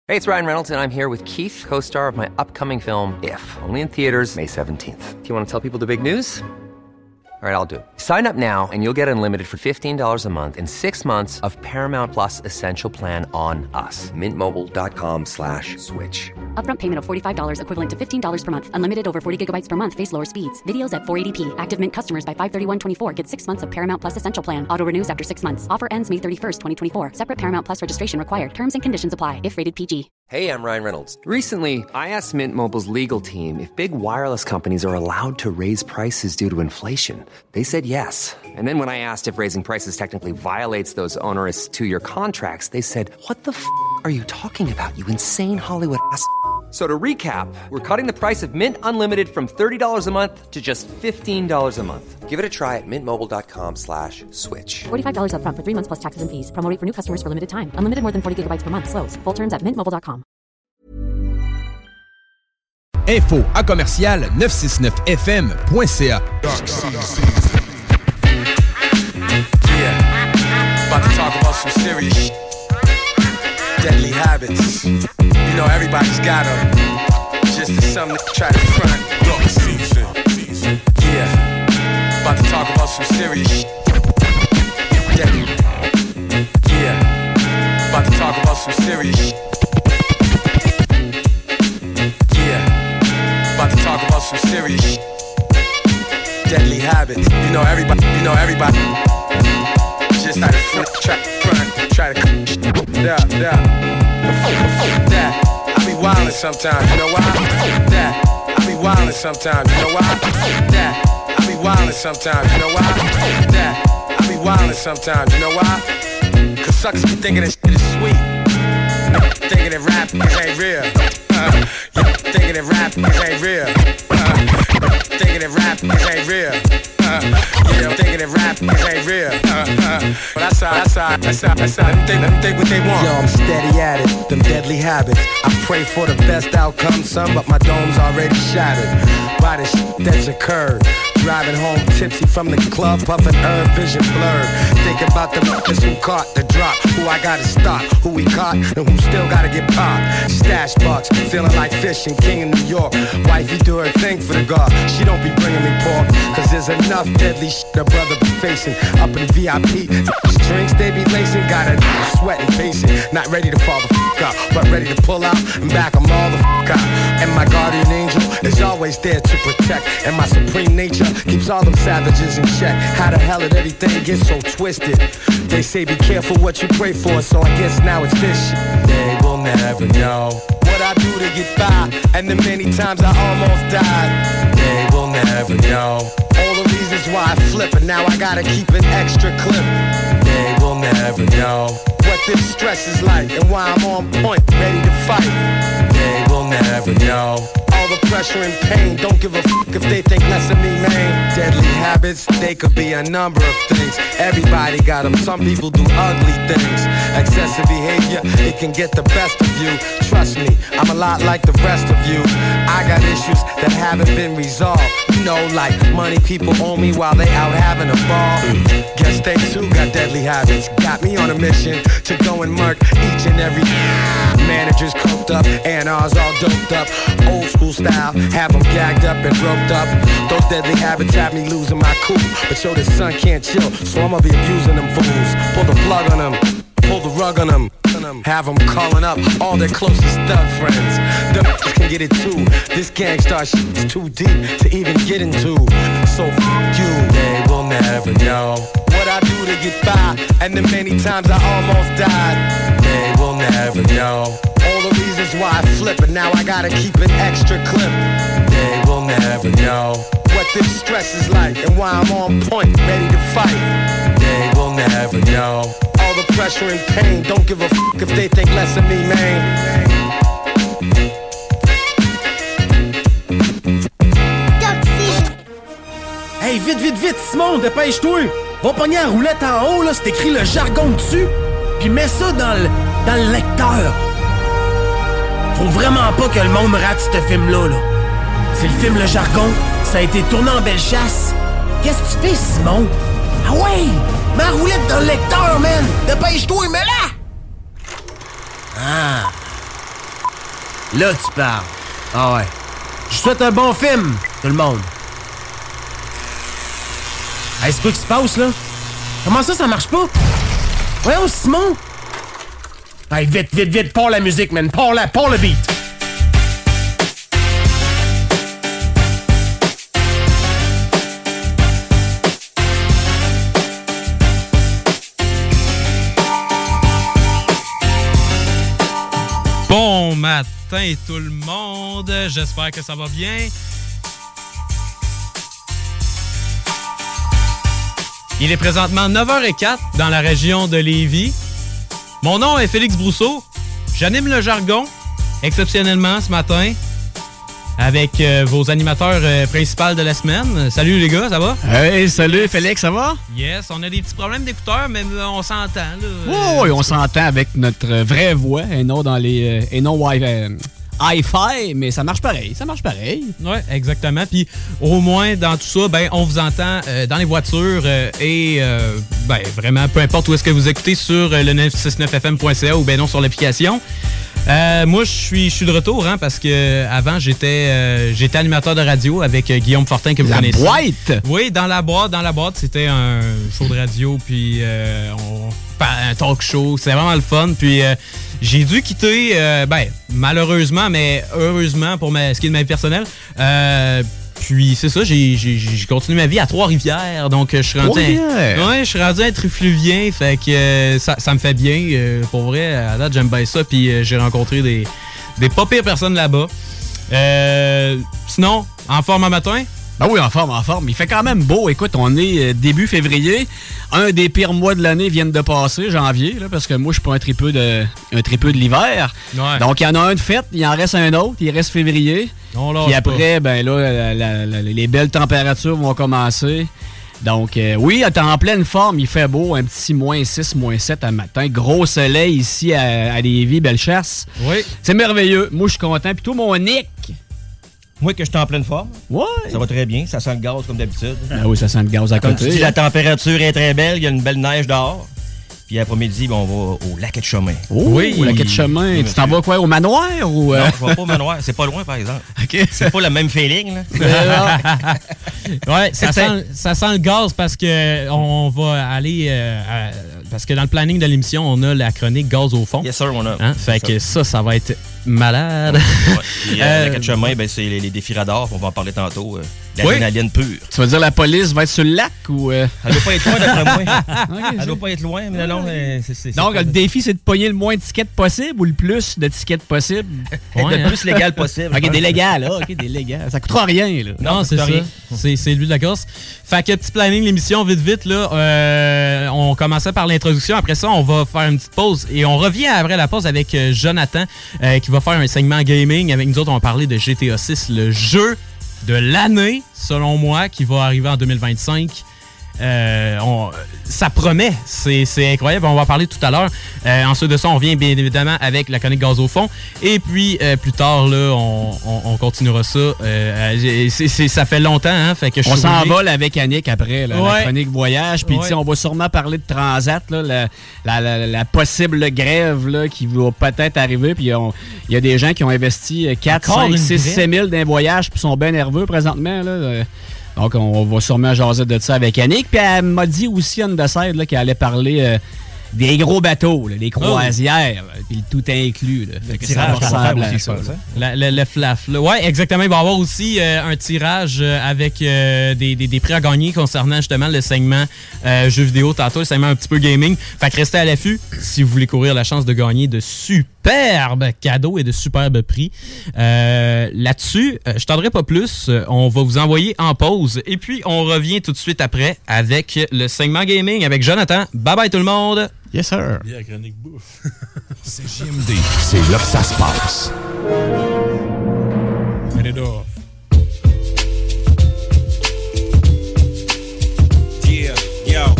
Hey, it's Ryan Reynolds, and I'm here with Keith, co-star of my upcoming film, If, only in theaters May 17th. Do you want to tell people the big news? All right, I'll do it. Sign up now and you'll get unlimited for $15 a month and 6 months of Paramount Plus Essential Plan on us. MintMobile.com/switch. Upfront payment of $45 equivalent to $15 per month. Unlimited over 40 gigabytes per month. Face lower speeds. Videos at 480p. Active Mint customers by 531.24 get 6 months of Paramount Plus Essential Plan. Auto renews after 6 months. Offer ends May 31st, 2024. Separate Paramount Plus registration required. Terms and conditions apply if rated PG. Hey, I'm Ryan Reynolds. Recently, I asked Mint Mobile's legal team if big wireless companies are allowed to raise prices due to inflation. They said yes. And then when I asked if raising prices technically violates those onerous 2-year contracts, they said, "What the f*** are you talking about, you insane Hollywood ass?" So to recap, we're cutting the price of Mint Unlimited from $30 a month to just $15 a month. Give it a try at mintmobile.com/switch. $45 upfront for 3 months plus taxes and fees. Promo rate for new customers for limited time. Unlimited more than 40 gigabytes per month. Slows full terms at mintmobile.com. Info à commercial 969fm.ca. Yeah, about to talk about some serious shit. Deadly habits. You know everybody's got them. Just as something to try to front. Yeah, about to talk about some serious shit. Yeah, about to talk about some serious shit. Yeah, about to talk about some serious shit. Deadly habits. You know everybody. Just try to try to. Yeah. That. I be wildin' sometimes, you know why? That. I be wildin' sometimes, you know why? That. I be wildin' sometimes, you know why? That. I be wildin' sometimes, you know why? Cause suckers be thinking this shit is sweet. Thinking that rap ain't real. Thinking that rap ain't real. Thinking that rap ain't real. Yeah, I'm thinking that rap ain't real. But that's how. Let them think what they want. Yo, I'm steady at it, them deadly habits. I pray for the best outcome, son, but my dome's already shattered by the shit that's occurred. Driving home tipsy from the club, puffin' herb, vision blurred. Thinking about the niggas who caught the drop, who I gotta stop, who we caught, and who still gotta get popped. Stash bucks, feeling like fishing, king in New York. Wifey do her thing for the guard. She don't be bringing me pork, cause there's enough deadly shit a brother be facing. Up in VIP, strings they be lacing, got a sweating, pacing. Not ready to fall the f*** out, but ready to pull out and back them all the f*** out. And my guardian angel is always there to protect. And my supreme nature keeps all them savages in check. How the hell did everything get so twisted? They say be careful what you pray for, so I guess now it's this shit. They will never know what I do to get by, and the many times I almost died. They will never know all the reasons why I flip, and now I gotta keep an extra clip. They will never know what this stress is like, and why I'm on point, ready to fight. They will never know all the pressure and pain. Don't give a f*** if they think less of me, man. Deadly habits, they could be a number of things. Everybody got them, some people do ugly things. Excessive behavior, it can get the best of you. Trust me, I'm a lot like the rest of you. I got issues that haven't been resolved. You know, like money people owe me while they out having a ball. Guess they too got deadly habits. Got me on a mission to go and murk each and every managers coked up, A&Rs all doped up. Old school style, have them gagged up and roped up. Those deadly habits have me losing my cool. But yo, the sun can't chill, so I'ma be abusing them fools. Pull the plug on them, pull the rug on them. Have them calling up all their closest thug friends. Them can get it too. This gangstar shit's too deep to even get into. So f*** you, they will never know what I do to get by, and the many times I almost died. They will never know all the reasons why I flip, and now I gotta keep an extra clip. They will never know what this stress is like, and why I'm on point, ready to fight. They will never know all the pressure and pain. Don't give a f*** if they think less of me, man. Hey, vite, Simon, dépêche-toi! Va pogner la roulette en haut, là, c'est écrit le jargon dessus, puis mets ça dans le lecteur. Faut vraiment pas que le monde rate ce film-là, là. C'est le film Le Jargon, ça a été tourné en Bellechasse. Qu'est-ce que tu fais, Simon? Ah ouais! Mets la roulette dans le lecteur, man! Dépêche-toi, mets-la! Ah! Là, tu parles. Ah ouais. Je souhaite un bon film, tout le monde. Hey, c'est quoi qui se passe, là? Comment ça marche pas? Voyons, Simon! Hey, vite, pars la musique, man. Pars le beat. Bon matin tout le monde, j'espère que ça va bien. Il est présentement 9h04 dans la région de Lévis. Mon nom est Félix Brousseau. J'anime le jargon, exceptionnellement ce matin, avec vos animateurs principaux de la semaine. Salut les gars, ça va? Hey, salut Félix, ça va? Yes, on a des petits problèmes d'écouteurs, mais on s'entend. Oui, on s'entend avec notre vraie voix et non dans les hi-fi, mais ça marche pareil. Oui, exactement. Puis au moins, dans tout ça, ben, on vous entend dans les voitures et vraiment, peu importe où est-ce que vous écoutez sur le 969fm.ca ou ben non sur l'application. Moi, je suis de retour parce que avant j'étais animateur de radio avec Guillaume Fortin que vous connaissez. La boîte? Oui, dans la boîte, c'était un show de radio puis un talk show. C'était vraiment le fun. Puis j'ai dû quitter, malheureusement, mais heureusement pour ce qui est de ma vie personnelle. Puis c'est ça, j'ai continué ma vie à Trois-Rivières, donc je suis rendu un trifluvien, fait que ça me fait bien. Pour vrai, à date, j'aime bien ça, puis j'ai rencontré des pas pires personnes là-bas. Sinon, en forme à matin? Ben oui, en forme. Il fait quand même beau. Écoute, on est début février. Un des pires mois de l'année vient de passer, janvier, là, parce que moi, je suis pas un tripeux de l'hiver. Ouais. Donc, il y en a un de fête, il en reste un autre, il reste février. Puis après, ben là, les belles températures vont commencer. Donc, oui, t'es en pleine forme, il fait beau, un petit -6, -7 à matin. Gros soleil ici à Lévis, Bellechasse. Oui. C'est merveilleux. Moi, je suis content. Puis toi, mon Nick... Moi, que je suis en pleine forme. Ouais. Ça va très bien. Ça sent le gaz comme d'habitude. Ah oui, ça sent le gaz à côté. Comme tu dis, la température est très belle. Il y a une belle neige dehors. Puis après-midi, on va au Lac de Chemin. Oh, oui, au Lac de Chemin. Oui, tu t'en vas quoi, au manoir ou Non, je vais pas au manoir. C'est pas loin, par exemple. OK. C'est pas le même feeling, là. Ouais, ça sent le gaz parce que on va aller... parce que dans le planning de l'émission, on a la chronique Gaz au fond. Yes, sir, on a. Fait que ça va être malade. Ouais. Puis, Lac de Chemin, ben, c'est les défis radars. On va en parler tantôt. L'adrénaline pure. Tu vas dire la police va être sur le lac ou... Elle doit pas être loin, d'après moi. Elle doit pas être loin, mais non, c'est donc, le défi, c'est de pogner le moins de tickets possible ou le plus de tickets possible? Le plus légal possible. OK, des légales, là. OK, des légales. Ça coûtera rien, là. Non, c'est ça. C'est lui de la course. Fait que petit planning, l'émission, vite, là. On commençait par l'introduction. Après ça, on va faire une petite pause. Et on revient après la pause avec Jonathan, qui va faire un segment gaming. Avec nous autres, on va parler de GTA 6, le jeu de l'année, selon moi, qui va arriver en 2025. Ça promet, c'est incroyable, on va en parler tout à l'heure. Ensuite de ça, on revient bien évidemment avec la chronique Gaz au fond. Et puis plus tard, là, on continuera ça. Ça fait longtemps, hein, fait que on s'envole avec Annick après, là, la chronique voyage. Puis on va sûrement parler de Transat, là, la possible grève là, qui va peut-être arriver. Puis il y a des gens qui ont investi 4, 5, 6, 7 000 dans un voyage puis sont bien nerveux présentement, là. Donc, on va sûrement jaser de ça avec Annick. Puis elle m'a dit aussi, on décide qu'elle allait parler des gros bateaux, là, les croisières, puis le tout inclus. Là. Fait que ça va ressembler à ça. Le flaf. Oui, exactement. Il va y avoir aussi un tirage avec des prix à gagner concernant justement le segment jeux vidéo tantôt, le segment un petit peu gaming. Fait que restez à l'affût si vous voulez courir la chance de gagner de superbes cadeaux et de superbes prix. Là-dessus, je t'en pas plus. On va vous envoyer en pause. Et puis, on revient tout de suite après avec le segment gaming avec Jonathan. Bye bye tout le monde! Yes, sir. Yeah, chronique bouffe. C'est JMD. C'est là que ça se passe. Turn it off. Yeah, yo.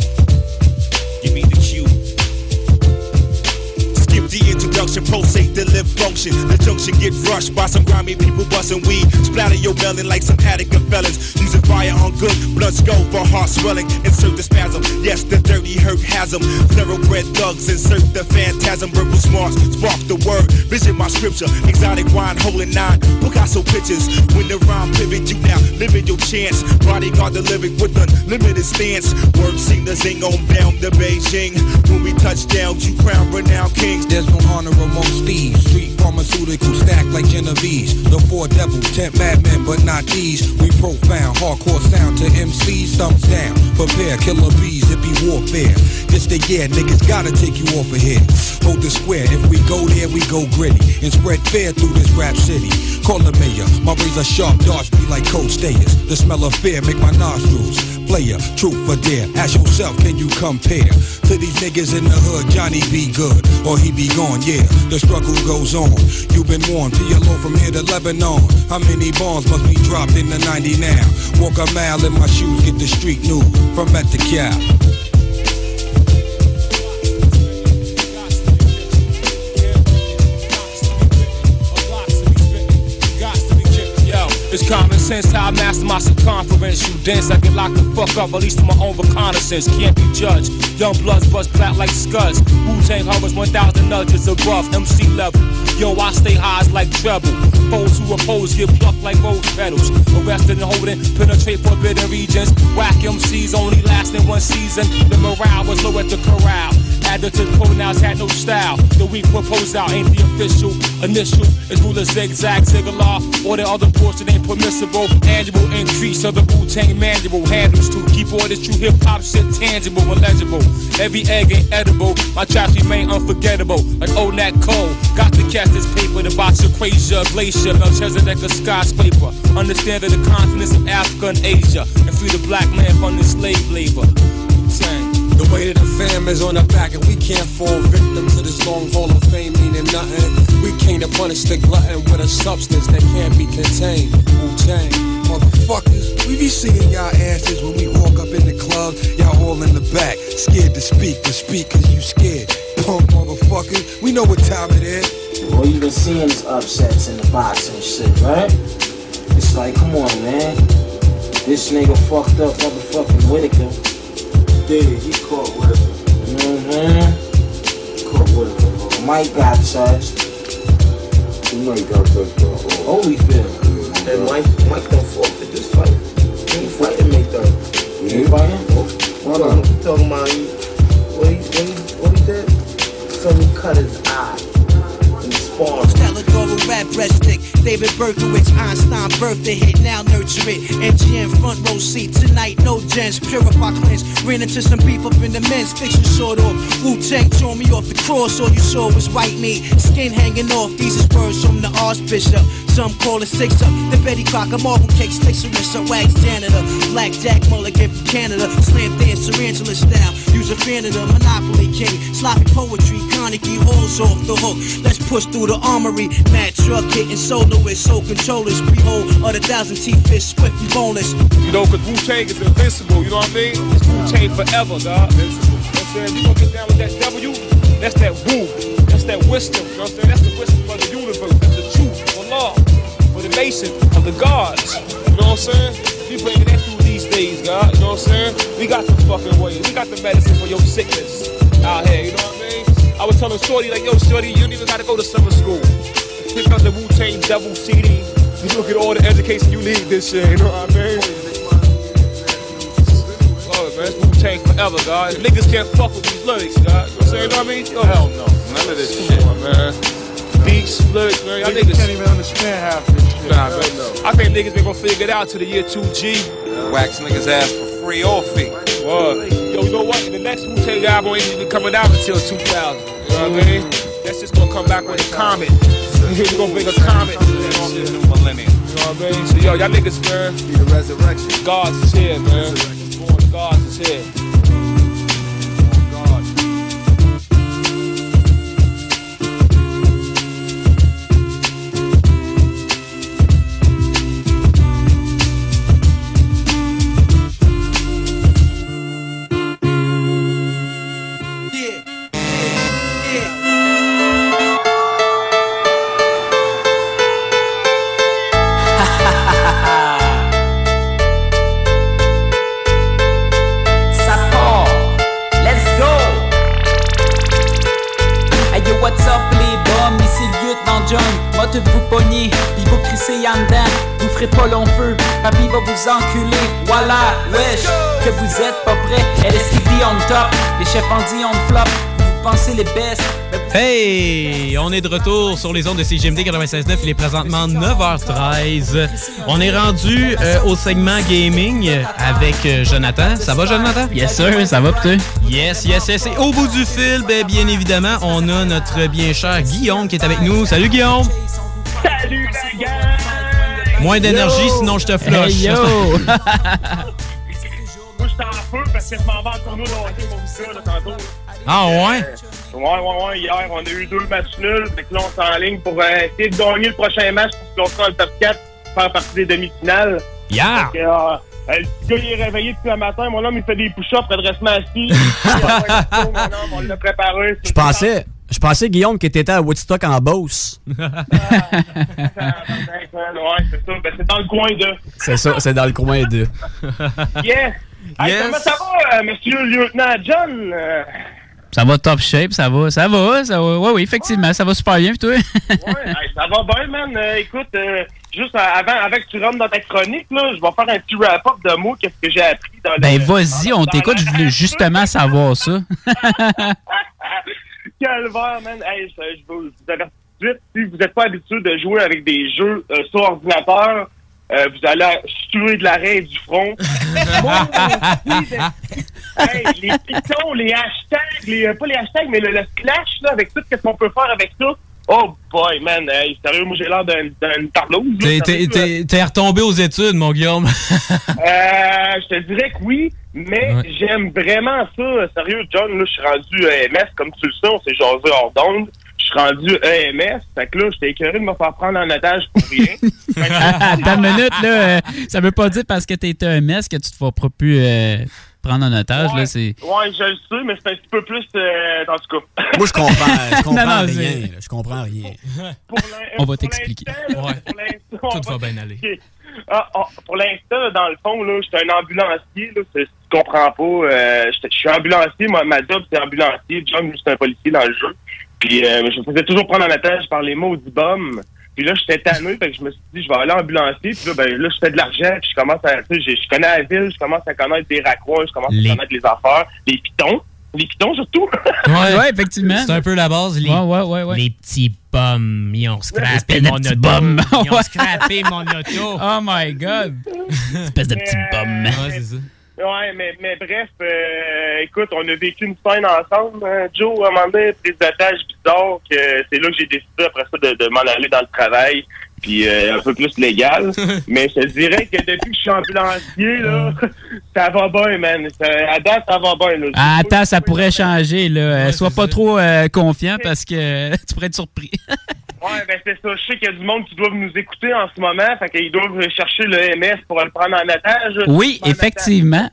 Give me the cue. Skip the introduction, pulsate the lip function. The junction get rushed by some grimy people busting weed. Splatter your melon like some Attica felons. Using fire on good, blood skull for heart swelling. Insert the spasm, yes, the dirty hurt has them. Thoroughbred thugs insert the phantasm. Verbal smarts, spark the word. Vision my scripture, exotic wine holding 9. Picasso pictures, when the rhyme pivot, you now living your chance. Bodyguard the lyric with unlimited stance. Word seem to zing on down to Beijing. When we touch down, you crown renowned kings. There's no honor amongst thieves. Street pharmaceutical stacked like Genovese. The 4 devils, 10 madmen, but not these. We profound, hardcore sound to MCs, thumbs down. Prepare, killer bees, hippie warfare. This the year, niggas gotta take you off of here. Hold the square, if we go there, we go gritty. And spread fear through this rap city. Call the mayor, my razor sharp darts be like cold stayers. The smell of fear make my nostrils. Player, truth or dare, ask yourself, can you compare? To these niggas in the hood, Johnny be good, or he be gone, yeah. The struggle goes on, you've been warned. PLO from here to Lebanon. How many bombs must be dropped in the 90 now? Walk a mile in my shoes, get the street news from at the cow. It's common sense how I master my circumference. You dense, I get locked the fuck up, at least to my own reconnaissance. Can't be judged. Young bloods bust flat like scuds. Wu-Tang hovers 1,000 nudges above MC level. Yo, I stay high as like treble. Foes who oppose get plucked like rose petals. Arrested and holding, penetrate forbidden regions. Whack MCs only lasting 1 season. The morale was low at the corral. Added to the pronouns had no style. The weak propose out ain't the official. Initial is ruler zigzag, zigzag. Or the other portion ain't permissible. Annual increase of the Wu-Tang manual. Handles to keep all this true hip-hop shit tangible and legible. Every egg ain't edible. My tracks remain unforgettable. Like Onak Cole. Got to catch this paper. The box of Equasia, Glacier, Melchizedek, a skyscraper. Understanding the continents of Africa and Asia. And free the black man from the slave labor. Wu-Tang. The weight of the fam is on our back and we can't fall victim to this long haul of fame meaning nothing. We came to punish the glutton with a substance that can't be contained. Wu-Tang, motherfuckers, we be seeing y'all asses when we walk up in the club. Y'all all in the back, scared to speak cause you scared. Punk motherfuckers, we know what time it is. Well, you been seeing these upsets in the box and shit, right? It's like, come on, man. This nigga fucked up motherfucking Whitaker. Yeah, he caught with it. You know what I'm saying? Caught with it. Mike got touched. Mike got touched, bro. Holyfield. And Mike don't forfeit this fight. He ain't fighting May 3rd. You ain't fighting? What up? Talking about what he did? So he cut his eye. Stelladoro rap breast stick. David Berkowitz, Einstein birthday hit, now nurture it. MGM front row seat tonight, no gens. Purify, cleanse. Ran into some beef up in the men's fiction short off. Wu-Tang tore me off the cross, all you saw was white meat. Skin hanging off, these is words from the Archbishop. Some call it 6-up. The Betty Crocker, marble cake, sticks Sarissa, wax janitor. Blackjack mulligan from Canada. Slam dance, tarantula style. Use a fan of the Monopoly King. Sloppy poetry, Carnegie Hall's off the hook. Let's push through the armory. Mad truck hitting soloists, soul controllers. Behold, of the 1,000 teeth fish, swift and boneless. You know, cause Wu-Tang is invincible, you know what I mean? It's Wu-Tang forever, dog. You know what I'm saying? You gonna get down with that W? That's that Wu. That's that wisdom, you know what I'm saying? That's the wisdom of the universe. That's the truth, the law, for the nation, of the gods. You know what I'm saying? We bringing that through these days, God. You know what I'm saying? We got the fucking ways. We got the medicine for your sickness out here, you know what I mean? I was telling Shorty, like, yo, Shorty, you don't even gotta go to summer school. Pick up the Wu-Tang Devil CD. You look at all the education you need this year, you know what I mean? Oh, man, it's Wu-Tang forever, God. Niggas can't fuck with these lyrics, God. You know what I mean? Oh, hell no. None of this shit, man. Beats, lyrics, man. Y'all niggas can't even understand half this shit. Nah, man. I think niggas been gonna figure it out to the year 2G. Wax niggas ass for free or fee. Word. Yo, you know what? The next Wu-Tang album ain't even coming out until 2000. You know what I mean? That's just gonna come back with a comet. We're gonna bring a comet. New millennium. You know what I mean? So yo, y'all niggas, man. Be the resurrection. God's is here, man. God's is here. John, moi tout vous pogner, il vous crisser en dedans, vous ferez pas long feu, papy va vous enculer, voilà, wesh, que vous êtes pas prêts, LSTD on top, les chefs en dit on flop, vous pensez les best. Hey! On est de retour sur les ondes de CJMD 96.9, il est présentement 9h13. On est rendu au segment gaming avec Jonathan. Ça va, Jonathan? Yes, sir, ça va, putain. Yes. Et au bout du fil, bien évidemment, on a notre bien cher Guillaume qui est avec nous. Salut, Guillaume! Salut, la gang! Moins d'énergie, sinon je te flush. Hey, yo! Moi, j'étais en feu parce que je m'en vais en tournoi de hockey, mon gars, là, tantôt. Ah, ouais? Ouais. Hier, on a eu 2 matchs nuls. Fait que là, on s'est en ligne pour essayer de gagner le prochain match pour se lancer dans le top 4 faire partie des demi-finales. Yeah! Fait que, le petit gars, il est réveillé depuis le matin. Mon homme, il fait des push-ups, redressement assis. Mon homme, on l'a préparé. Je pensais, Guillaume, que t'étais à Woodstock en Beauce. Ouais, c'est ça. Ben, c'est dans le coin de. C'est ça, c'est dans le coin de. Yes! Hey, comment ça va, monsieur le lieutenant John? Ça va top shape, ça va. Oui, effectivement, ça va super bien, puis toi? Ouais, hey, ça va bien, man. Écoute, juste avant que tu rentres dans ta chronique, là, je vais faire un petit wrap-up de mots, qu'est-ce que j'ai appris dans Ben, vas-y, on t'écoute, je voulais justement savoir ça. Calvaire, man. Hey, je vous avertis tout de suite, si vous n'êtes pas habitué de jouer avec des jeux sur ordinateur, vous allez tuer de l'arrêt et du front. Hey, les pitons, les hashtags, pas les hashtags, mais le slash, là, avec tout ce qu'on peut faire avec ça. Oh boy, man, hey, sérieux, moi j'ai l'air d'une tableuse. T'es retombé aux études, mon Guillaume. Je te dirais que oui, mais j'aime vraiment ça. Sérieux, John, là, je suis rendu EMS, comme tu le sais, on s'est jasé hors d'onde. Je suis rendu EMS, fait que là, j'étais écœuré de me faire prendre en otage pour rien. Attends une minute, là, ça veut pas dire parce que t'es EMS que tu te feras plus prendre en otage, là, c'est... Ouais, je le sais, mais c'est un petit peu plus, en tout cas. Moi, je comprends rien, là, je comprends rien. On va t'expliquer. Tout va bien aller. Okay. Pour l'instant, dans le fond, là, j'étais un ambulancier, là, si tu comprends pas, je suis ambulancier, moi, ma job, c'est ambulancier, John, c'est un policier dans le jeu. Puis je me faisais toujours prendre en otage par les maudits bombes. Puis là, j'étais tanné, fait que je me suis dit, je vais aller ambulancier. Puis là, je fais de l'argent, puis je commence à, tu sais, je connais la ville, je commence à connaître des raccoins, je commence à connaître les affaires, les pitons surtout. Ouais, effectivement. C'est un peu la base. Ouais. Les petits bums, ils ont scrappé mon auto. Ils ont scrappé mon auto. Oh my God. Espèce de petit bum. Ouais, c'est ça. Ouais, mais bref, écoute, on a vécu une scène ensemble, hein, Joe, à un moment donné, prise d'otage bizarre, que c'est là que j'ai décidé après ça de m'en aller dans le travail, puis un peu plus légal. Mais je te dirais que depuis que je suis ambulancier, là, ça va bien, man. À date, ça va bien. Là. Attends, ça pourrait changer, là. Sois pas trop confiant parce que tu pourrais être surpris. Ouais, ben c'est ça. Je sais qu'il y a du monde qui doivent nous écouter en ce moment, fait qu'ils doivent chercher le MS pour le prendre en otage. Oui, effectivement.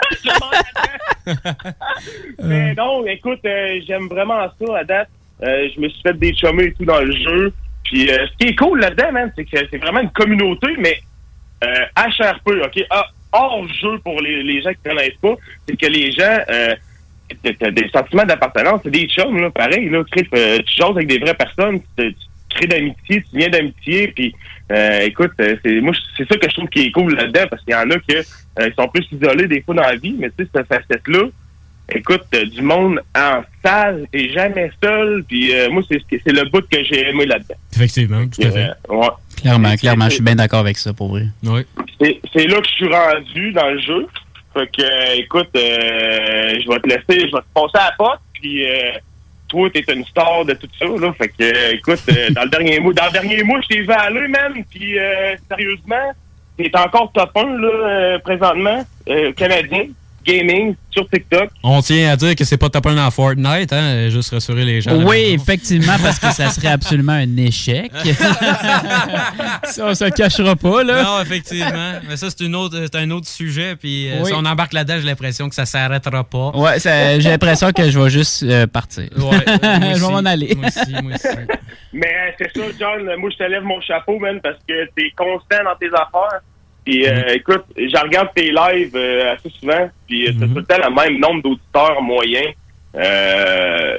Mais non, écoute, j'aime vraiment ça à date. Je me suis fait des chummés et tout dans le jeu. Puis ce qui est cool là-dedans, man, c'est que c'est vraiment une communauté, mais HRP, OK? Hors jeu pour les gens qui ne connaissent pas, c'est que les gens... t'as des sentiments d'appartenance, c'est des chums, là, pareil, là, tu jases avec des vraies personnes, tu crées d'amitié, tu viens d'amitié, puis écoute, c'est ça que je trouve qui est cool là-dedans, parce qu'il y en a qui sont plus isolés des fois dans la vie, mais tu sais, cette facette-là, écoute, du monde en salle et jamais seul, puis moi, c'est le bout que j'ai aimé là-dedans. Effectivement, tout à fait. Ouais. Clairement, je suis bien d'accord avec ça, pour vrai. Oui. C'est là que je suis rendu dans le jeu. Fait que, écoute, je vais te laisser, je vais te passer à la porte, puis toi, t'es une star de tout ça, là. Fait que, écoute, dans le dernier mois, je t'ai vu aller, man, puis sérieusement, t'es encore top 1, là, présentement, canadien, gaming, sur TikTok. On tient à dire que c'est pas top 1 dans Fortnite, hein, juste rassurer les gens. Oui, effectivement, parce que ça serait absolument un échec. Ça, on se cachera pas, là. Non, effectivement. Mais ça, c'est un autre sujet, puis si on embarque là-dedans, j'ai l'impression que ça s'arrêtera pas. Ouais, j'ai l'impression que je vais juste partir. Ouais, je vais m'en aller. Moi aussi. Mais c'est ça, John, moi, je te lève mon chapeau, man, parce que t'es constant dans tes affaires. Puis écoute, je regarde tes lives assez souvent, puis t'as tout le temps le même nombre d'auditeurs moyens.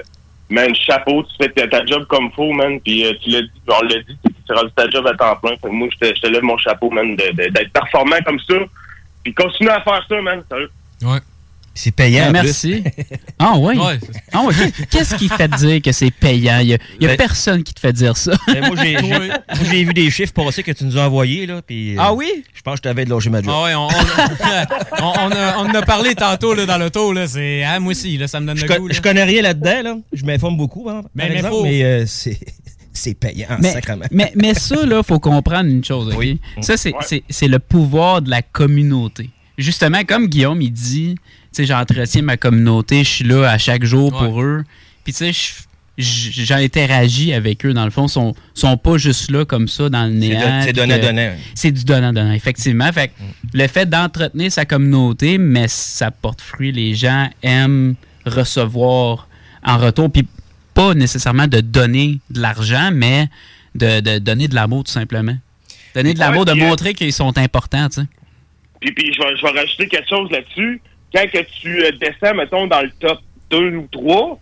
man, chapeau, tu fais ta job comme faut, man, puis tu l'as dit, on l'a dit, tu rendu ta job à temps plein. Fait que moi, je te lève mon chapeau, man, d'être performant comme ça, puis continue à faire ça, man, sérieux. Ouais. C'est payant. Merci. Ah oui. Ah oui. Qu'est-ce qui fait dire que c'est payant? Il y a personne qui te fait dire ça. Moi, j'ai vu des chiffres passés que tu nous as envoyés. Là, puis, ah oui? Je pense que je t'avais de lâcher ma job. Ah oui, on en a parlé tantôt là, dans l'auto. Là, moi aussi, là, ça me donne le goût. Je connais rien là-dedans. Là. Je m'informe beaucoup, hein, mais c'est payant, sacrément. Mais ça, il faut comprendre une chose. Okay? Oui. Ça, c'est le pouvoir de la communauté. Justement, comme Guillaume, il dit, tu sais, j'entretiens ma communauté, je suis là à chaque jour pour eux. Puis, tu sais, j'interagis avec eux, dans le fond. Ils sont pas juste là comme ça, dans le néant. C'est donnant-donnant. C'est du donnant-donnant, effectivement. Fait que le fait d'entretenir sa communauté, mais ça porte fruit. Les gens aiment recevoir en retour. Puis, pas nécessairement de donner de l'argent, mais de donner de l'amour, tout simplement. Donner de l'amour, de montrer qu'ils sont importants, tu sais. Puis je vais rajouter quelque chose là-dessus. Quand que tu descends, mettons, dans le top 2 ou 3,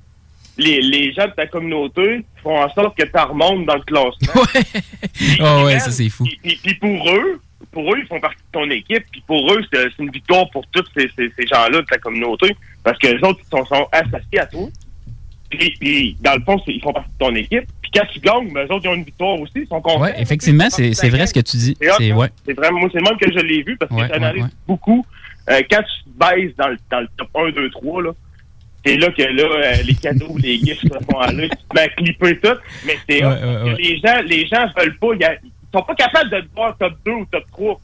les gens de ta communauté font en sorte que tu remontes dans le classement. Ouais, ça c'est fou. Puis pour eux, ils font partie de ton équipe. Puis pour eux, c'est une victoire pour tous ces gens-là de ta communauté. Parce que les autres, ils sont associés à toi. Puis dans le fond, ils font partie de ton équipe. Puis quand tu gagnes, ben, eux autres, ils ont une victoire aussi. Ils sont contents. Oui, effectivement, c'est vrai ce que tu dis. C'est vraiment, moi, c'est le même que je l'ai vu parce que j'analyse beaucoup. Quand tu te baisses dans le top 1, 2, 3, là, c'est là que les cadeaux, les gifs se font aller. Tu te mets à clipper tout. Mais c'est les gens veulent pas. Ils sont pas capables de te voir top 2 ou top 3.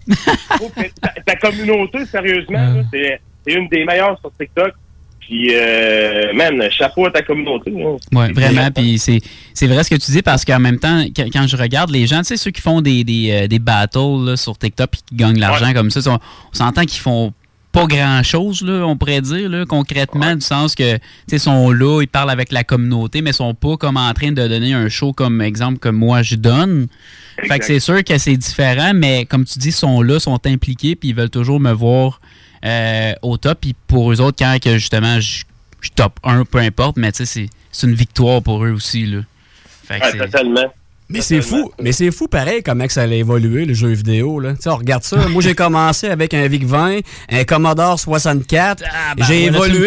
Ta communauté, sérieusement, là, c'est une des meilleures sur TikTok. Puis, man, chapeau à ta communauté. Hein. Oui, vraiment. Puis c'est vrai ce que tu dis parce qu'en même temps, quand je regarde les gens, tu sais, ceux qui font des battles là, sur TikTok et qui gagnent de l'argent comme ça, on s'entend qu'ils font pas grand-chose, là, on pourrait dire, là, concrètement, du sens que, tu sais, sont là, ils parlent avec la communauté, mais sont pas comme en train de donner un show comme exemple que moi je donne. Exact. Fait que c'est sûr que c'est différent, mais comme tu dis, sont là, sont impliqués, puis ils veulent toujours me voir au top. Puis pour eux autres, quand que, justement je top 1, peu importe, mais tu sais, c'est une victoire pour eux aussi, là. Fait que totalement. Mais c'est fou pareil comment que ça a évolué le jeu vidéo là. Tu sais, on regarde ça. Moi j'ai commencé avec un VIC-20, un Commodore 64. J'ai évolué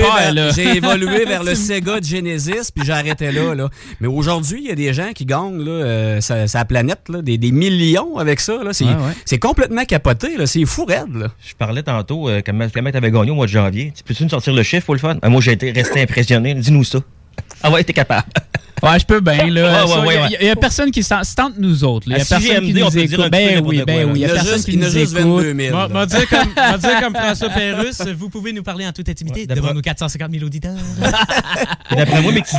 vers le Sega Genesis puis j'ai arrêté là. Mais aujourd'hui, il y a des gens qui gagnent là sa planète là, des millions avec ça là, c'est complètement capoté là, c'est fou raide là. Je parlais tantôt comment tu avais gagné au mois de janvier. Peux-tu nous sortir le chiffre pour le fun? Moi j'ai été resté impressionné. Dis-nous ça. Ah ouais, t'es capable. Ouais, je peux bien, là. Il y a personne qui c'est entre nous autres. Il y a personne qui nous écoute. Ben oui. Il y a personne qui nous écoute. M'a dire comme François Pérusse, vous pouvez nous parler en toute intimité devant nos 450 000 auditeurs. D'après moi, mais que tu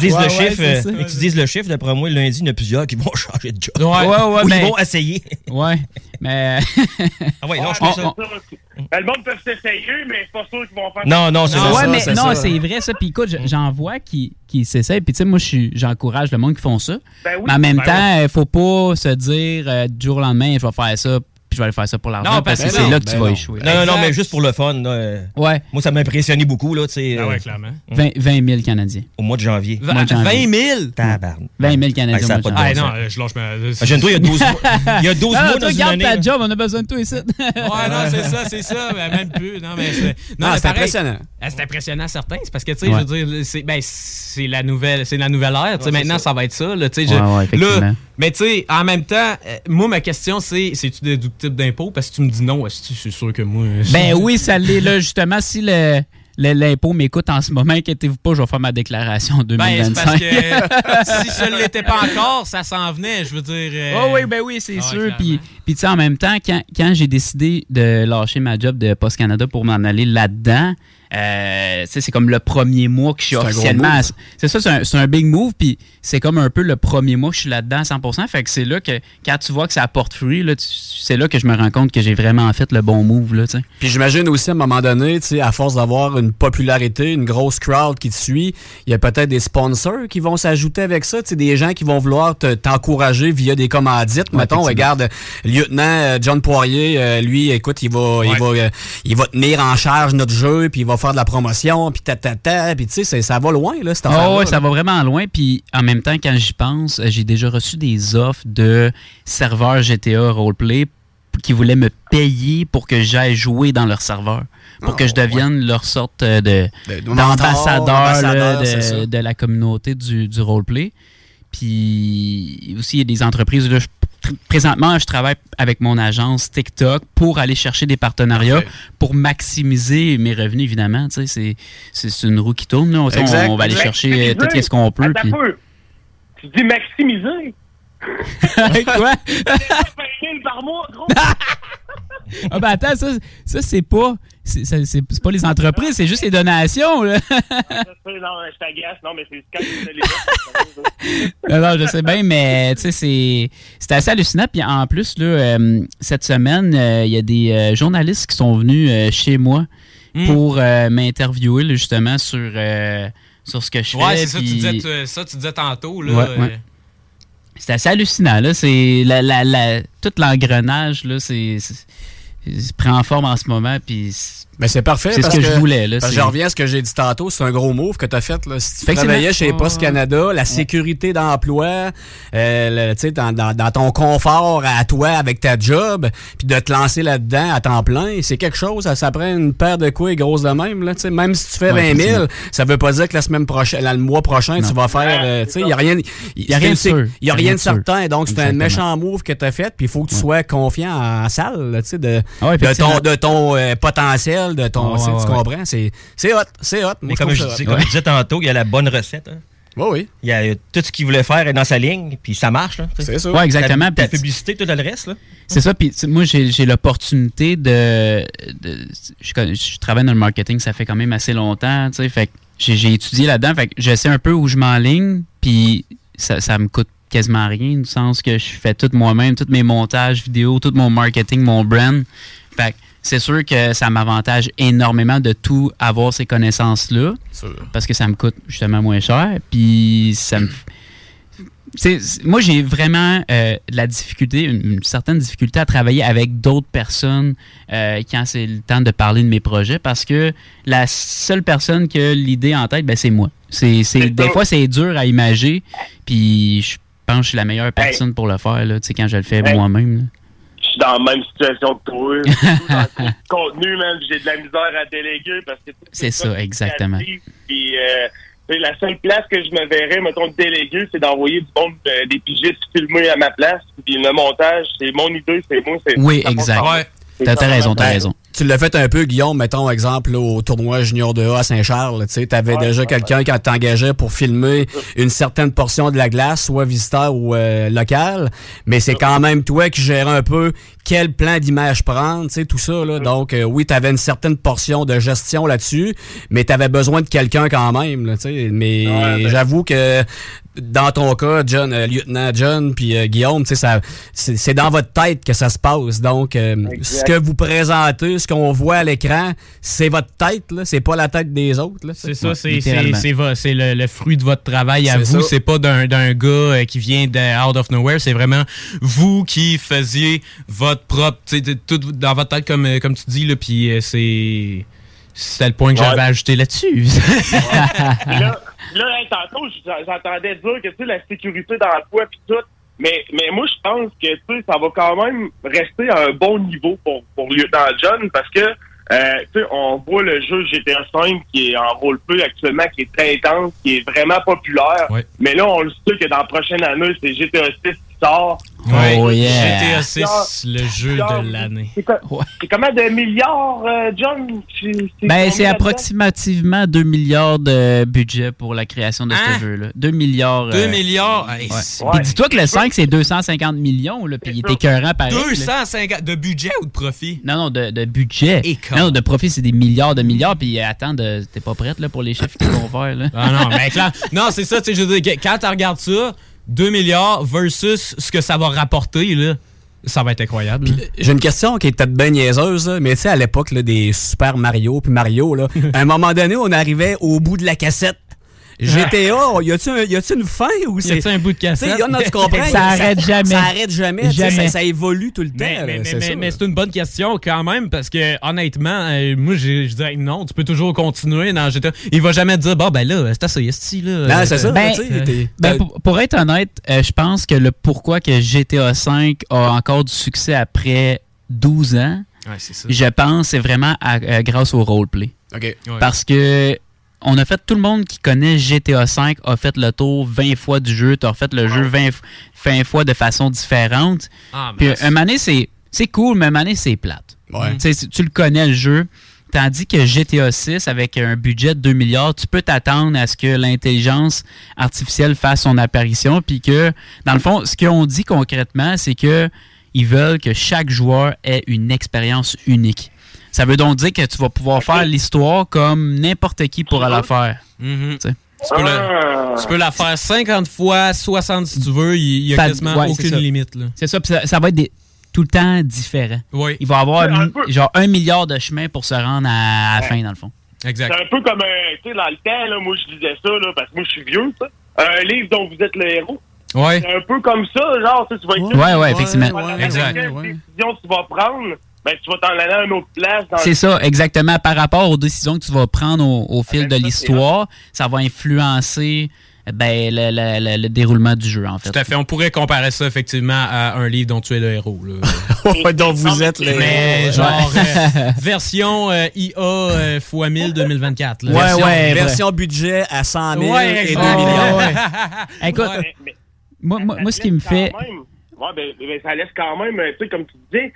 dises le chiffre, d'après moi, lundi, il y en a plusieurs qui vont changer de job. Ou ils vont essayer. Ouais, mais... Ah ouais, non, je pense ça. Le monde peut s'essayer, mais c'est pas sûr qu'ils vont faire... Non, c'est ça. Ouais, mais non, c'est vrai, ça. Puis écoute, j'en vois qui s'essayent. Puis tu sais, moi, j'encourage le monde qui font ça. Ben oui, mais en même temps, il faut pas se dire du jour au lendemain, je vais faire ça, puis je vais aller faire ça pour l'argent, parce que c'est là que tu vas échouer. Non, mais juste pour le fun. Ouais. Moi, ça m'a impressionné beaucoup, là, tu sais. Ah ouais, clairement. 20 000 Canadiens. Au mois de janvier. 20 000? Tabarnak. 20 000 Canadiens au mois de janvier. Ah non, je lâche ma... Jeune-toi, il y a 12 mois. Il y a 12 mois dans une année. Regarde ta job, on a besoin de toi ici. Ouais, non, c'est ça. Même plus. Non, mais c'est impressionnant. C'est impressionnant, certain. C'est parce que, tu sais, je veux dire, c'est la nouvelle ère. Tu sais, maintenant, ça va être ça. Là, mais tu sais, en même temps, moi, ma question, c'est-tu déductible d'impôt? Parce que tu me dis non, c'est sûr que moi... Ben oui, ça l'est, là, justement, si l'impôt m'écoute en ce moment, inquiétez-vous pas, je vais faire ma déclaration en 2025. Ben, c'est parce que si ça ne l'était pas encore, ça s'en venait, je veux dire... oui, c'est sûr. Puis tu sais, en même temps, quand j'ai décidé de lâcher ma job de Post Canada pour m'en aller là-dedans, c'est comme le premier mois que je suis officiellement... C'est ça, c'est un big move, puis c'est comme un peu le premier mois que je suis là-dedans à 100%. Fait que c'est là que, quand tu vois que ça apporte fruit, là, c'est là que je me rends compte que j'ai vraiment fait le bon move. Là, t'sais. Puis j'imagine aussi, à un moment donné, à force d'avoir une popularité, une grosse crowd qui te suit, il y a peut-être des sponsors qui vont s'ajouter avec ça, des gens qui vont vouloir t'encourager via des commandites. Mettons, regarde, lieutenant John Poirier, lui, écoute, il va tenir en charge notre jeu, puis il va faire faire de la promotion, puis puis tu sais, ça va loin, là, cette affaire-là. Ouais, ça va vraiment loin, puis en même temps, quand j'y pense, j'ai déjà reçu des offres de serveurs GTA Roleplay qui voulaient me payer pour que j'aille jouer dans leur serveur, pour que je devienne leur sorte d'ambassadeur de la communauté du roleplay. Puis aussi, il y a des entreprises, là, présentement, je travaille avec mon agence TikTok pour aller chercher des partenariats pour maximiser mes revenus, évidemment. Tu sais, c'est une roue qui tourne. Là. On va aller chercher tout ce qu'on peut. Puis... Tu dis maximiser? Quoi? 20 000 par mois, gros! Ah ben attends, ça c'est pas... C'est pas les entreprises, c'est juste les donations, là. Non, je t'agace. Non, mais c'est quand non, je sais bien, mais tu sais, c'est assez hallucinant. Puis en plus, là, cette semaine, il y a des journalistes qui sont venus chez moi pour m'interviewer, là, justement, sur ce que je fais. Ouais, c'est puis... ça, tu disais tantôt, là. Ouais. C'est assez hallucinant, là. C'est tout l'engrenage, là, c'est prend en forme en ce moment, puis... Mais c'est parfait. C'est ce que je voulais. Là, parce que je reviens à ce que j'ai dit tantôt. C'est un gros move que tu as fait. Là. Si tu travaillais chez Post Canada, la sécurité d'emploi, dans ton confort à toi avec ta job, puis de te lancer là-dedans à temps plein, c'est quelque chose. Ça prend une paire de couilles grosses de même. Là, même si tu fais 20 000, ça veut pas dire que la semaine prochaine, le mois prochain, tu vas faire... il n'y a rien de certain. Donc, c'est un méchant move que tu as fait. Puis il faut que tu sois confiant en salle de ton potentiel. De ton, tu comprends? C'est hot. Mais comme je disais tantôt, il y a la bonne recette. Hein. Oui. Il y a tout ce qu'il voulait faire est dans sa ligne, puis ça marche. Là, c'est ça. Oui, exactement. La publicité, tout le reste. Là. C'est ça. Puis moi, j'ai l'opportunité je travaille dans le marketing, ça fait quand même assez longtemps. Fait que j'ai étudié là-dedans. Fait que je sais un peu où je m'enligne, puis ça me coûte quasiment rien, du sens que je fais tout moi-même, tous mes montages vidéo, tout mon marketing, mon brand. Fait que c'est sûr que ça m'avantage énormément de tout avoir ces connaissances-là. Parce que ça me coûte justement moins cher. Puis ça me... moi, j'ai vraiment la difficulté, une certaine difficulté à travailler avec d'autres personnes quand c'est le temps de parler de mes projets parce que la seule personne qui a l'idée en tête, c'est moi. Des fois, c'est dur à imager. Puis je pense que je suis la meilleure personne pour le faire là, quand je le fais moi-même. Là. Je suis dans la même situation que toi. Dans le contenu, même, j'ai de la misère à déléguer parce que c'est ça, exactement. Puis la seule place que je me verrais, mettons, déléguer, c'est d'envoyer du monde des pigistes filmer à ma place. Puis le montage, c'est mon idée, c'est moi. Oui, exact. T'as raison. Tu l'as fait un peu, Guillaume, mettons exemple là, au tournoi junior de A à Saint-Charles. Tu avais déjà quelqu'un qui t'engageait pour filmer une certaine portion de la glace, soit visiteur ou local, mais c'est quand même toi qui gères un peu quel plan d'image prendre, tout ça. Là. Donc, oui, tu avais une certaine portion de gestion là-dessus, mais tu avais besoin de quelqu'un quand même. Là, mais j'avoue que dans ton cas, lieutenant John puis Guillaume, c'est dans votre tête que ça se passe. Donc, ce que vous présentez, ce qu'on voit à l'écran, c'est votre tête, là. C'est pas la tête des autres. Là, c'est ça, c'est le fruit de votre travail à vous. C'est pas d'un gars qui vient de out of nowhere. C'est vraiment vous qui faisiez votre propre, tout dans votre tête comme tu dis là. Puis c'était le point que j'avais ajouté là-dessus. Là, tantôt, j'entendais dire que la sécurité d'emploi puis tout. Mais moi, je pense que ça va quand même rester à un bon niveau pour Lieutenant John parce que on voit le jeu GTA V qui est en roleplay actuellement, qui est très intense, qui est vraiment populaire. Ouais. Mais là, on le sait que dans la prochaine année, c'est GTA 6 qui sort. Oh yeah! GTA 6, le jeu de l'année. C'est combien de milliards, John? C'est approximativement 2 milliards de budget pour la création de ce jeu-là. 2 milliards. 2 milliards? Puis dis-toi que le 5, c'est 250 millions, là, puis il est écœurant pareil. 250 de budget ou de profit? Non, de budget. Non, de profit, c'est des milliards de milliards, puis attends, t'es pas prête là, pour les chiffres qu'ils vont faire. Là. Non, mais clair. Non, c'est ça, tu sais, je veux dire, quand tu regardes ça, 2 milliards versus ce que ça va rapporter, là, ça va être incroyable. J'ai une question qui est peut-être bien niaiseuse, là, mais tu sais, à l'époque là, des Super Mario puis Mario, là, à un moment donné, on arrivait au bout de la cassette. GTA, y a-tu une fin ou c'est... Y a-tu un bout de cassette? Tu comprends? Ça arrête jamais. Ça arrête jamais. Ça évolue tout le temps. Mais c'est une bonne question quand même, parce que honnêtement, moi, je dirais non, tu peux toujours continuer dans GTA. Il va jamais te dire, bon, ben là, c'est assez, là. Non, c'est ça. Pour être honnête, je pense que le pourquoi que GTA V a encore du succès après 12 ans, c'est ça. je pense c'est vraiment grâce au roleplay. OK. Parce que on a fait, tout le monde qui connaît GTA V a fait le tour 20 fois du jeu, tu as refait le jeu 20 fois de façon différente. Puis un moment donné, c'est cool, mais un moment donné, c'est plate. Ouais. Tu le connais, le jeu. Tandis que GTA 6, avec un budget de 2 milliards, tu peux t'attendre à ce que l'intelligence artificielle fasse son apparition, puis que, dans le fond, ce qu'on dit concrètement, c'est que ils veulent que chaque joueur ait une expérience unique. Ça veut donc dire que tu vas pouvoir faire l'histoire comme n'importe qui pourra la faire. Tu peux la faire 50 fois, 60 si tu veux, il n'y a quasiment aucune limite. Là. C'est ça, ça va être tout le temps différent. Oui. Il va y avoir genre 1 milliard de chemins pour se rendre à la fin, dans le fond. Exact. C'est un peu comme, tu sais, dans le temps, là, moi je disais ça, là, parce que moi je suis vieux, ça. Un livre dont vous êtes le héros. Ouais. C'est un peu comme ça, genre, tu vas être... Ouais, effectivement. Exact. Quelle décision tu vas prendre, ben, tu vas t'en aller à une autre place. C'est ça, exactement. Par rapport aux décisions que tu vas prendre au fil de l'histoire, ça va influencer le déroulement du jeu, en fait. Tout à fait. On pourrait comparer ça, effectivement, à un livre dont tu es le héros. dont vous êtes le héros. Mais genre, version IA x 1000 2024. Là. Version budget à 100 000 et 2 millions. Écoute, moi, ce qui me fait... Ben, ça laisse quand même, tu sais, comme tu disais,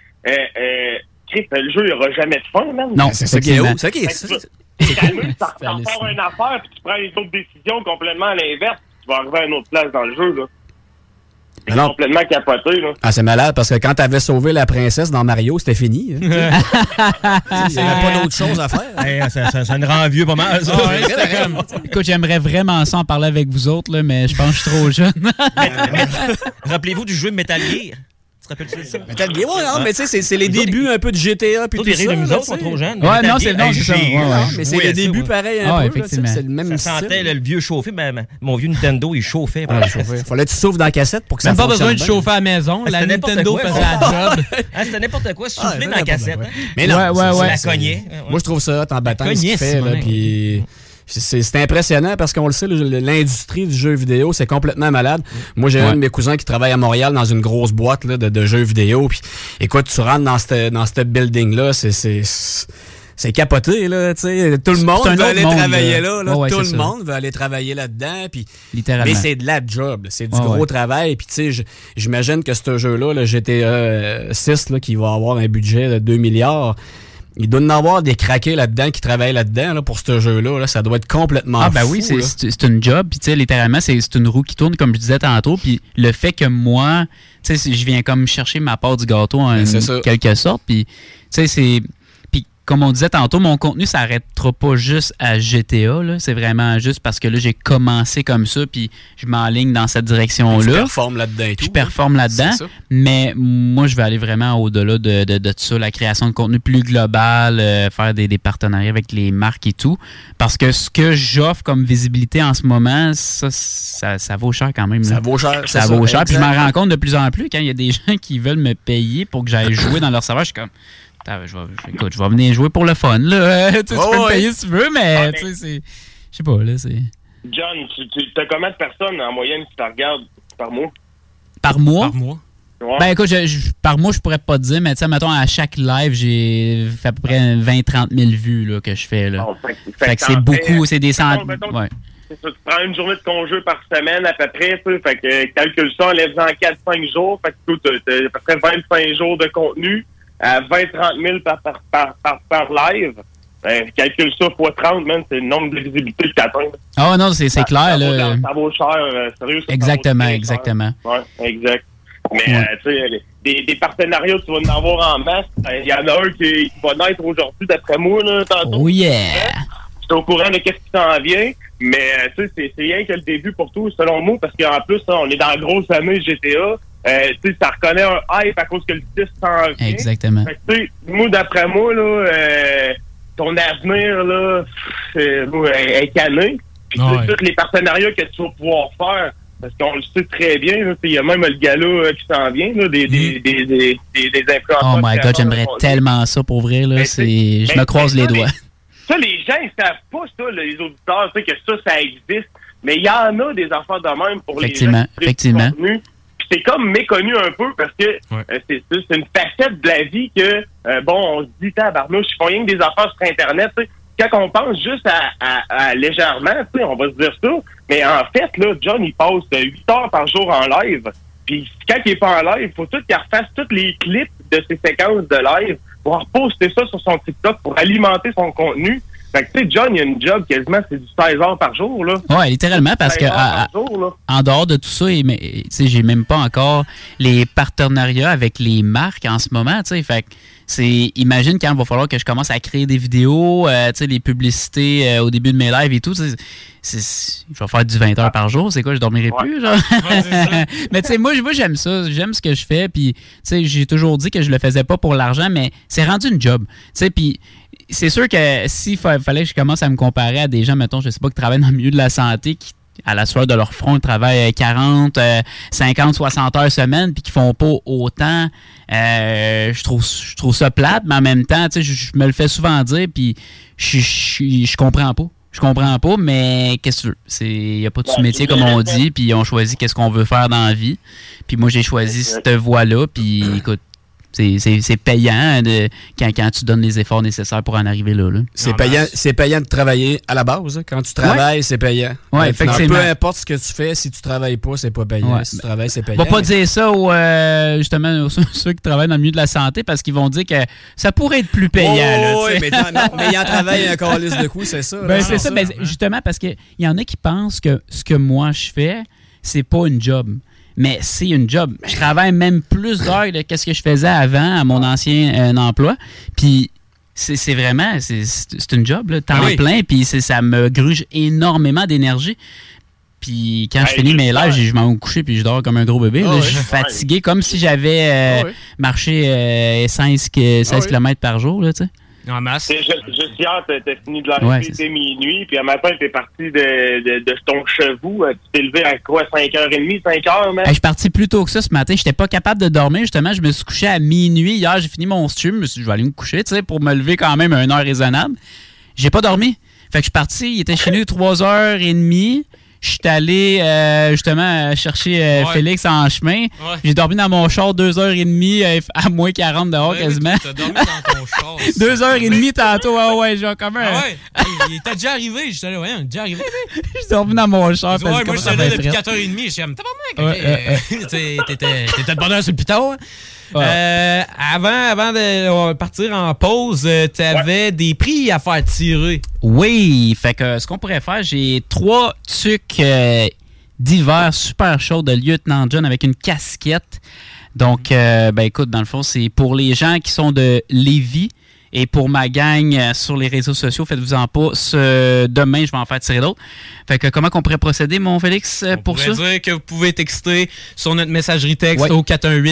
le jeu, il n'y aura jamais de fin, même. Non, c'est ça qui est haut. C'est ça qui est... C'est calme, tu pars une affaire, puis tu prends les autres décisions complètement à l'inverse, tu vas arriver à une autre place dans le jeu, là. C'est complètement capoté, là. Ah, c'est malade, parce que quand t'avais sauvé la princesse dans Mario, c'était fini. Il n'y avait pas d'autre chose à faire. Ça nous rend vieux pas mal, ça. Écoute, j'aimerais vraiment ça en parler avec vous autres, là, mais je pense que je suis trop jeune. Rappelez-vous du jeu Metal Gear? Tu te rappelles ça? Metal Gear, mais tu sais, c'est les débuts un peu de GTA puis tout ça. Nous autres sont trop jeunes. Ouais, non, c'est ça. Mais c'est les débuts pareil un peu. C'est le même style. Ça sentait le vieux chauffé. Mon vieux Nintendo, il chauffait. Fallait que tu souffles dans la cassette pour que ça fonctionne. Même pas besoin de bien. chauffer à la maison. La Nintendo faisait la job. C'était n'importe quoi, souffler dans la cassette. Mais non, tu la cognais. Moi, je trouve ça en battant ce qu'il fait. Puis... C'est impressionnant parce qu'on le sait, l'industrie du jeu vidéo, c'est complètement malade. Moi, j'ai un de mes cousins qui travaille à Montréal dans une grosse boîte là, de jeux vidéo. Puis, écoute, tu rentres dans ce building-là, c'est capoté, là, tu sais. Tout le monde veut aller travailler là. Tout le monde veut aller travailler là-dedans. Puis, littéralement. Mais c'est de la job, c'est du gros travail. Puis, tu sais, j'imagine que ce jeu-là, le GTA 6, là, qui va avoir un budget de 2 milliards, il doit y en avoir des craqués là-dedans qui travaillent là-dedans là, pour ce jeu-là. Là. Ça doit être complètement fou. Ah, ben oui, c'est une job. Puis, tu sais, littéralement, c'est une roue qui tourne, comme je disais tantôt. Puis, le fait que moi, tu sais, je viens comme chercher ma part du gâteau en quelque sorte. Puis, tu sais, c'est. Puis, comme on disait tantôt, mon contenu s'arrêtera pas juste à GTA. Là. C'est vraiment juste parce que là, j'ai commencé comme ça. Puis, je m'enligne dans cette direction-là. Tu performes là-dedans et tout. Je performe là-dedans. Mais moi, je vais aller vraiment au-delà de ça. La création de contenu plus global, faire des partenariats avec les marques et tout. Parce que ce que j'offre comme visibilité en ce moment, ça vaut cher quand même. Là. Ça vaut cher. Ça vaut cher. Puis je m'en rends compte de plus en plus quand il y a des gens qui veulent me payer pour que j'aille jouer dans leur serveur. Je suis comme... Écoute, je vais venir jouer pour le fun. Là. Tu peux me payer si tu veux, mais tu sais, c'est... Je sais pas, là, c'est... John, tu as combien de personnes en moyenne qui te regardent par mois? Par mois? Par mois. Ouais. Ben écoute, par mois, je pourrais pas te dire, mais tu sais, mettons, à chaque live, j'ai fait à peu près 20-30 000 vues là, que je fais. Là. Fait que c'est beaucoup, c'est des centaines. Ouais. C'est ça, tu prends une journée de congé par semaine à peu près, fait que calcule ça, enlève-en 4-5 jours, fait que tu as à peu près 25 jours de contenu à 20-30 000 par live. Ben, calcule ça x 30, man, c'est le nombre de visibilités que tu atteins. Ah non, c'est clair. Ça vaut cher, sérieux. Exactement. Ouais, exact. Mais, tu sais, des partenariats, tu vas en avoir en masse. Il y en a un qui va naître aujourd'hui, d'après moi, là, tantôt. Oh yeah! Je suis au courant de ce qui s'en vient, mais, tu sais, c'est rien que le début pour tout, selon moi, parce qu'en plus, on est dans la grosse année GTA. Tu sais, ça reconnaît un hype à cause que le 10 s'en vient. Exactement. Fait que, tu sais, moi, d'après moi, là, ton avenir, là, est canné. Puis tous les partenariats que tu vas pouvoir faire, parce qu'on le sait très bien, il y a même le gala qui s'en vient, là, des influenceurs. Oh my God, j'aimerais tellement ça pour vrai. Là, je me croise les doigts. Ça, les gens, ils savent pas ça, là, les auditeurs, que ça existe. Mais il y en a des affaires de même pour les gens qui contenu. Puis c'est comme méconnu un peu parce que c'est une facette de la vie que, on se dit, tabarnouche, ils font rien que des affaires sur Internet. T'sais. Quand on pense juste à légèrement, on va se dire ça. Mais en fait, là, John, il passe 8 heures par jour en live. Puis quand il est pas en live, il faut qu'il refasse tous les clips de ses séquences de live pour reposter ça sur son TikTok pour alimenter son contenu. Fait que, tu sais, John, il a une job quasiment, c'est du 16 heures par jour, là. Ouais, littéralement, parce que en dehors de tout ça, j'ai même pas encore les partenariats avec les marques en ce moment, tu sais. Fait que, imagine quand il va falloir que je commence à créer des vidéos, tu sais, les publicités au début de mes lives et tout, je vais faire du 20 heures par jour, c'est quoi, je dormirai plus, genre? Ouais, mais tu sais, moi, j'aime ça, j'aime ce que je fais, puis, tu sais, j'ai toujours dit que je le faisais pas pour l'argent, mais c'est rendu une job, tu sais, puis c'est sûr que s'il fallait que je commence à me comparer à des gens, mettons, je sais pas, qui travaillent dans le milieu de la santé, qui, à la sueur de leur front, ils travaillent 40, 50, 60 heures semaine, puis qui font pas autant, je trouve ça plate, mais en même temps, tu sais, je me le fais souvent dire, puis je comprends pas. Je comprends pas, mais qu'est-ce que tu veux? Il n'y a pas de sous-métier, comme on dit, puis on choisit qu'est-ce qu'on veut faire dans la vie. Puis moi, j'ai choisi cette voie-là, puis écoute, c'est payant quand tu donnes les efforts nécessaires pour en arriver là. C'est payant de travailler à la base. Quand tu travailles, c'est payant. Ouais, effectivement. Peu importe ce que tu fais, si tu travailles pas, c'est pas payant. Ouais. Si tu travailles, c'est payant. On va pas dire ça justement aux ceux qui travaillent dans le milieu de la santé parce qu'ils vont dire que ça pourrait être plus payant. Oui, mais il en travaille un calice de coups, c'est ça. C'est ça. Justement, parce qu'il y en a qui pensent que ce que moi je fais, c'est pas une job. Mais c'est une job. Je travaille même plus d'heures que ce que je faisais avant à mon ancien emploi. Puis c'est vraiment, c'est une job, là, temps plein. Puis ça me gruge énormément d'énergie. Puis quand je finis mes lives, je m'en vais me coucher puis je dors comme un gros bébé. Je suis fatigué comme si j'avais marché 16 km par jour, là, tu sais. En masse. Juste hier, t'as fini de l'arrêter, c'était minuit, puis à matin, t'es parti de ton chevaux. Tu t'es levé à quoi, 5h30, 5h, même? Je suis parti plus tôt que ça ce matin. J'étais pas capable de dormir, justement. Je me suis couché à minuit. Hier, j'ai fini mon stream. Je me suis dit, je vais aller me coucher, tu sais, pour me lever quand même à une heure raisonnable. J'ai pas dormi. Fait que je suis parti, il était chez nous 3h30. Je suis allé justement chercher Félix en chemin. Ouais. J'ai dormi dans mon char 2h30 à moins 40 dehors quasiment. T'as dormi dans ton char. 2h30 tantôt, genre comme un. Ah ouais? Il était déjà arrivé. J'étais là, il est déjà arrivé. J'ai dormi dans mon char. Moi, j'étais là depuis 4h30. Je suis comme, tabarnak. T'étais de bonne heure sur le piton. Ouais. Avant de partir en pause, t'avais des prix à faire tirer. Oui, fait que ce qu'on pourrait faire, j'ai 3 tucs d'hiver super chauds de Lieutenant John avec une casquette. Donc, écoute, dans le fond, c'est pour les gens qui sont de Lévis. Et pour ma gang sur les réseaux sociaux, faites-vous-en pas. Demain, je vais en faire tirer d'autres. Fait que comment qu'on pourrait procéder, mon Félix, pour ça? On pourrait dire que vous pouvez texter sur notre messagerie texte au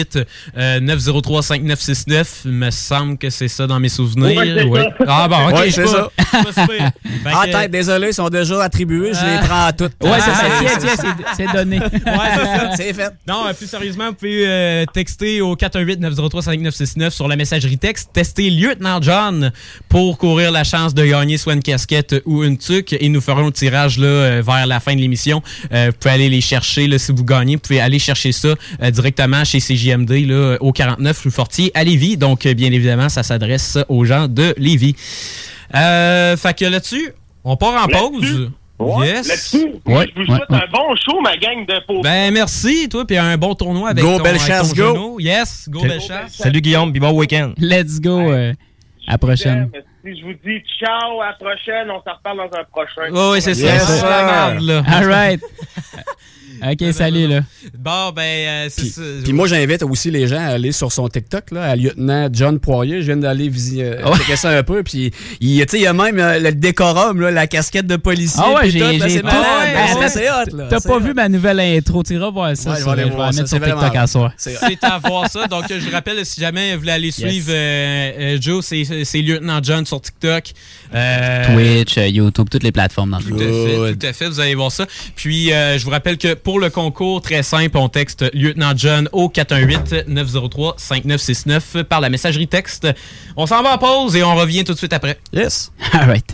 418-903-5969. Il me semble que c'est ça dans mes souvenirs. Ah bon, ok, c'est ça. Tête, désolé, ils sont déjà attribués. Je les prends à toutes. Ouais, c'est ça. C'est donné. Ouais, c'est ça. C'est fait. Non, plus sérieusement, vous pouvez texter au 418-903-5969 sur la messagerie texte. Testez Lieutenant John pour courir la chance de gagner soit une casquette ou une tuque et nous ferons le tirage là, vers la fin de l'émission. Vous pouvez aller les chercher là, si vous gagnez. Vous pouvez aller chercher ça directement chez CJMD là, au 49 rue Fortier à Lévis. Donc, bien évidemment, ça s'adresse aux gens de Lévis. Fait que là-dessus, on part en pause. Yes. Là-dessus, je vous souhaite un bon show, ma gang de pauvres. Ben, merci, toi, puis un bon tournoi avec ton Bellechasse, go! Genou. Yes, go Bellechasse. Salut Guillaume, puis bon week-end. Let's go. À la prochaine. Si je vous dis ciao, à la prochaine, on s'en reparle dans un prochain. Oui, c'est ça. C'est la merde, là. All right. OK, salut, là. Bon, c'est ça. Puis moi, j'invite aussi les gens à aller sur son TikTok, là, à Lieutenant John Poirier. Je viens d'aller checker ça un peu. Puis, il y a même le décorum, là, la casquette de policier. Ah ouais, j'ai c'est malade. C'est hot, là. T'as pas vu ma nouvelle intro. Tu iras voir ça. Ouais, je vais mettre sur TikTok à soir. C'est à voir ça. Donc, je rappelle, si jamais vous voulez aller suivre Joe, c'est Lieutenant John sur sur TikTok. Twitch, YouTube, toutes les plateformes dans le Tout à fait, vous allez voir ça. Puis, je vous rappelle que pour le concours, très simple, on texte Lieutenant John au 418-903-5969 par la messagerie texte. On s'en va en pause et on revient tout de suite après. Yes. All right.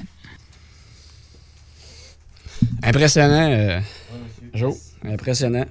Impressionnant, Joe. Impressionnant.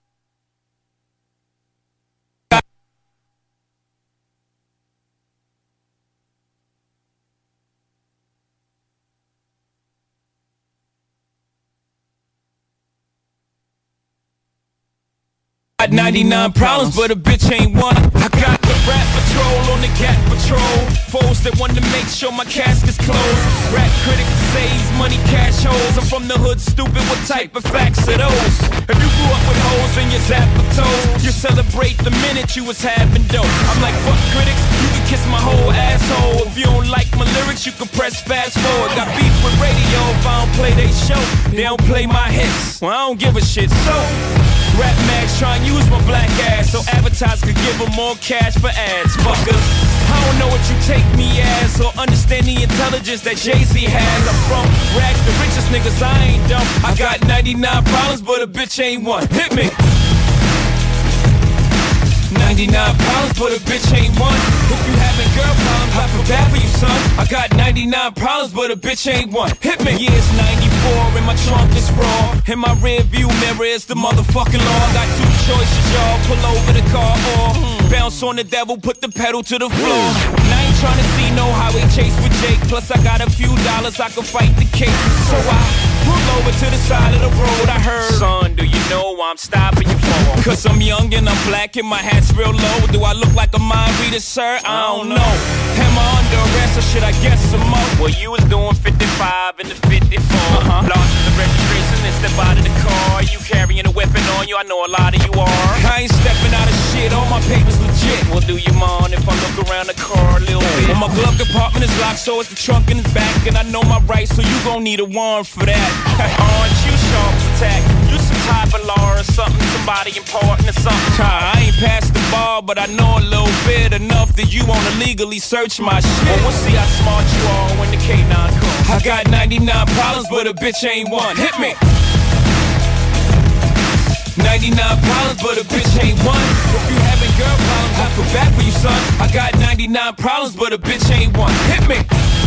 Got 99 problems, but a bitch ain't one. I got the rap patrol on the cat patrol. Foes that want to make sure my casket's closed. Rap critics say he's money cash holes. I'm from the hood, stupid, what type of facts are those? If you grew up with hoes in your zap of toes, you celebrate the minute you was having dope. I'm like, fuck critics, you can kiss my whole asshole. If you don't like my lyrics, you can press fast forward. Got beef with radio if I don't play they show. They don't play my hits, well I don't give a shit. So Rap Max try and use my black ass so advertisers could give them more cash for ads, fuckers. I don't know what you take me as or understand the intelligence that Jay-Z has. I'm from rags, the richest niggas, I ain't dumb. I got 99 problems, but a bitch ain't one. Hit me. 99 problems, but a bitch ain't one. If you having girl problems, I feel bad for you, son. I got 99 problems, but a bitch ain't one. Hit me. Yeah, it's 94 and my trunk is raw. In my rear view mirror is the motherfucking law. Got two choices, y'all. Pull over the car or bounce on the devil, put the pedal to the floor. And I ain't tryna see no highway chase with Jake. Plus I got a few dollars, I can fight the case. So I pull over to the side of the road. I heard, son, do you know I'm stopping you for? Cause I'm young and I'm black and my hat's real low. Do I look like a mind reader, sir? I don't know. Am I under arrest or should I guess some more? Well, you was doing 55 in the 54. Lost the registration and step out of the car. You carrying a weapon on you? I know a lot of you are. I ain't stepping out of shit. All my papers legit. Well, do you mind if I look around the car a little bit? Well, my glove compartment is locked, so it's the trunk in the back. And I know my rights, so you gon' need a warrant for that. Aren't you sharp to attack? You some type of law or something, somebody important or something. I ain't passed the bar, but I know a little bit enough that you wanna legally search my shit. Well, we'll see how smart you are when the K9 comes. I got 99 problems, but a bitch ain't one. Hit me. 99 problems, but a bitch ain't one. If you having girl problems, I feel bad for you, son. I got 99 problems, but a bitch ain't one. Hit me.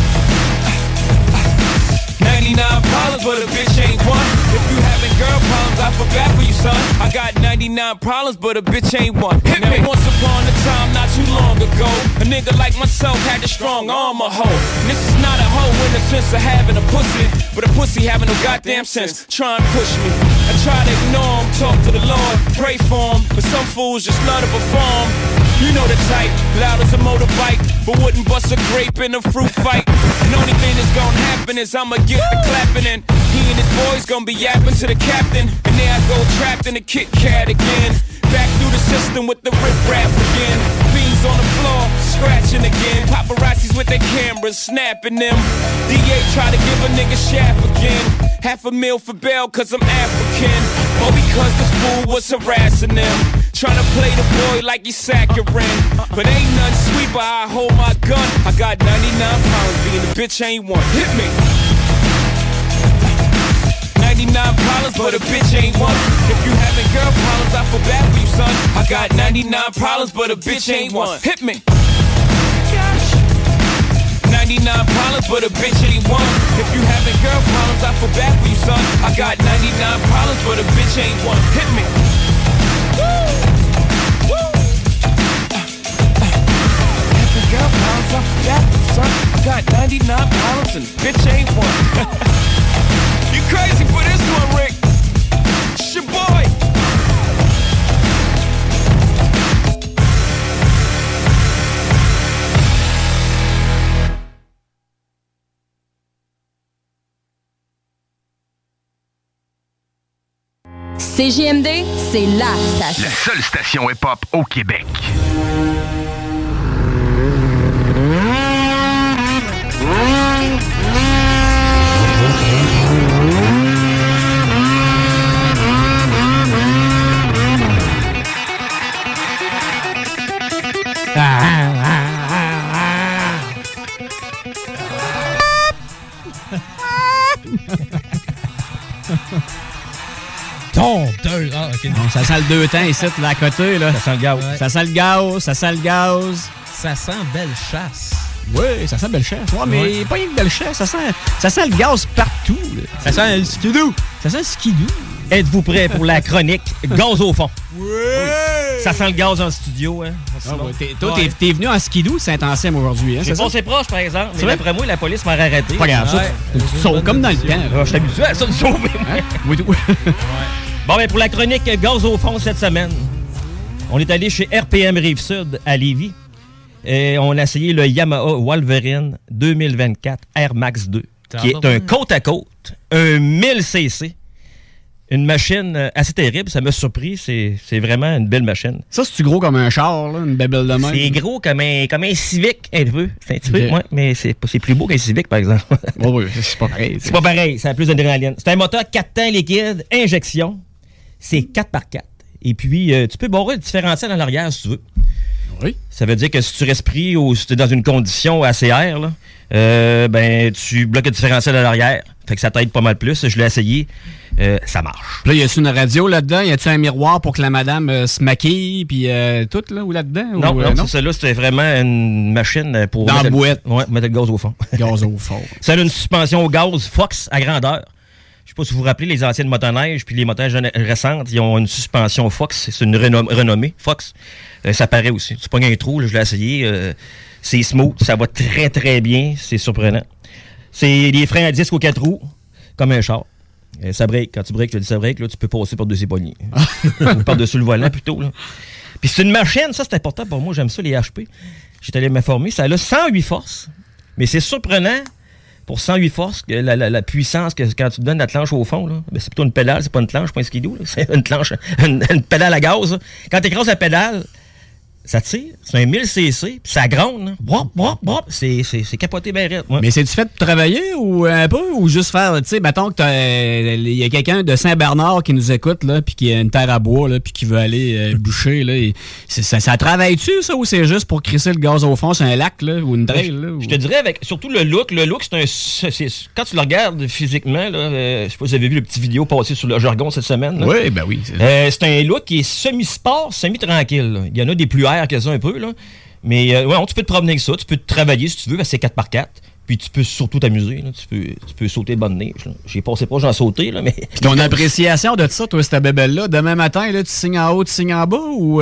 99 problems, but a bitch ain't one. If you having girl problems, I feel bad for you, son. I got 99 problems, but a bitch ain't one. Hit me. Now, once upon a time, not too long ago, a nigga like myself had a strong arm, a hoe. And this is not a hoe in the sense of having a pussy, but a pussy having no goddamn sense. Try and push me. I try to ignore him, talk to the Lord, pray for him, but some fools just love to perform. You know the type, loud as a motorbike, but wouldn't bust a grape in a fruit fight. And only thing that's gonna happen is I'ma get the clapping and he and his boys gonna be yapping to the captain. And there I go trapped in a Kit Kat again. Back through the system with the rip-rap again. Beans on the floor, scratching again. Paparazzis with their cameras, snapping them. DA try to give a nigga shaft again. $500,000 for bail cause I'm African. Or because this fool was harassing them. Tryna play the boy like he's saccharine. But ain't nothing sweet but I hold my gun. I got 99 pounds, being a bitch ain't one. Hit me. 99 problems, but a bitch ain't one. If you having girl problems, I feel bad for you, son. I got 99 problems, but a bitch ain't one. Hit me. 99 problems, but a bitch ain't one. If you having girl problems, I feel bad for you, son. I got 99 problems, but a bitch ain't one. Hit me. Having girl problems, I feel bad for you, son. I got 99 problems and bitch ain't one. You crazy for this one, Rick? It's your boy. CJMD, c'est la station. La seule station hip-hop au Québec. Tondeuse. Ah, OK. Non, ça sent le 2 temps ici, là, à côté. Là. Ça sent le gaz. Ouais. Ça sent le gaz, ça sent le gaz. Ça sent belle chasse. Oui, ça sent belle chasse. Ouais, mais pas une belle chasse. Ça sent le gaz partout. Là. Ça sent le skidoo. Ça sent le skidoo. Êtes-vous prêts pour la chronique Gaz au fond? Oui! Ça sent le gaz en studio, hein? Toi, t'es venu en skidoo de Saint-Anselme aujourd'hui, hein? J'ai passé proche, par exemple, mais d'après moi, la police m'a arrêté. Pas grave, ça. Tu sauves comme dans le temps. Je suis habitué à ça de sauver. Oui, tout. Bon, ben pour la chronique Gaz au fond cette semaine, on est allé chez RPM Rive-Sud à Lévis et on a essayé le Yamaha Wolverine 2024 Air Max 2, qui est un côte-à-côte, un 1000cc. Une machine assez terrible, ça m'a surpris. C'est vraiment une belle machine. Ça, c'est-tu gros comme un char, là, une bébelle de main? C'est gros comme un Civic, un peu. C'est un petit peu, ouais, mais c'est plus beau qu'un Civic, par exemple. Oui, c'est pas pareil. C'est pas pareil, ça a plus d'adrénaline. C'est un moteur 4 temps liquide, injection. C'est 4x4. Et puis, tu peux barrer le différentiel dans l'arrière, si tu veux. Oui. Ça veut dire que si tu restes pris ou si tu es dans une condition ACR, là, ben, tu bloques le différentiel à l'arrière. Fait que ça t'aide pas mal plus. Je l'ai essayé. Ça marche. Puis là, y a-tu une radio là-dedans? Y a-tu un miroir pour que la madame se maquille? Puis tout, là, ou là-dedans? Non, non, c'est ça, là, c'était vraiment une machine pour... Dans la boîte. Ouais, mettre le gaz au fond. Gaz au fond. Ça a une suspension au gaz Fox à grandeur. Je sais pas si vous vous rappelez, les anciennes motoneiges puis les motoneiges récentes, ils ont une suspension Fox. C'est une renommée, Fox. Ça paraît aussi. Tu pognes un trou, là, je l'ai essayé. C'est smooth, ça va très, très bien. C'est surprenant. C'est des freins à disque aux 4 roues, comme un char. Ça break. Quand tu breaks, je te dis ça break, là, tu peux passer par-dessus les poignées. Ou par-dessus le volant, plutôt. Là. Puis c'est une machine, ça, c'est important pour moi. J'aime ça, les HP. J'étais allé m'informer. Ça a 108 forces. Mais c'est surprenant, pour 108 forces, que la puissance que quand tu te donnes la planche au fond, là, ben c'est plutôt une pédale, c'est pas une planche, pas un skidoo. Là. C'est une planche, une pédale à gaz. Là. Quand tu écrases la pédale, ça tire, c'est un 1000cc, puis ça gronde. Là. Bop, bop, bop. C'est capoté bien raide. Ouais. Mais c'est-tu fait pour travailler ou un peu, ou juste faire, tu sais, mettons que il y a quelqu'un de Saint-Bernard qui nous écoute, là, puis qui a une terre à bois, là, puis qui veut aller bûcher, là. Ça travaille-tu, ça, ou c'est juste pour crisser le gaz au fond sur un lac, là, ou une trail, là? Je te dirais, avec surtout le look, quand tu le regardes physiquement, là, je sais pas si vous avez vu le petit vidéo passer sur le jargon cette semaine. Là. Oui, ben oui. C'est un look qui est semi-sport, semi-tranquille. Là. Il y en a des plus que ça un peu, là. Mais ouais, tu peux te promener avec ça, tu peux te travailler si tu veux, parce que c'est 4x4. Puis tu peux surtout t'amuser, là. Tu peux sauter de bonne neige. Là. J'ai passé proche d'en sauter, là, mais... Puis ton appréciation de ça, toi, cette bébelle-là, demain matin, là, tu signes en haut, tu signes en bas, ou...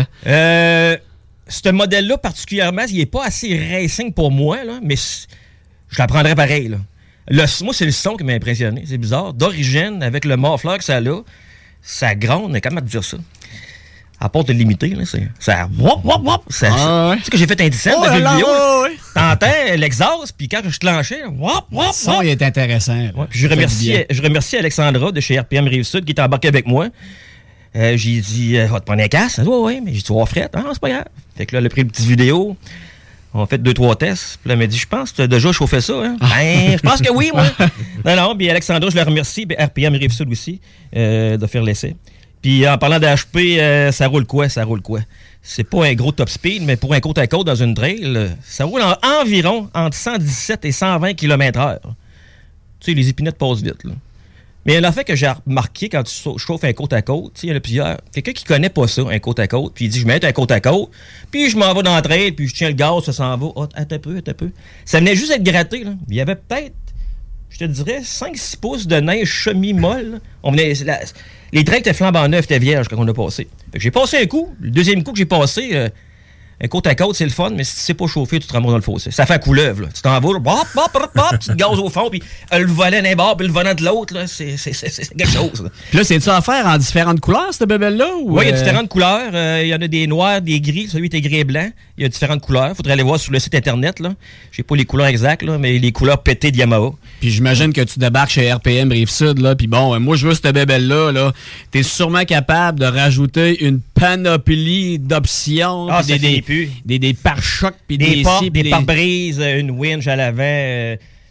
Ce modèle-là, particulièrement, il est pas assez racing pour moi, là, mais je la prendrais pareil, là. Moi, c'est le son qui m'a impressionné. C'est bizarre. D'origine, avec le morfleur que ça a, ça gronde, mais comment te dire ça? À part de limiter, là, ça wop, wop, wop. Tu sais que j'ai fait un dizaine de vidéos. T'entends l'exhaust, puis quand je clenchais, wop, wop, le son, il est intéressant. Ouais, puis je remercie Alexandra de chez RPM Rive-Sud qui est embarquée avec moi. J'ai dit, va te prendre un casque. Oui, mais j'ai dit, tu vas fret. Ah, c'est pas grave. Fait que là, elle a pris une petite vidéo. On a fait 2-3 tests. Puis là, elle m'a dit, je pense que tu as déjà chauffé ça. Hein? Ben, je pense que oui, moi. Non, puis Alexandra, je la remercie. Puis RPM Rive-Sud aussi, de faire l'essai. Puis en parlant d'HP, ça roule quoi? C'est pas un gros top speed, mais pour un côte-à-côte dans une trail, ça roule environ entre 117 et 120 km/h. Tu sais, les épinettes passent vite, là. Mais l'affaire que j'ai remarqué quand tu chauffes un côte-à-côte, tu sais, il y en a plusieurs. Quelqu'un qui connaît pas ça, un côte-à-côte, puis il dit, je mets un côte-à-côte, puis je m'en vais dans la trail, puis je tiens le gaz, ça s'en va. Oh, attends un peu. Ça venait juste être gratté, là. Il y avait peut-être, je te dirais, 5-6 pouces de neige semi-molle. Les trails étaient flambant neufs, étaient vierges quand on a passé. Fait que j'ai passé un coup. Le deuxième coup que j'ai passé, un côte à côte, c'est le fun, mais si tu sais pas chauffer, tu te ramasses dans le fossé. Ça fait un couleuvre, là. Tu t'en vas, là, petit gaz au fond, puis le volet d'un bord, puis le volant de l'autre, là. C'est quelque chose, là. Puis là, c'est-tu à faire en différentes couleurs, cette bébelle-là? Oui, il y a différentes couleurs. Il y en a des noirs, des gris. Celui était gris et blanc. Il y a différentes couleurs. Faudrait aller voir sur le site Internet, là. J'ai pas les couleurs exactes, là, mais les couleurs pétées de Yamaha. Puis j'imagine que tu débarques chez RPM Rive-Sud, là, puis bon, moi, je veux cette bébelle-là, là. T'es sûrement capable de rajouter une panoplie d'options. Ah, des pare-chocs, puis des pare-brises, une winch à l'avant.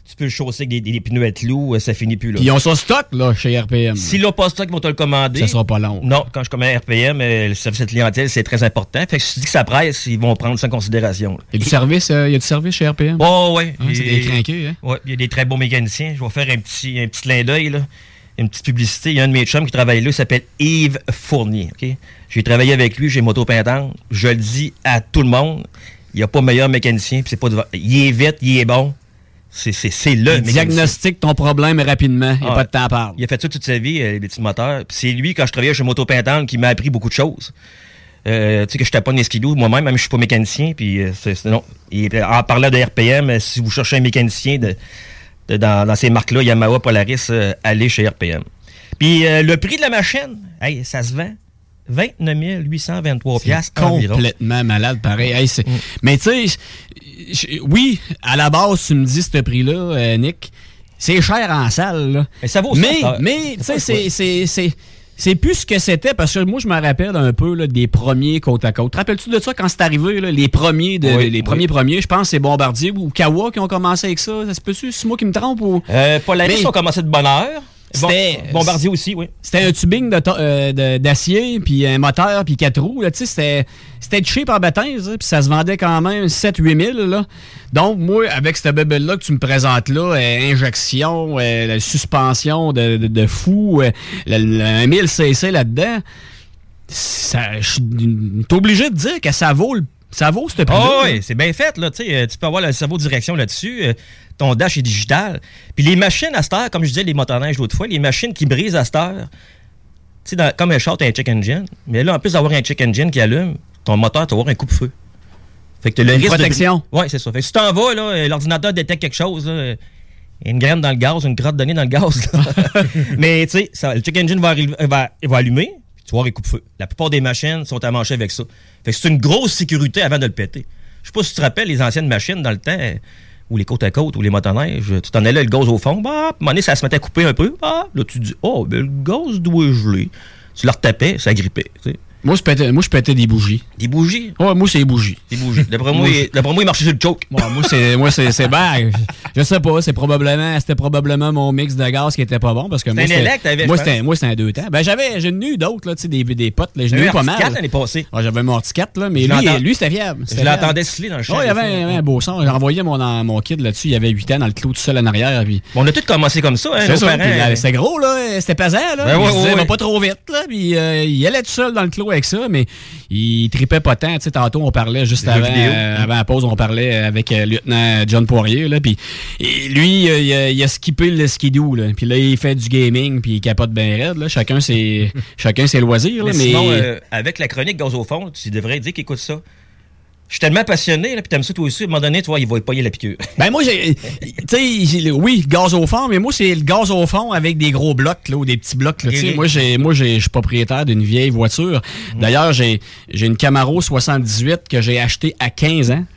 Tu peux le chausser avec des pneus à clous, ça finit plus. Là. Puis ils ont ça stock là, chez RPM. S'ils n'ont pas stock, ils vont te le commander. Ça sera pas long. Non, quand je commande RPM, le service de clientèle, c'est très important. Fait que si tu dis que ça presse, ils vont prendre ça en considération. Il y a du service chez RPM? Oh, oui. C'est des crinqués, hein? Oui, il y a des très bons mécaniciens. Je vais faire un petit clin d'œil, là. Une petite publicité. Il y a un de mes chums qui travaille là, il s'appelle Yves Fournier. Okay? J'ai travaillé avec lui, j'ai moto-pintante. Je le dis à tout le monde, il n'y a pas meilleur mécanicien. Puis c'est pas il est vite, il est bon. C'est le il diagnostique ton problème rapidement. Il n'y a pas de temps à parler. Il a fait ça toute sa vie, les petits moteurs. Puis c'est lui, quand je travaillais chez Moto-Pintante, qui m'a appris beaucoup de choses. Tu sais que je tape pas skidoo moi-même, même je suis pas mécanicien. Puis non. Et en parlant de RPM, si vous cherchez un mécanicien dans ces marques-là, Yamaha, Polaris, allez chez RPM. Puis le prix de la machine, hey, ça se vend 29 823 piastres environ. Complètement malade, pareil. Hey, mais tu sais, oui, à la base, tu me dis ce prix-là, Nick, c'est cher en salle. Là. Mais ça vaut ça. Mais tu sais, c'est plus ce que c'était, parce que moi, je me rappelle un peu là, des premiers côte à côte. Te rappelles-tu de ça quand c'est arrivé, là, les premiers, je pense que c'est Bombardier ou Kawa qui ont commencé avec ça? Ça se peut-tu? C'est moi qui me trompe? Ou... Polaris ont commencé de bonne heure. Bombardier aussi, oui. C'était un tubing d'acier, puis un moteur, puis 4 roues. Tu sais, c'était cheap en baptême, puis ça se vendait quand même 7-8 000. Là. Donc, moi, avec cette bébelle-là que tu me présentes là, injection, la suspension de fou, un 1000 cc là-dedans, je suis obligé de dire que ça vaut ce prix-là. Oh, oui, c'est bien fait. Là, tu peux avoir le cerveau direction là-dessus. Ton dash est digital. Puis les machines à cette heure, comme je disais, les motoneiges l'autre fois, les machines qui brisent à cette heure, tu sais, comme un char, t'as un check engine. Mais là, en plus d'avoir un check engine qui allume, ton moteur, tu vas avoir un coupe-feu. Fait que t'as le risque protection. Oui, c'est ça. Fait que si t'en vas, là, l'ordinateur détecte quelque chose, là, une graine dans le gaz, une crotte donnée dans le gaz. Mais tu sais, le check engine va allumer, puis tu vas avoir un coupe-feu. La plupart des machines sont amanchées avec ça. Fait que c'est une grosse sécurité avant de le péter. Je sais pas si tu te rappelles les anciennes machines dans le temps, ou les côte à côte, ou les motoneiges, tu t'en allais le gaz au fond, à un moment donné, ça se mettait à couper un peu, là tu dis, le gaz doit geler. Tu le retapais, ça grippait, tu sais. Moi, je pétais des bougies. Des bougies? Ouais, moi, c'est des bougies. Des bougies. D'après moi, il marchait sur le choke. Moi, c'est ben, je sais pas, c'était probablement mon mix de gaz qui était pas bon, parce que moi, c'était un 2 temps. Ben, j'ai eu d'autres, là, tu sais, des potes, là, j'ai eu pas mal. J'ai eu un l'année passée. Ouais, j'avais mon Articat, là, mais lui, c'était fiable. Je l'entendais sciller dans le champ. Ouais, il y avait un beau son. J'ai envoyé mon kid là-dessus, il y avait 8 ans dans le clou tout seul en arrière. Puis... On a tous commencé comme ça, hein, nos parents. C'était gros, là, c'était pesant, là. Il se disait, va pas trop vite, là, puis il allait tout seul dans le clou avec ça, mais il tripait pas tant. Tu sais, tantôt, on parlait juste avant la pause, on parlait avec le lieutenant John Poirier, là, puis lui, il a skippé le skidoo, là, puis là, il fait du gaming, puis il capote bien raide, là. Chacun ses loisirs, là, mais... Sinon, avec la chronique Gaz au fond, tu devrais dire qu'il écoute ça. Je suis tellement passionné, là, puis t'aimes ça toi aussi, à un moment donné, tu vois, il va y payer la piqûre. Ben moi, tu sais, oui, gaz au fond, mais moi, c'est le gaz au fond avec des gros blocs, là, ou des petits blocs, là, tu sais. Moi, je suis propriétaire d'une vieille voiture. D'ailleurs, j'ai une Camaro 78 que j'ai achetée à 15 ans.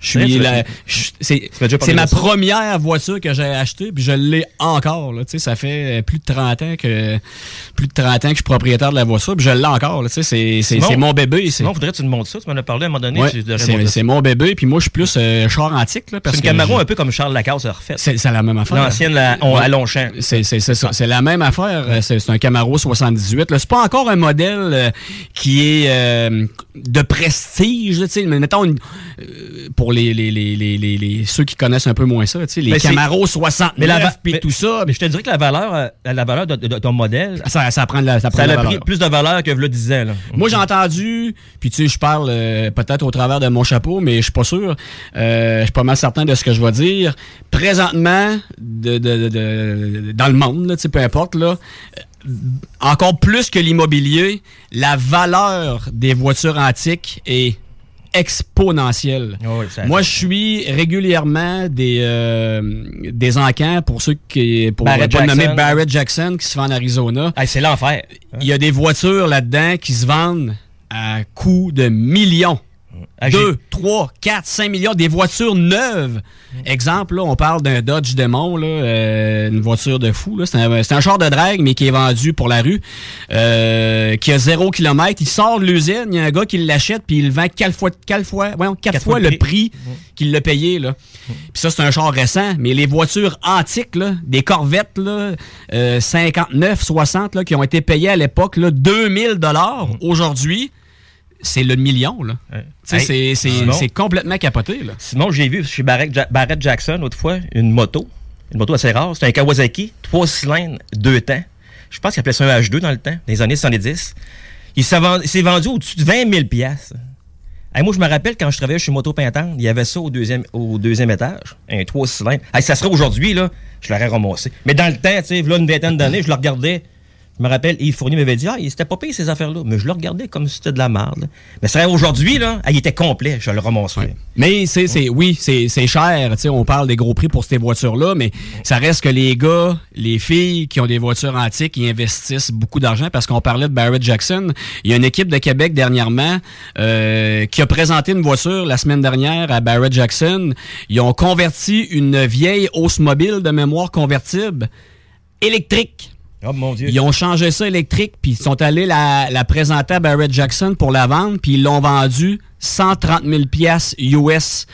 C'est ma première voiture que j'ai achetée, puis je l'ai encore, là, tu sais. Ça fait plus de 30 ans que je suis propriétaire de la voiture, puis je l'ai encore, là, tu sais. C'est mon bébé. Sinon, faudrait que tu me montres ça. Tu m'en as parlé à un moment donné. Ouais, c'est mon bébé, puis moi, je suis plus char antique. Là, c'est une Camaro un peu comme Charles Lacasse a refait. C'est la même affaire. L'ancienne à Longchamp. C'est ça. C'est la même affaire. C'est un Camaro 78. Là. C'est pas encore un modèle qui est de prestige. Tu sais, mais mettons, pour ceux qui connaissent un peu moins ça, tu sais, les Camaro 69 puis tout ça. Mais je te dirais que la valeur de ton modèle, ça prend a pris plus de valeur que le 10 ans. Là. Moi, j'ai entendu, puis tu sais, je parle peut-être au travers de mon chapeau, mais je suis pas sûr. Je suis pas mal certain de ce que je vais dire. Présentement, dans le monde, là, peu importe, là, encore plus que l'immobilier, la valeur des voitures antiques est exponentielle. Oui, moi, je suis régulièrement des encans pour ceux qui... Pour le nommer Barrett Jackson, qui se vend en Arizona. Hey, c'est l'enfer. Il y a des voitures là-dedans qui se vendent à coût de millions. 2, 3, 4, 5 millions, des voitures neuves. Exemple, là, on parle d'un Dodge Demon, là, une voiture de fou. Là. C'est un char de drague, mais qui est vendu pour la rue, qui a 0 km. Il sort de l'usine, il y a un gars qui l'achète, puis il le vend 4 fois le prix qu'il l'a payé. Là. Puis ça, c'est un char récent. Mais les voitures antiques, là, des Corvettes, là, 59, 60, là, qui ont été payées à l'époque, là, 2000 $, aujourd'hui, c'est le million, là. Hey, c'est complètement capoté, là. Simon, j'ai vu chez Barrett Jackson, autrefois, une moto assez rare. C'était un Kawasaki, 3 cylindres, 2 temps. Je pense qu'il appelait ça un H2 dans le temps, dans les années 70. Il s'est vendu au-dessus de 20 000 $. Hey, moi, je me rappelle, quand je travaillais chez Moto Pintante, il y avait ça au deuxième étage, un 3 cylindres. Hey, ça serait aujourd'hui, là, je l'aurais ramassé. Mais dans le temps, tu sais, là, une vingtaine d'années, je le regardais. Je me rappelle, Yves Fournier m'avait dit, c'était pas payé ces affaires-là. Mais je le regardais comme si c'était de la merde. Mais c'est vrai, aujourd'hui, là, il était complet. Je le ramasserais. Ouais. Mais c'est cher. Tu sais, on parle des gros prix pour ces voitures-là, mais ça reste que les gars, les filles qui ont des voitures antiques, ils investissent beaucoup d'argent parce qu'on parlait de Barrett Jackson. Il y a une équipe de Québec dernièrement qui a présenté une voiture la semaine dernière à Barrett Jackson. Ils ont converti une vieille hausse mobile de mémoire convertible électrique. Oh mon Dieu. Ils ont changé ça électrique, puis ils sont allés la présenter à Barrett Jackson pour la vendre, puis ils l'ont vendu 130 000 $ US,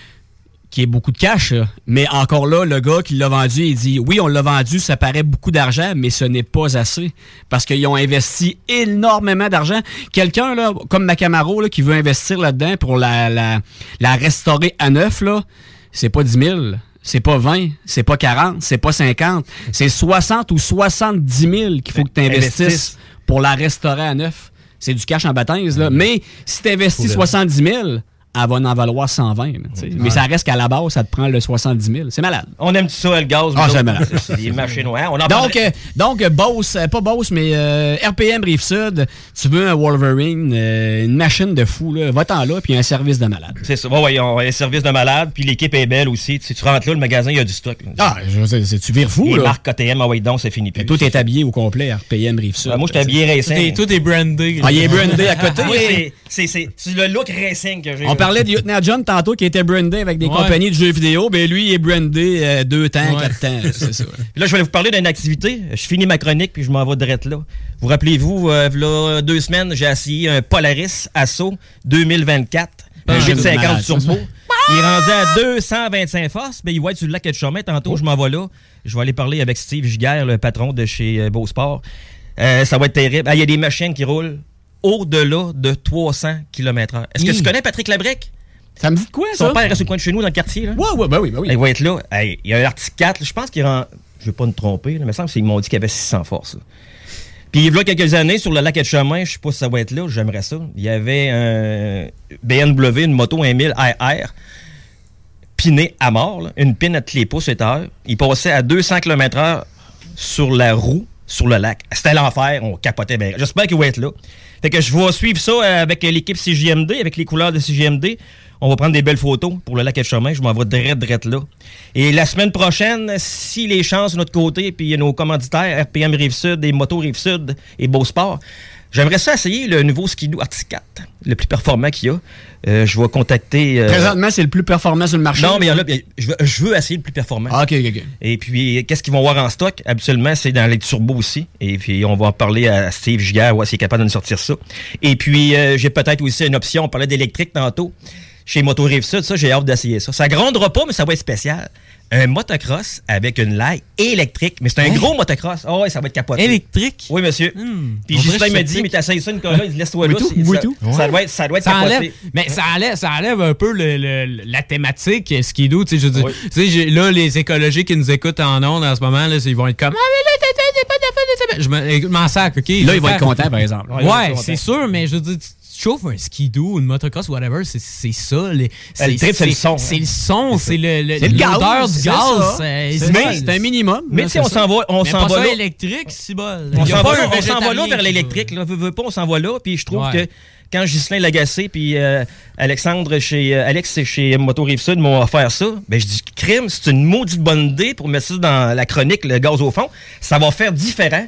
qui est beaucoup de cash. Là. Mais encore là, le gars qui l'a vendu, il dit, oui, on l'a vendu, ça paraît beaucoup d'argent, mais ce n'est pas assez, parce qu'ils ont investi énormément d'argent. Quelqu'un, là, comme ma Camaro, là, qui veut investir là-dedans pour la restaurer à neuf, là, c'est pas 10 000 $. C'est pas 20, c'est pas 40, c'est pas 50. C'est 60 ou 70 000 qu'il faut que tu investisses pour la restaurer à neuf. C'est du cash en baptême, là. Mais si tu investis 70 000, elle va en valoir 120. Mais ça reste qu'à la base, ça te prend le 70 000. C'est malade. On aime ça, le gaz. C'est malade. C'est des marchés noirs. Donc, Boss, pas Boss, mais RPM Rive-Sud, tu veux un Wolverine, une machine de fou, là, va-t'en là, puis un service de malade. C'est ça. Ouais, on a un service de malade, puis l'équipe est belle aussi. Tu rentres là, le magasin, il y a du stock. Là. Tu vires fou, là. Les marques KTM, donc, c'est fini. Tout est habillé au complet, RPM Rive-Sud. Moi, je suis habillé racing. Tout est brandé. Il est brandé à côté. Oui, c'est le look racing que j'ai. On parlait de Lieutenant John tantôt qui était brandé avec des compagnies de jeux vidéo. Ben lui, il est brandé 2 temps, 4 temps. C'est ça. Puis là, je vais vous parler d'une activité. Je finis ma chronique puis je m'en vais direct là. Vous rappelez-vous, là, 2 semaines, j'ai essayé un Polaris Assaut 2024. Un G50 turbo. Il est rendu à 225 forces. Ben, il va être sur le lac de Chemin. Tantôt, je m'en vais là. Je vais aller parler avec Steve Giguère, le patron de chez Beausport. Ça va être terrible. Il y a des machines qui roulent au-delà de 300 km/h. Est-ce que tu connais Patrick Labrec? Ça me dit de quoi, ça? Son père reste au coin de chez nous, dans le quartier. Là. Oui. Il va être là. Il y a un Arctic 4. Je pense qu'il rend... Je ne vais pas me tromper, là, mais il me semble qu'ils m'ont dit qu'il y avait 600 forces. Là. Puis il y a quelques années, sur le lac de Chemin, je ne sais pas si ça va être là, j'aimerais ça. Il y avait un BMW, une moto 1000 IR, pinée à mort, là, une pine à tous les pouces et heure. Il passait à 200 km/h sur la roue, sur le lac. C'était l'enfer, on capotait bien. J'espère qu'il va être là. Fait que je vais suivre ça avec l'équipe CJMD, avec les couleurs de CJMD. On va prendre des belles photos pour le lac de Chemin. Je m'en vais direct là. Et la semaine prochaine, si les chances de notre côté, puis il y a nos commanditaires, RPM Rive-Sud, et Moto Rive-Sud et Beausport, j'aimerais ça essayer le nouveau Ski-Doo Arctic 4, le plus performant qu'il y a. Je vais contacter... Présentement, c'est le plus performant sur le marché? Non, mais je veux essayer le plus performant. OK. Et puis, qu'est-ce qu'ils vont avoir en stock? Habituellement, c'est dans les turbos aussi. Et puis, on va en parler à Steve Giguère, voir s'il est capable de nous sortir ça. Et puis, j'ai peut-être aussi une option. On parlait d'électrique tantôt. Chez Moto Rive-Sud, ça, j'ai hâte d'essayer ça. Ça grondera pas, mais ça va être spécial. Un motocross avec une laille électrique. Mais c'est un gros motocross. Oh, ouais, ça va être capoté. Électrique? Oui, monsieur. Puis Justin m'a dit, mais t'essayes ça, Nicolas, il dit, laisse-toi là. Ça doit être capoté. Mais ça enlève un peu la thématique Ski-Doo. Tu sais, je veux dire, là, les écologiques qui nous écoutent en ondes en ce moment, là, ils vont être comme... Je m'en sac, OK? Là, ils vont être contents, par exemple. Ouais, c'est sûr, mais je veux dire... Tu chauffes un skidoo, une motocross, whatever, c'est ça. C'est le son. C'est le son, c'est l'odeur du gaz. C'est un minimum. Mais tu sais, on s'en va là. Électrique, c'est bon. On s'en va là vers l'électrique. On s'en va là. Puis je trouve que quand Ghislain Lagacé puis Alex chez Moto Rive-Sud m'ont offert ça, ben je dis crime, c'est une maudite bonne idée pour mettre ça dans la chronique, le gaz au fond. Ça va faire différent.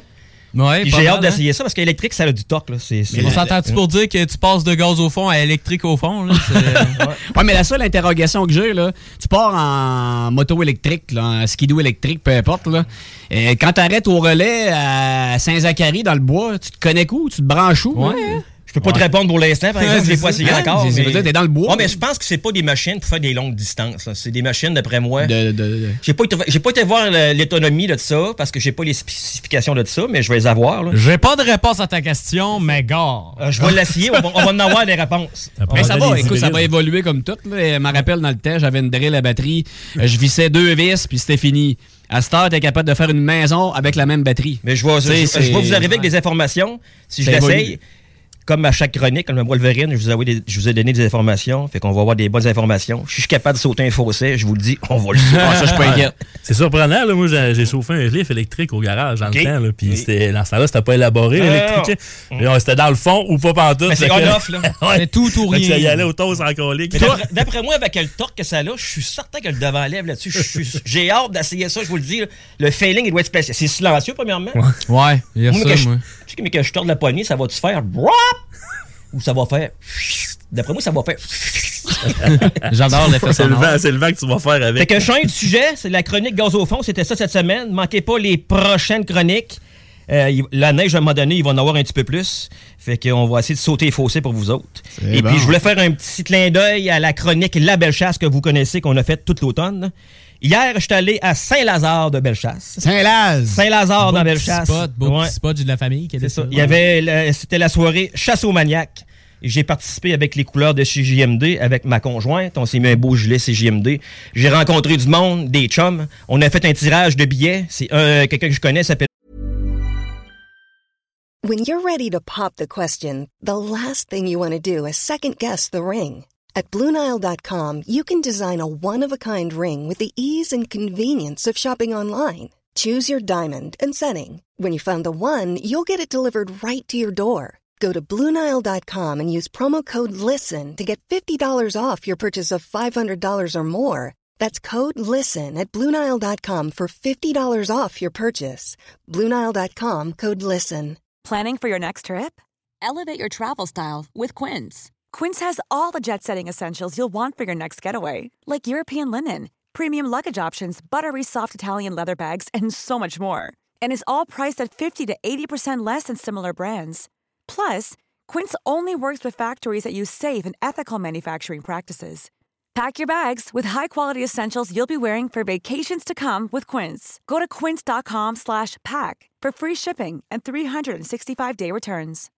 Ouais, J'ai hâte d'essayer ça parce qu'électrique, ça a du torque. Là. On s'entend-tu pour dire que tu passes de gaz au fond à électrique au fond? Là, ouais, mais la seule interrogation que j'ai, là, tu pars en moto électrique, là, en skidoo électrique, peu importe. Là, et quand tu arrêtes au relais à Saint-Zacharie, dans le bois, tu te connectes où? Tu te branches où? Ouais. Je peux pas te répondre pour l'instant, par exemple, je l'ai pas essayé encore. Mais... T'es dans le bois. Mais je pense que c'est pas des machines pour faire des longues distances. Là. C'est des machines, d'après moi. J'ai pas été voir l'autonomie de ça, parce que j'ai pas les spécifications de ça, mais je vais les avoir. Là. J'ai pas de réponse à ta question, mais gars. Je vais l'essayer, on va en avoir des réponses. Mais ça va, écoute, ça va évoluer comme tout. Là. Je me rappelle, dans le temps, j'avais une drill à batterie, je vissais 2 vis, puis c'était fini. À cette heure, t'es capable de faire une maison avec la même batterie. Mais je vais vous arriver avec des informations, si je l'essaye. Comme à chaque chronique, comme le Wolverine, je vous ai donné des informations. Fait qu'on va avoir des bonnes informations. Si je suis capable de sauter un fossé, je vous le dis, on va le sauter. Ça, je suis pas inquiète. C'est surprenant. Là, moi, j'ai chauffé un lift électrique au garage dans le temps. Là, puis dans ce temps-là, c'était pas élaboré, l'électrique. C'était dans le fond ou pas pantoute. Mais c'est on-off. Là. C'est tout ou rien. Ça y allait au toast en colique. D'après moi, avec le torque que ça a, je suis certain que le devant lève là-dessus. J'ai hâte d'essayer ça, je vous le dis. Là. Le feeling, il doit être spécial. C'est silencieux, premièrement. Ouais, il y a ça, moi. Mais que je torde la poignée, ça va-tu faire... Ou ça va faire... D'après moi, ça va faire... J'adore l'effet sonore. C'est le vent que tu vas faire avec. Fait que change de sujet, c'est la chronique Gaz au fond. C'était ça cette semaine. Manquez pas les prochaines chroniques. La neige, à un moment donné, il va en avoir un petit peu plus. Fait qu'on va essayer de sauter les fossés pour vous autres. Et puis, je voulais faire un petit clin d'œil à la chronique La Bellechasse que vous connaissez, qu'on a faite toute l'automne. Hier, je suis allé à Saint-Lazare de Bellechasse. Saint-Lazare dans Bellechasse. Beau petit spot, j'ai de la famille qui était ça. Il y avait, c'était la soirée Chasse aux maniaques. J'ai participé avec les couleurs de CJMD, avec ma conjointe. On s'est mis un beau gilet CJMD. J'ai rencontré du monde, des chums. On a fait un tirage de billets. C'est quelqu'un que je connais, s'appelle... When you're ready to pop the question, the last thing you want to do is second-guess the ring. At BlueNile.com, you can design a one-of-a-kind ring with the ease and convenience of shopping online. Choose your diamond and setting. When you find the one, you'll get it delivered right to your door. Go to BlueNile.com and use promo code LISTEN to get $50 off your purchase of $500 or more. That's code LISTEN at BlueNile.com for $50 off your purchase. BlueNile.com, code LISTEN. Planning for your next trip? Elevate your travel style with Quince. Quince has all the jet-setting essentials you'll want for your next getaway, like European linen, premium luggage options, buttery soft Italian leather bags, and so much more. And is all priced at 50 to 80% less than similar brands. Plus, Quince only works with factories that use safe and ethical manufacturing practices. Pack your bags with high-quality essentials you'll be wearing for vacations to come with Quince. Go to quince.com/pack for free shipping and 365-day returns.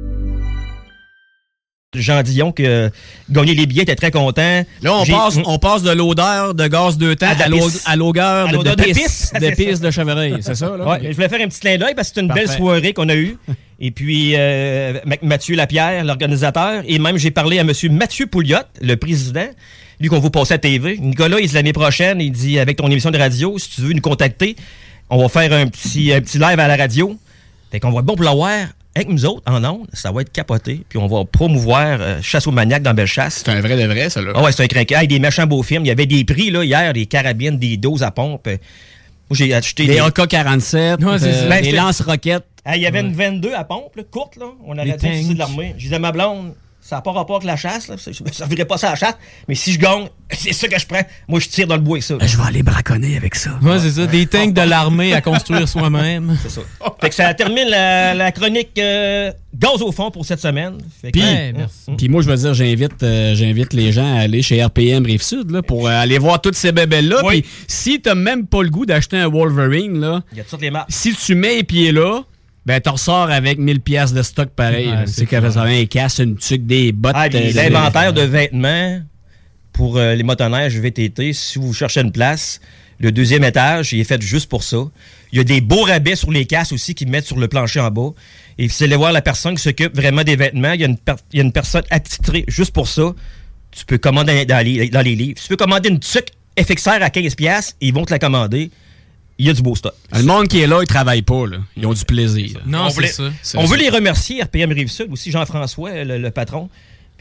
Jean Dion qui a gagné les billets, était très content. Là, on passe de l'odeur de gaz 2 temps à l'odeur de pisse de chevreuil, c'est ça? Là? Ouais, je voulais faire un petit clin d'œil parce que c'est une belle soirée qu'on a eue. Et puis, Mathieu Lapierre, l'organisateur, et même j'ai parlé à M. Mathieu Pouliot, le président, lui qu'on vous passait à TV. Nicolas, l'année prochaine, il dit, avec ton émission de radio, si tu veux nous contacter, on va faire un petit live à la radio. Fait qu'on va être bon pour l'avoir. Avec nous autres, en ondes, ça va être capoté. Puis on va promouvoir Chasse aux maniaques dans Bellechasse. C'est un vrai de vrai, ça, là. Ah ouais, c'est un crinquant. Avec des méchants beaux films. Il y avait des prix, là, hier, des carabines, des doses à pompe. Moi, j'ai acheté des AK-47, des lance-roquettes. Il y avait une 22 à pompe, là, courte, là. On aurait dû utiliser de l'armée. Je disais à ma blonde, ça n'a pas rapport avec la chasse, là. Je ne servirais pas ça à la chasse. Mais si je gagne, c'est ça que je prends. Moi, je tire dans le bois avec ça. Je vais aller braconner avec ça. Ouais, c'est ça. Des tanks de l'armée à construire soi-même. C'est ça. Fait que ça termine la chronique Gaz au fond pour cette semaine. Puis moi, je veux dire, j'invite les gens à aller chez RPM Rive-Sud là, pour aller voir toutes ces bébelles-là. Oui. Puis si t'as même pas le goût d'acheter un Wolverine, là, il y a toutes les marques. Si tu mets les pieds là, ben, t'en ressors avec 1000$ de stock pareil. Ouais, c'est que ça un casque, une tuque, des bottes. L'inventaire de vêtements pour les motoneiges VTT, si vous cherchez une place, le 2e étage, il est fait juste pour ça. Il y a des beaux rabais sur les casques aussi qu'ils mettent sur le plancher en bas. Et si vous allez voir la personne qui s'occupe vraiment des vêtements, il y a une personne attitrée juste pour ça. Tu peux commander dans les livres. Si tu peux commander une tuque FXR à 15$, ils vont te la commander. Il y a du beau stock. Le monde qui est là, ils travaillent pas, là. Ils ont du plaisir. Non, c'est ça. On veut les remercier, RPM Rive-Sud, aussi Jean-François, le patron.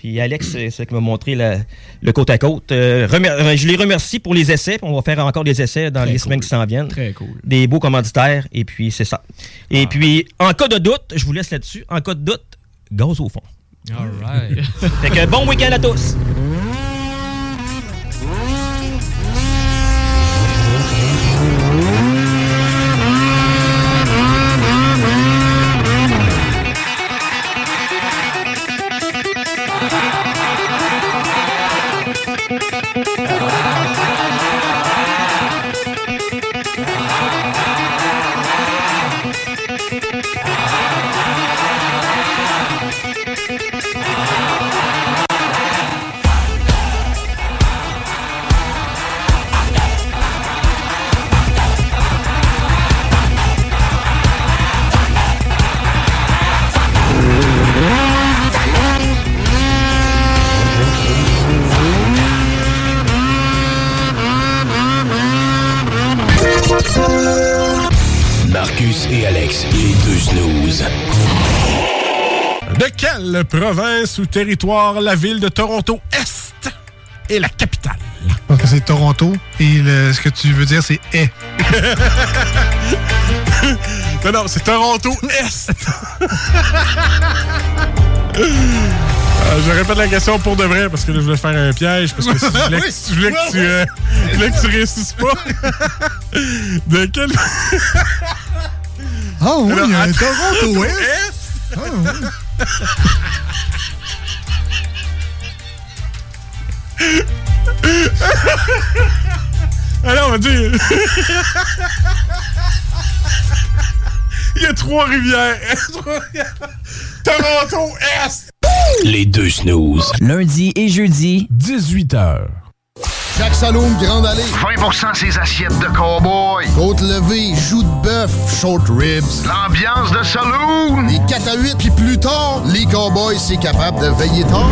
Puis Alex, c'est ça qui m'a montré le côte à côte. Je les remercie pour les essais. On va faire encore des essais dans les semaines qui s'en viennent. Très cool. Des beaux commanditaires. Et puis, c'est ça. Et puis, en cas de doute, je vous laisse là-dessus. En cas de doute, gaz au fond. All right. Fait que bon week-end à tous. Marcus et Alex, les deux snooze. De quelle province ou territoire la ville de Toronto-Est est la capitale? Donc c'est Toronto et ce que tu veux dire c'est « est ». Non, c'est Toronto-Est. Je répète la question pour de vrai parce que là, je voulais faire un piège parce que si je voulais que tu réussisses pas. De quel... Ah oui, il y a un Toronto-Est. Ah oui. Alors, on va dire... Il y a Trois-Rivières. Toronto-Est. Les deux snooze. Lundi et jeudi, 18h. Chaque saloon Grande Allée. 20% ses assiettes de cowboy. Côte levée, joues de bœuf, short ribs. L'ambiance de saloon. Les 4 à 8, puis plus tard, les cowboys, c'est capable de veiller tard.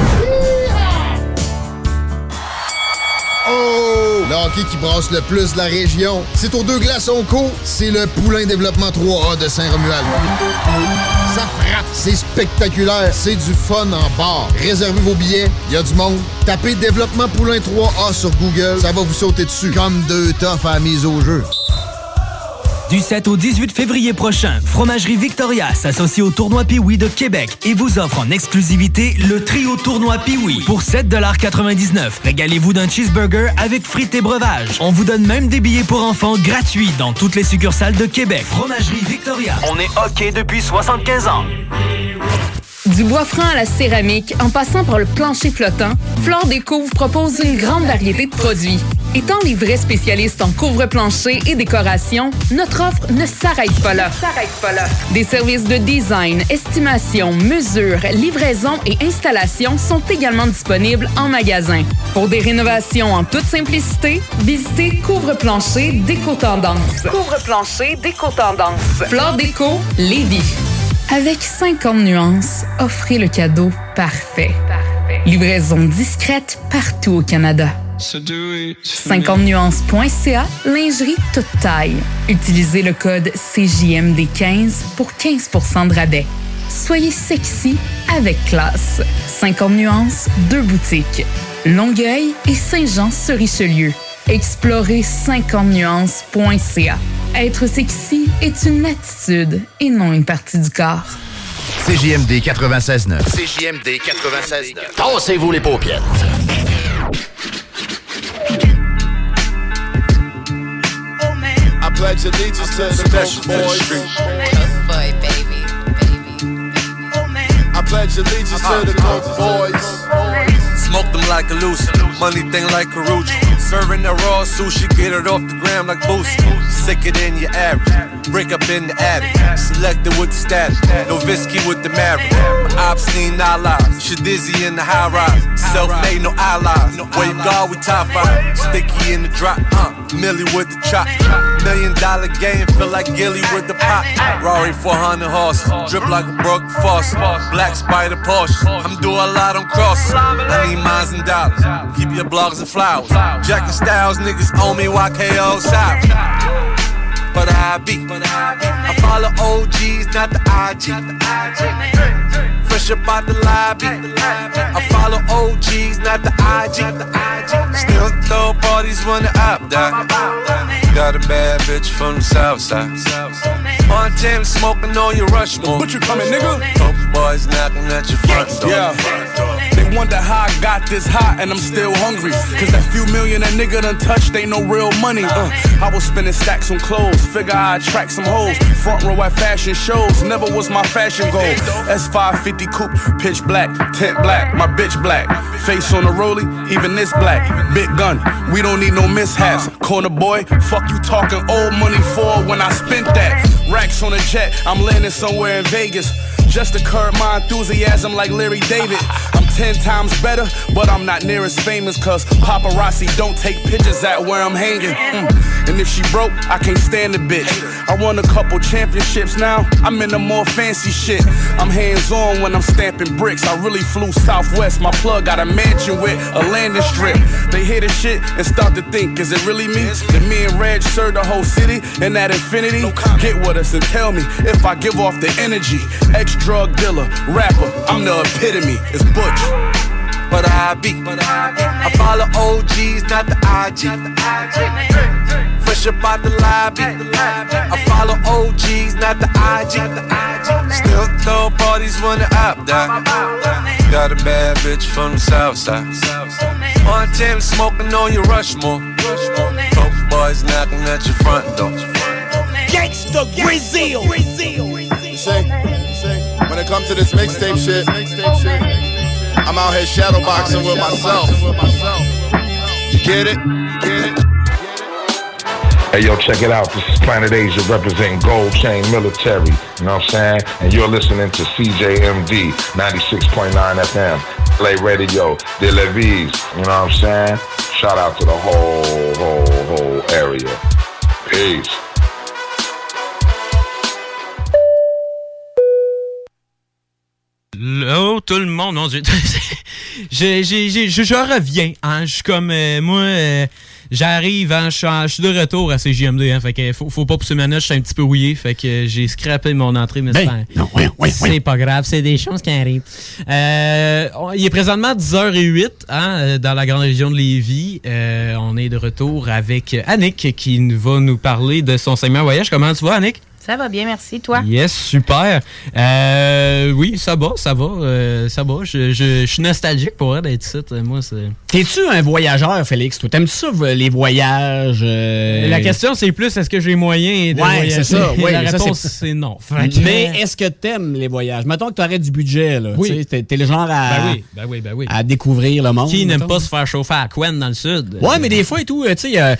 Oh! Le hockey qui brasse le plus de la région. C'est aux Deux Glaçons Co. C'est le Poulain Développement 3A de Saint-Romuald. Ça frappe, c'est spectaculaire, c'est du fun en bar. Réservez vos billets, il y a du monde. Tapez Développement Poulain 3A sur Google, ça va vous sauter dessus. Comme deux toughs à la mise au jeu. Du 7 au 18 février prochain, Fromagerie Victoria s'associe au Tournoi Pee-Wee de Québec et vous offre en exclusivité le trio Tournoi Pee-Wee pour 7,99 $. Régalez-vous d'un cheeseburger avec frites et breuvages. On vous donne même des billets pour enfants gratuits dans toutes les succursales de Québec. Fromagerie Victoria. On est hockey depuis 75 ans. Du bois franc à la céramique, en passant par le plancher flottant, Flore Déco vous propose une grande variété de produits. Étant les vrais spécialistes en couvre-plancher et décoration, notre offre ne s'arrête pas là. Des services de design, estimation, mesure, livraison et installation sont également disponibles en magasin. Pour des rénovations en toute simplicité, visitez Couvre-plancher Déco-Tendance. Couvre-plancher Déco-Tendance. Flore Déco, Lévis. Avec 50 nuances, offrez le cadeau parfait. Livraison discrète partout au Canada. 50nuances.ca, lingerie toute taille. Utilisez le code CJMD15 pour 15% de rabais. Soyez sexy avec classe. 50 nuances, 2 boutiques. Longueuil et Saint-Jean-sur-Richelieu. Explorez 50nuances.ca. Être sexy est une attitude et non une partie du corps. CJMD 96.9. CJMD 96.9. Tassez-vous les paupières. I pledge allegiance to the Coke Boys. Boy, baby. I pledge allegiance to the Coke Boys. Smoke them like a loose, money thing like Karuchi. Serving the raw sushi, get it off the gram like Boosie. Sicker than your average, break up in the attic. Selected with the status, no Visky with the marriage. Obscene allies, Shadizzy in the high rise. Self-made, no allies. Wave guard, we top 5. Sticky in the drop, Millie with the chop. $1 million game, feel like Gilly with the pop. Rari 400 horses, drip like a broke faucet. Black Spider Porsche, I'm doing a lot on crosses. I need mines and dollars, keep your blogs and flowers. Jack and Styles, niggas owe me YKO South. But I follow OGs, not the IG. Fresh up out the lobby. I follow OGs, not the IG. Still throw parties when the op die. Got a bad bitch from the south side. Montana smoking on your Rushmore. What you coming, nigga? Couple boys knocking at your front door. Yeah. They wonder how I got this hot and I'm still hungry. Cause that few million that nigga done touched ain't no real money. I was spending stacks on clothes. Figure I'd attract some hoes. Front row at fashion shows. Never was my fashion goal. S550 coupe, pitch black, tint black, my bitch black. Face on the rollie, even this black. Big gun, we don't need no mishaps. Corner boy, fuck you talking old money for when I spent that. Racks on a jet, I'm landing somewhere in Vegas. Just to curb my enthusiasm like Larry David. I'm 10 times better, but I'm not near as famous. Cause paparazzi don't take pictures at where I'm hanging. And if she broke, I can't stand the bitch. I won a couple championships now, I'm in the more fancy shit. I'm hands-on when I'm stamping bricks. I really flew Southwest, my plug got a mansion with a landing strip. They hear the shit and start to think, is it really me? That me and Reg serve the whole city in that infinity? Get with us and tell me if I give off the energy. Drug dealer, rapper, I'm the epitome, it's Butch. But I follow OGs, not the IG. Fresh up out the lobby. I follow OGs, not the IG. Still throw parties when the op die. Got a bad bitch from the south side. Montana smoking on your Rushmore. Couple boys knocking at your front door. Gangsta Brazil. When it comes to this mixtape shit, I'm out here shadowboxing with myself. You get it? Hey, yo, check it out. This is Planet Asia representing Gold Chain Military. You know what I'm saying? And you're listening to CJMD 96.9 FM. Play Radio, De La Vise. You know what I'm saying? Shout out to the whole area. Peace. Oh, tout le monde, non, je reviens, hein, je suis comme, moi, j'arrive, hein, je suis de retour à CJMD, hein, fait que faut pas pousser ma note, je suis un petit peu rouillé, fait que j'ai scrappé mon entrée, mais c'est pas grave, c'est des choses qui arrivent. Il est présentement 10h08, hein, dans la grande région de Lévis. On est de retour avec Annick qui va nous parler de son segment voyage. Comment tu vas, Annick? Ça va bien, merci. Toi? Yes, super. Oui, ça va. Je suis nostalgique pour elle d'être ici. Moi, c'est... T'es-tu un voyageur, Félix? Toi, t'aimes-tu ça, les voyages? La question, c'est plus, est-ce que j'ai moyen de voyager? C'est ça. Oui, la réponse, c'est non. Mais est-ce que t'aimes les voyages? Mettons que t'aurais du budget, là. Oui. T'es le genre à, à découvrir le monde. Qui n'aime pas se faire chauffer à Quen dans le sud? Ouais, mais des fois et tout, tu sais,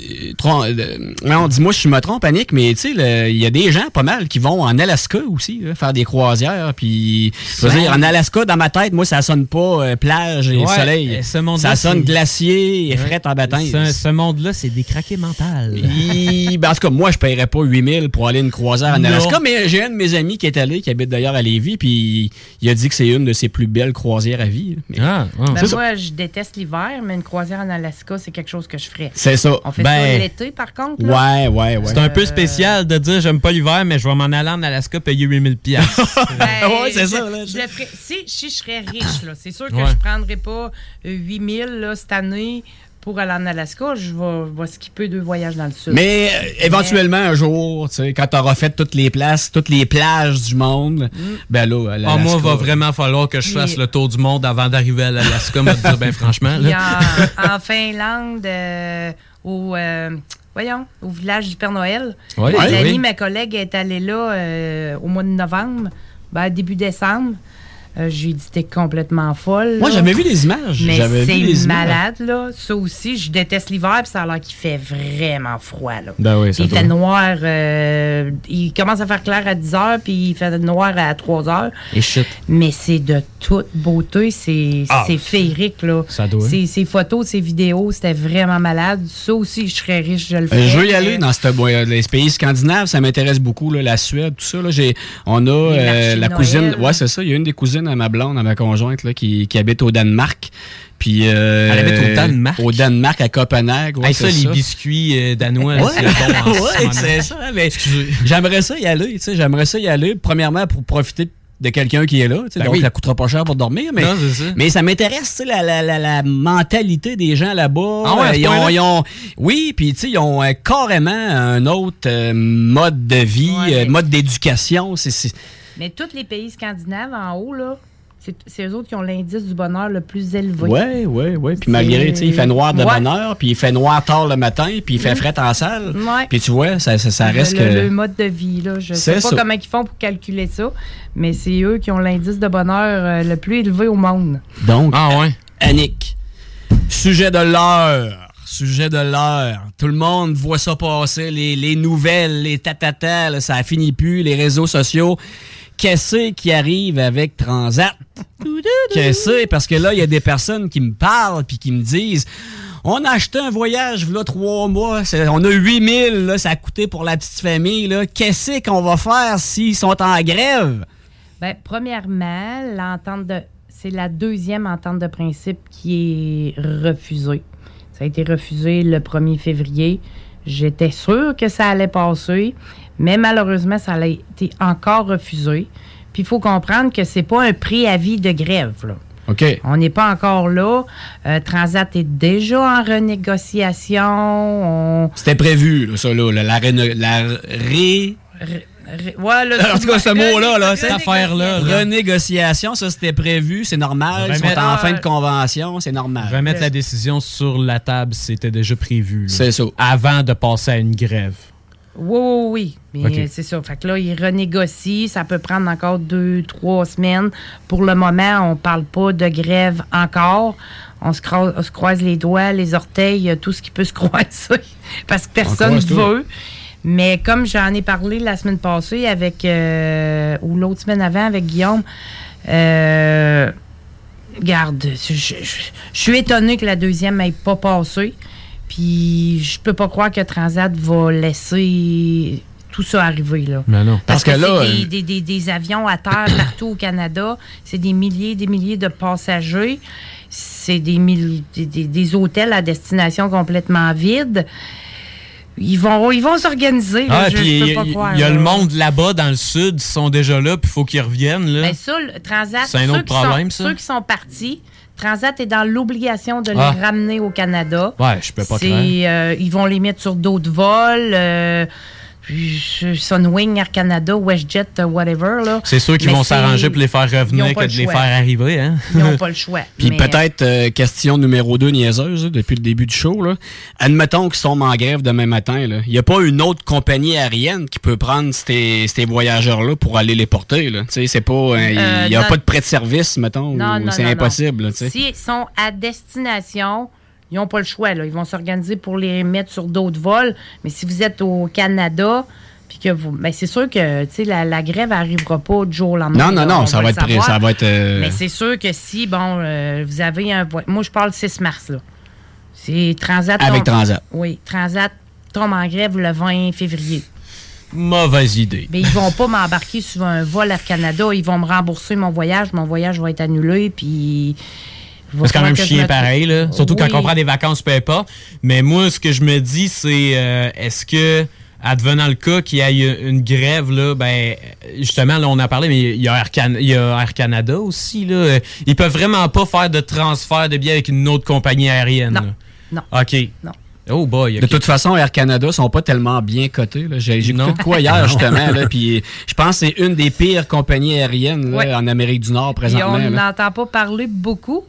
dis-moi si je me trompe, Annick, mais tu sais, il y a des gens pas mal qui vont en Alaska aussi, là, faire des croisières. Puis, je veux dire, en Alaska, dans ma tête, moi, ça sonne pas plage et soleil. Ça sonne glacier et frette en baptême. Ce monde-là, c'est décraqué mental. En tout cas, moi, je paierais pas 8000 pour aller une croisière en Alaska, mais j'ai un de mes amis qui est allé, qui habite d'ailleurs à Lévis, puis il a dit que c'est une de ses plus belles croisières à vie. Mais, moi, je déteste l'hiver, mais une croisière en Alaska, c'est quelque chose que je ferais. C'est ça. On fait ça l'été, par contre. Là. Ouais. C'est un peu spécial de dire j'aime pas l'hiver, mais je vais m'en aller en Alaska payer 8000 $. Ouais, c'est ça. Là, je le ferais, si je serais riche, là, c'est sûr que je prendrais pas 8000 là, cette année pour aller en Alaska. Je vais skipper 2 voyages dans le sud. Mais éventuellement, un jour, quand tu auras fait toutes les plages du monde, ben là, l'Alaska, moi, il va vraiment falloir que je fasse le tour du monde avant d'arriver à l'Alaska, me dire, ben franchement. Là. En Finlande, au village du Père Noël. Ma collègue est allée là au mois de novembre, début décembre. J'ai dit t'es complètement folle. Moi, j'avais vu les images. Mais c'est malade, là. Ça aussi, je déteste l'hiver, puis ça a l'air qu'il fait vraiment froid, là. Ben oui, ça il fait noir. Il commence à faire clair à 10h, puis il fait noir à 3h. Et shit. Mais c'est de toute beauté. C'est féerique, là. Ça doit. Ces photos, ces vidéos, c'était vraiment malade. Ça aussi, je serais riche, je le ferais. Je veux y aller dans les pays scandinaves. Ça m'intéresse beaucoup, là, la Suède, tout ça. Là, on a la cousine. Ouais, c'est ça. Il y a une des cousines à ma blonde, à ma conjointe, là, qui habite au Danemark. Puis, elle habite au Danemark? Au Danemark, à Copenhague. Ouais, ça, les biscuits danois, c'est bon. C'est ça. Mais j'aimerais ça y aller. J'aimerais ça y aller, premièrement, pour profiter de quelqu'un qui est là. Donc, ça coûtera pas cher pour dormir. Mais, non, c'est ça. Mais ça m'intéresse, la mentalité des gens là-bas. Ah ouais, ils ont oui, puis ils ont carrément un autre mode de vie, mode d'éducation. Mais tous les pays scandinaves en haut, là, c'est eux autres qui ont l'indice du bonheur le plus élevé. Oui. Puis malgré, il fait noir de bonne heure, puis il fait noir tard le matin, puis il fait fret en salle. Puis tu vois, ça reste le mode de vie, là. Je sais pas comment ils font pour calculer ça, mais c'est eux qui ont l'indice de bonheur le plus élevé au monde. Donc, Annick, sujet de l'heure. Tout le monde voit ça passer, les nouvelles, les tatatas, là, ça finit plus, les réseaux sociaux. Qu'est-ce qui arrive avec Transat? Qu'est-ce? Parce que là, il y a des personnes qui me parlent puis qui me disent on a acheté un voyage là 3 mois, on a 8 000, là, ça a coûté pour la petite famille. Là. Qu'est-ce qu'on va faire s'ils sont en grève? Bien, premièrement, c'est la deuxième entente de principe qui est refusée. Ça a été refusé le 1er février. J'étais sûre que ça allait passer. Mais malheureusement, ça a été encore refusé. Puis il faut comprendre que c'est pas un préavis de grève, là. OK. On n'est pas encore là. Transat est déjà en renégociation. C'était prévu, là, ça, là. En tout cas, ce mot-là, cette affaire-là. Renégociation, ça, c'était prévu, c'est normal. Ils sont en fin de convention, c'est normal. Remettre la décision sur la table, c'était déjà prévu. Là, c'est ça. Avant de passer à une grève. Oui. Mais c'est ça. Fait que là, ils renégocient. Ça peut prendre encore 2-3 semaines. Pour le moment, on parle pas de grève encore. On se croise les doigts, les orteils, tout ce qui peut se croiser. Parce que personne ne veut. Mais comme j'en ai parlé la semaine passée avec ou l'autre semaine avant avec Guillaume, regarde, je suis étonnée que la deuxième n'ait pas passé. Puis je peux pas croire que Transat va laisser tout ça arriver, là. Mais non. Parce que là, c'est des avions à terre partout au Canada. C'est des milliers de passagers. C'est des hôtels à destination complètement vides. Ils vont s'organiser. Puis il y a le monde là-bas, dans le sud, ils sont déjà là, puis il faut qu'ils reviennent. Là. Bien ça, le Transat, c'est un autre problème, ça. Ceux qui sont partis, Transat est dans l'obligation de les ramener au Canada. Ouais, je peux pas croire. Ils vont les mettre sur d'autres vols. Sunwing, Air Canada, WestJet, whatever. Là. C'est sûr qu'ils vont s'arranger pour les faire revenir que de les faire arriver. Hein? Ils n'ont pas le choix. Puis peut-être, question numéro 2 niaiseuse, depuis le début du show. Là. Admettons qu'ils sont en grève demain matin. Il n'y a pas une autre compagnie aérienne qui peut prendre ces voyageurs-là pour aller les porter. C'est pas, il n'y a pas de prêt de service, mettons. Non, c'est impossible. S'ils sont à destination... Ils n'ont pas le choix, là. Ils vont s'organiser pour les mettre sur d'autres vols. Mais si vous êtes au Canada, puis que vous... Ben, c'est sûr que, la grève n'arrivera pas du jour au lendemain. Non, ça va être... Mais c'est sûr que si, vous avez un... Moi, je parle le 6 mars, là. C'est Transat... Avec Transat. Oui, Transat tombe en grève le 20 février. Mauvaise idée. Mais ils vont pas m'embarquer sur un vol Air Canada. Ils vont me rembourser mon voyage. Mon voyage va être annulé, puis... C'est quand même chiant pareil, là. Surtout quand on prend des vacances, peu importe. Mais moi, ce que je me dis, c'est est-ce que, advenant le cas qu'il y ait une grève, là, ben, justement, là, on a parlé, mais il y a Air Canada aussi, là. Ils peuvent vraiment pas faire de transfert de billets avec une autre compagnie aérienne. Non. OK. Non. Oh boy, okay. De toute façon, Air Canada sont pas tellement bien cotés. J'ai écouté de quoi hier, justement. Puis je pense que c'est une des pires compagnies aériennes là, en Amérique du Nord présentement. Et on n'entend pas parler beaucoup.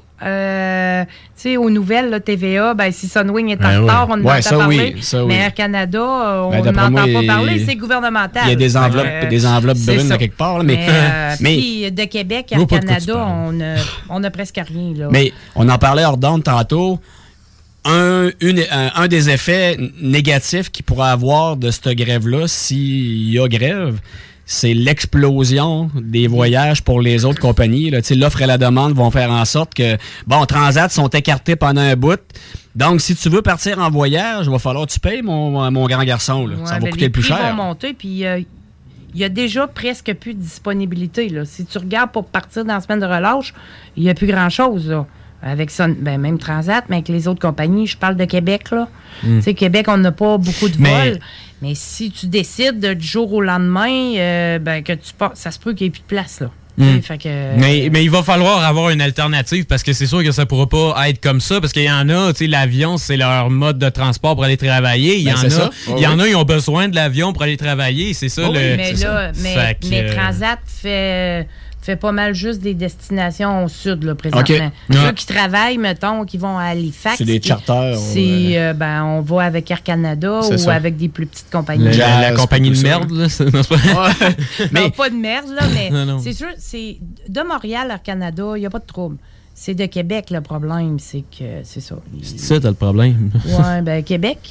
Aux nouvelles, là, TVA, si Sunwing est en retard, on en entend parler. Mais Air Canada, on n'entend pas parler, c'est gouvernemental. Il y a des enveloppes brunes quelque part. Là, mais de Québec, Air Canada, on a presque rien. Là. Mais on en parlait hors d'onde tantôt. Un des effets négatifs qu'il pourrait avoir de cette grève-là, s'il y a grève, c'est l'explosion des voyages pour les autres compagnies. L'offre et la demande vont faire en sorte que, Transat sont écartés pendant un bout. Donc, si tu veux partir en voyage, il va falloir que tu payes, mon grand garçon. Là. Ça va coûter le plus cher. Les prix vont monter, puis il y a déjà presque plus de disponibilité. Là. Si tu regardes pour partir dans la semaine de relâche, il n'y a plus grand-chose. Là. Avec ça, même Transat, mais avec les autres compagnies, je parle de Québec, là. Tu sais, Québec, on n'a pas beaucoup de vols. Mais si tu décides du jour au lendemain, que tu pars, ça se peut qu'il n'y ait plus de place, là. Fait que, mais il va falloir avoir une alternative parce que c'est sûr que ça pourra pas être comme ça parce qu'il y en a, tu sais, l'avion, c'est leur mode de transport pour aller travailler. Il y en a, ils ont besoin de l'avion pour aller travailler. C'est ça mais Transat fait pas mal juste des destinations au sud, là, présentement. Ceux qui travaillent, mettons, qui vont à Halifax. C'est des charters. On va avec Air Canada ou avec des plus petites compagnies. La compagnie de merde, là. Non, pas de merde, là, mais c'est sûr, c'est de Montréal, Air Canada, il n'y a pas de trouble. C'est de Québec, le problème, c'est que c'est ça. C'est ça, t'as le problème. Oui, Québec...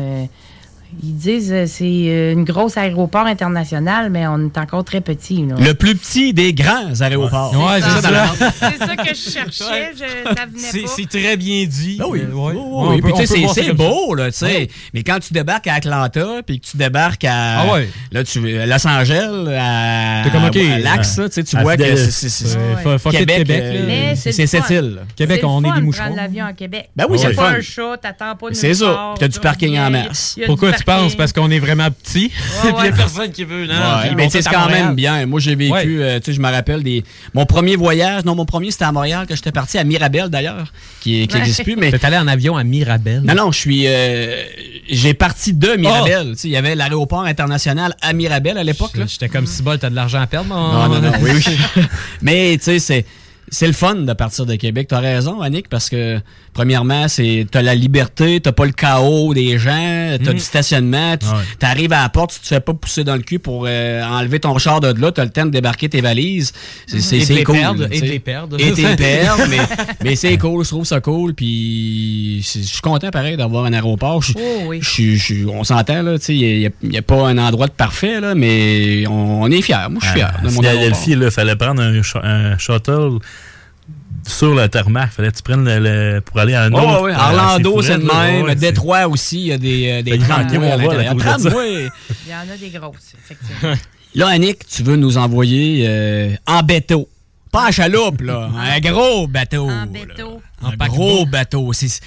ils disent que c'est une grosse aéroport international, mais on est encore très petit. Là. Le plus petit des grands aéroports. Ouais, c'est ça que je cherchais. Ça venait pas. C'est très bien dit. Ah oui. Oui. Puis tu sais, c'est beau, là, tu sais. Ouais. Mais quand tu débarques à Atlanta, puis que tu débarques à Los Angeles, à l'Axe, tu vois que c'est Québec. C'est cette île. Québec, on est des moucherons. Prendre l'avion à Québec. Ben oui, c'est le fun. un chat, t'attends pas de c'est ça. Puis t'as du parking en masse. Pourquoi tu penses? Parce qu'on est vraiment petit. Puis il n'y a personne qui veut. Mais c'est quand même bien. Moi, j'ai vécu, tu sais, je me rappelle mon premier voyage. Non, mon premier, c'était à Montréal, que j'étais parti à Mirabel, d'ailleurs, qui n'existe plus. Mais t'es allé en avion à Mirabel? Non, j'ai parti de Mirabel. Il y avait l'aéroport international à Mirabel à l'époque. J'étais comme si bol, t'as de l'argent à perdre. Non. Oui. Mais, tu sais, c'est le fun de partir de Québec. T'as raison, Annick, parce que, premièrement, t'as la liberté, t'as pas le chaos des gens, t'as du stationnement, t'arrives à la porte, tu te fais pas pousser dans le cul pour enlever ton char de là, t'as le temps de débarquer tes valises. C'est cool. Et de les perdre. mais c'est cool, je trouve ça cool, puis je suis content, pareil, d'avoir un aéroport. On s'entend, là, tu sais, il y a pas un endroit de parfait, là, mais on est fiers. Moi, je suis fier de mon aéroport. Philadelphie, il fallait prendre un shuttle sur le tarmac. Fallait que tu prennes pour aller à un autre. Oui. Orlando, c'est le même. Détroit aussi, il y a des tramways à l'intérieur. Il y en a des grosses, effectivement. Là, Annick, tu veux nous envoyer en bateau. Pas en chaloupe, là. Un gros bateau. En bateau. Un gros bateau. C'est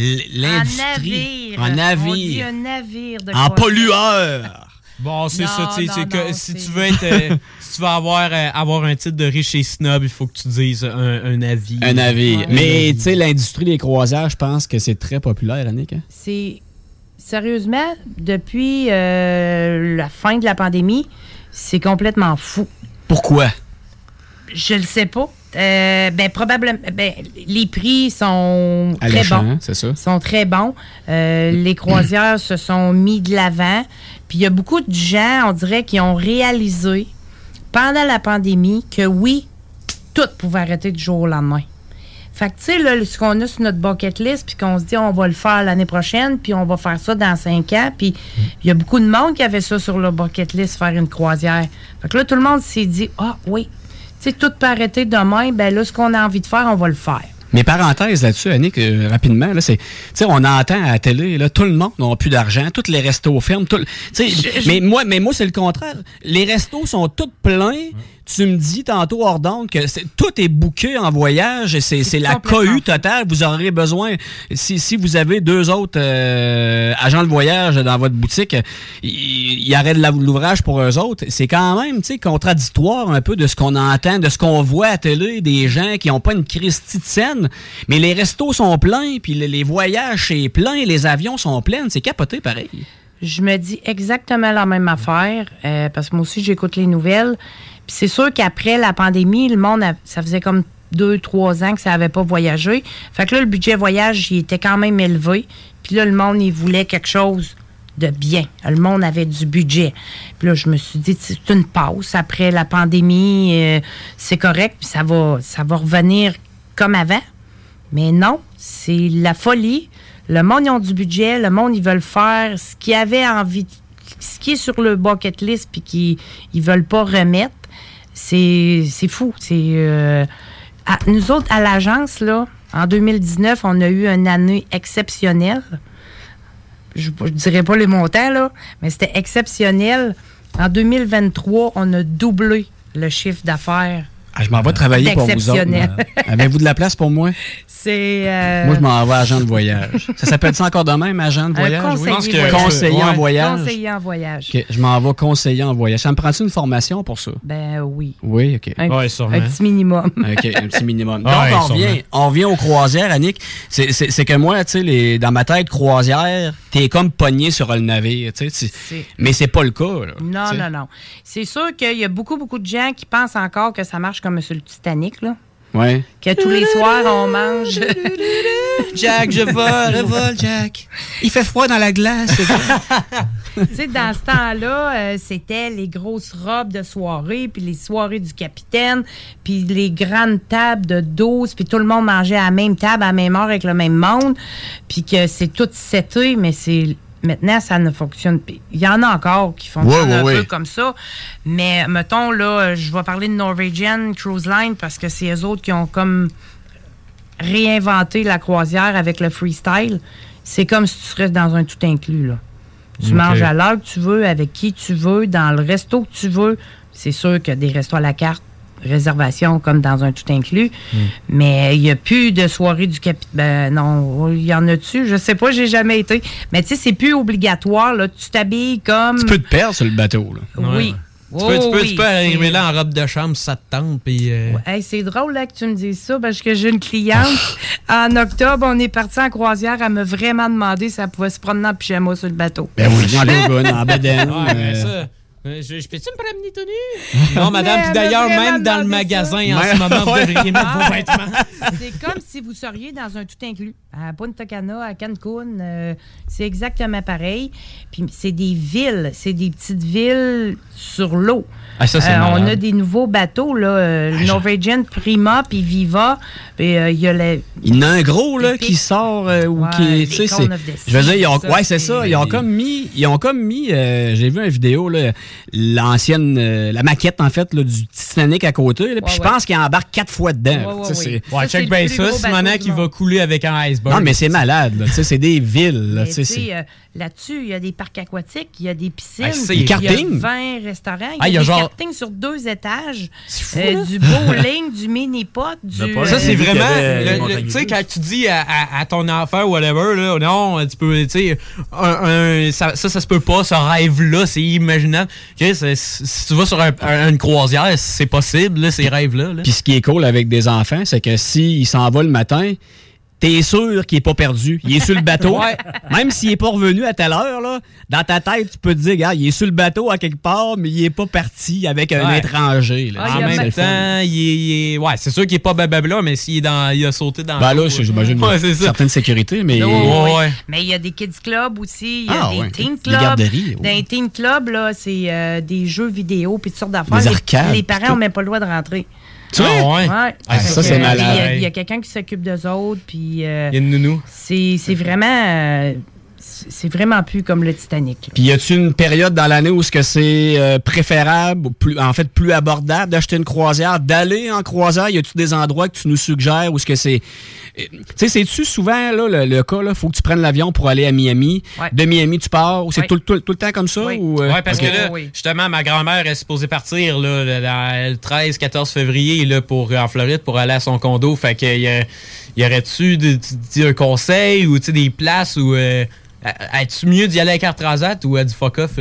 l'industrie. En navire. On dit un navire de en pollueur. Bon, c'est ça, tu sais, si tu veux être, si tu veux avoir un titre de riche et snob, il faut que tu dises un navire. Un navire. Mais, tu sais, l'industrie des croisières, je pense que c'est très populaire, Annick. Hein? C'est, sérieusement, depuis la fin de la pandémie, c'est complètement fou. Pourquoi? Je le sais pas. Probablement. Les prix sont très bons. C'est ça. Sont très bons. Les croisières se sont mis de l'avant. Puis il y a beaucoup de gens, on dirait, qui ont réalisé pendant la pandémie que oui, tout pouvait arrêter du jour au lendemain. Fait que, tu sais, là, ce qu'on a sur notre bucket list, puis qu'on se dit, on va le faire l'année prochaine, puis on va faire ça dans 5 ans. Puis il y a beaucoup de monde qui avait ça sur leur bucket list, faire une croisière. Fait que là, tout le monde s'est dit, oui. Tu sais, tout peut arrêter demain, ben là, ce qu'on a envie de faire, on va le faire. Mais parenthèse là-dessus, Annick, rapidement, là, c'est, tu sais, on entend à la télé, là, tout le monde n'a plus d'argent, tous les restos ferment, mais moi, c'est le contraire. Les restos sont tous pleins. Tu me dis tantôt hors d'onde que tout est booké en voyage et c'est la cohue totale. Vous aurez besoin, si vous avez 2 autres agents de voyage dans votre boutique, il y aurait de l'ouvrage pour eux autres. C'est quand même, tu sais, contradictoire un peu de ce qu'on entend, de ce qu'on voit à la télé, des gens qui n'ont pas une Christie de scène, mais les restos sont pleins, puis les voyages, c'est plein, les avions sont pleins. C'est capoté, pareil. Je me dis exactement la même affaire, parce que moi aussi, j'écoute les nouvelles. Puis c'est sûr qu'après la pandémie, le monde, ça faisait comme 2-3 ans que ça n'avait pas voyagé. Fait que là, le budget voyage, il était quand même élevé. Puis là, le monde, il voulait quelque chose de bien. Le monde avait du budget. Puis là, je me suis dit, c'est une pause. Après la pandémie, c'est correct. Puis ça va revenir comme avant. Mais non, c'est la folie. Le monde, ils ont du budget. Le monde, ils veulent faire ce qu'ils avaient envie, ce qui est sur le bucket list puis qu'ils ne veulent pas remettre. C'est fou. Nous autres, à l'agence, là, en 2019, on a eu une année exceptionnelle. Je ne dirais pas les montants, là, mais c'était exceptionnel. En 2023, on a doublé le chiffre d'affaires Je m'en vais travailler pour vous autres. Avez-vous de la place pour moi? Moi, je m'en vais agent de voyage. Ça s'appelle ça encore de même, agent de voyage? Conseiller en voyage. Conseiller en voyage. Okay. Je m'en vais conseiller en voyage. Ça me prend-tu une formation pour ça? Ben oui. Oui, OK. Un petit minimum. OK, un petit minimum. Donc, on revient aux croisières, Annick. C'est que moi, tu sais, dans ma tête, croisière, t'es comme pogné sur le navire. Mais c'est pas le cas. Là, non. C'est sûr qu'il y a beaucoup de gens qui pensent encore que ça marche comme sur le Titanic, là. Ouais. Que tous les soirs, on mange. Jack, je vole, Jack. Il fait froid dans la glace. Tu sais, dans ce temps-là, c'était les grosses robes de soirée, puis les soirées du capitaine, puis les grandes tables de 12, puis tout le monde mangeait à la même table, à la même heure, avec le même monde, puis que c'est tout seté, mais c'est... Maintenant, ça ne fonctionne pas. Il y en a encore qui fonctionnent un peu comme ça. Mais, mettons, là, je vais parler de Norwegian Cruise Line parce que c'est eux autres qui ont comme réinventé la croisière avec le freestyle. C'est comme si tu serais dans un tout inclus, là. Tu manges à l'heure que tu veux, avec qui tu veux, dans le resto que tu veux. C'est sûr qu'il y a des restos à la carte, réservation comme dans un tout inclus. Mais il n'y a plus de soirée du capitaine. Ben non, il y en a-tu? Je sais pas, j'ai jamais été. Mais tu sais, c'est plus obligatoire. Là. Tu t'habilles comme... Tu peux te perdre sur le bateau. Là. Oui. Tu peux arriver là en robe de chambre si ça te tente. Puis hey, c'est drôle là, que tu me dises ça parce que j'ai une cliente. En octobre, on est parti en croisière. Elle m'a vraiment demandé si elle pouvait se promener en pyjama sur le bateau. Ben oui, en bedaine. Je peux-tu me promener tout nu? Non, madame. Puis d'ailleurs, même dans le magasin, en ce moment, vous devriez mettre vos vêtements. C'est comme si vous seriez dans un tout inclus. À Punta Cana, à Cancun, c'est exactement pareil. Puis c'est des villes, c'est des petites villes sur l'eau. Ah, ça, c'est on a des nouveaux bateaux, là, Norwegian, Prima, puis Viva. Puis il y a il y en a un gros là, qui sort ou qui... Tu sais, je veux dire, c'est ça. Ils ont comme mis... j'ai vu une vidéo, là, l'ancienne... la maquette, en fait, là, du Titanic à côté. Puis je pense qu'il embarque 4 fois dedans. Check bien ça. C'est maintenant qu'il va couler avec un iceberg. Non, mais c'est malade. Là, c'est des villes. Là, là-dessus, il y a des parcs aquatiques, il y a des piscines, il y a 20 restaurants, il y a des kartings sur 2 étages, du bowling, du mini-pot, Ça, c'est vraiment... Tu sais, quand tu dis à ton enfant ou whatever, là, non, tu peux... Tu sais, ça se peut pas, ce rêve-là, c'est imaginable. Okay, si tu vas sur une croisière, c'est possible, là, ces rêves-là. Puis ce qui est cool avec des enfants, c'est que s'il s'en va le matin... T'es sûr qu'il est pas perdu. Il est sur le bateau. Même s'il est pas revenu à telle heure, là, dans ta tête, tu peux te dire, regarde, il est sur le bateau à quelque part, mais il est pas parti avec un étranger. Là. En même temps, c'est sûr qu'il est pas bababla, mais s'il il a sauté dans là, j'imagine une certaine sécurité, mais... Mais il y a des kids clubs aussi, il y a des teen clubs. Des garderies. Dans les teen clubs, là, c'est des jeux vidéo puis toutes sortes d'affaires. Des arcades. Les parents n'ont même pas le droit de rentrer. Ça, c'est malade. Il y a quelqu'un qui s'occupe d'eux autres. Puis, il y a une nounou. C'est vraiment... c'est vraiment plus comme le Titanic. Puis y a-t-il une période dans l'année où c'est préférable, plus abordable d'acheter une croisière, d'aller en croisière? Y a-t-il des endroits que tu nous suggères où ce que c'est... Tu sais, c'est-tu souvent là, le cas, il faut que tu prennes l'avion pour aller à Miami. De Miami, tu pars, ou c'est tout le temps comme ça? Oui, parce que là, justement, ma grand-mère est supposée partir là, le 13-14 février là, en Floride pour aller à son condo. Fait que y aurait-tu un conseil ou des places où... est-tu mieux d'y aller avec Air Transat ou à du fuck off?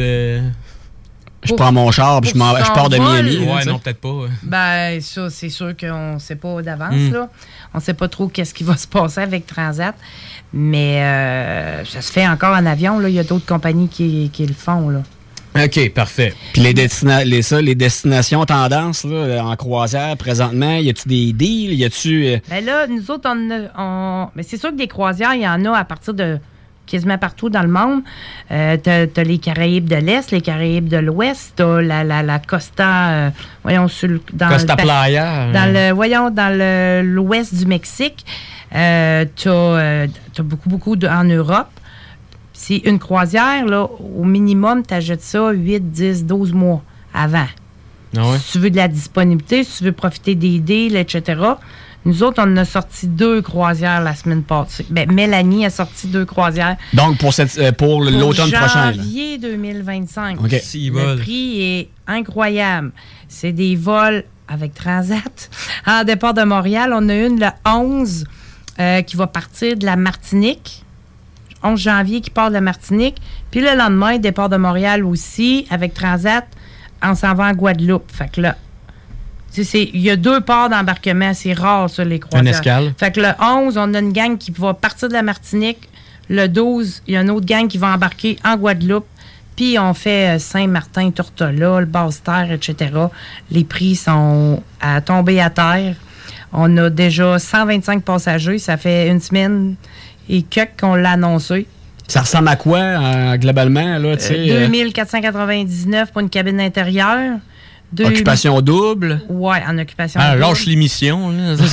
Je prends mon char puis je pars de Miami. Non, peut-être pas. Ben, ça, c'est sûr qu'on ne sait pas d'avance. Là. On ne sait pas trop qu'est-ce qui va se passer avec Transat. Mais ça se fait encore en avion. Il y a d'autres compagnies qui le font. Là. OK, parfait. Puis les destinations tendances là, en croisière, présentement, y a-tu des deals? Y a-tu... Ben là, nous autres, mais c'est sûr que des croisières, il y en a à partir de quasiment partout dans le monde. T'as les Caraïbes de l'Est, les Caraïbes de l'Ouest, t'as la Costa, Costa Playa. Dans l'Ouest du Mexique. T'as beaucoup en Europe. C'est une croisière, là, au minimum, t'achètes ça 8, 10, 12 mois avant. Ah ouais? Si tu veux de la disponibilité, si tu veux profiter des deals, etc., nous autres, on a sorti 2 croisières la semaine passée. Ben, Mélanie a sorti 2 croisières. Donc, pour l'automne prochain. Janvier 2025. Okay. Le prix est incroyable. C'est des vols avec Transat. En départ de Montréal, on a une le 11 qui va partir de la Martinique. 11 janvier qui part de la Martinique. Puis le lendemain, départ de Montréal aussi, avec Transat, on s'en va en Guadeloupe. Fait que là, il y a 2 ports d'embarquement. C'est rare, ça, les croisières. Un escale. Fait que le 11, on a une gang qui va partir de la Martinique. Le 12, il y a une autre gang qui va embarquer en Guadeloupe. Puis on fait Saint-Martin, Tortola, le Basse-Terre, etc. Les prix sont à tomber à terre. On a déjà 125 passagers. Ça fait une semaine et qu'on l'a annoncé. Ça ressemble à quoi, globalement? Là, 2499 pour une cabine intérieure. Occupation double? Oui, en occupation double. Lâche l'émission.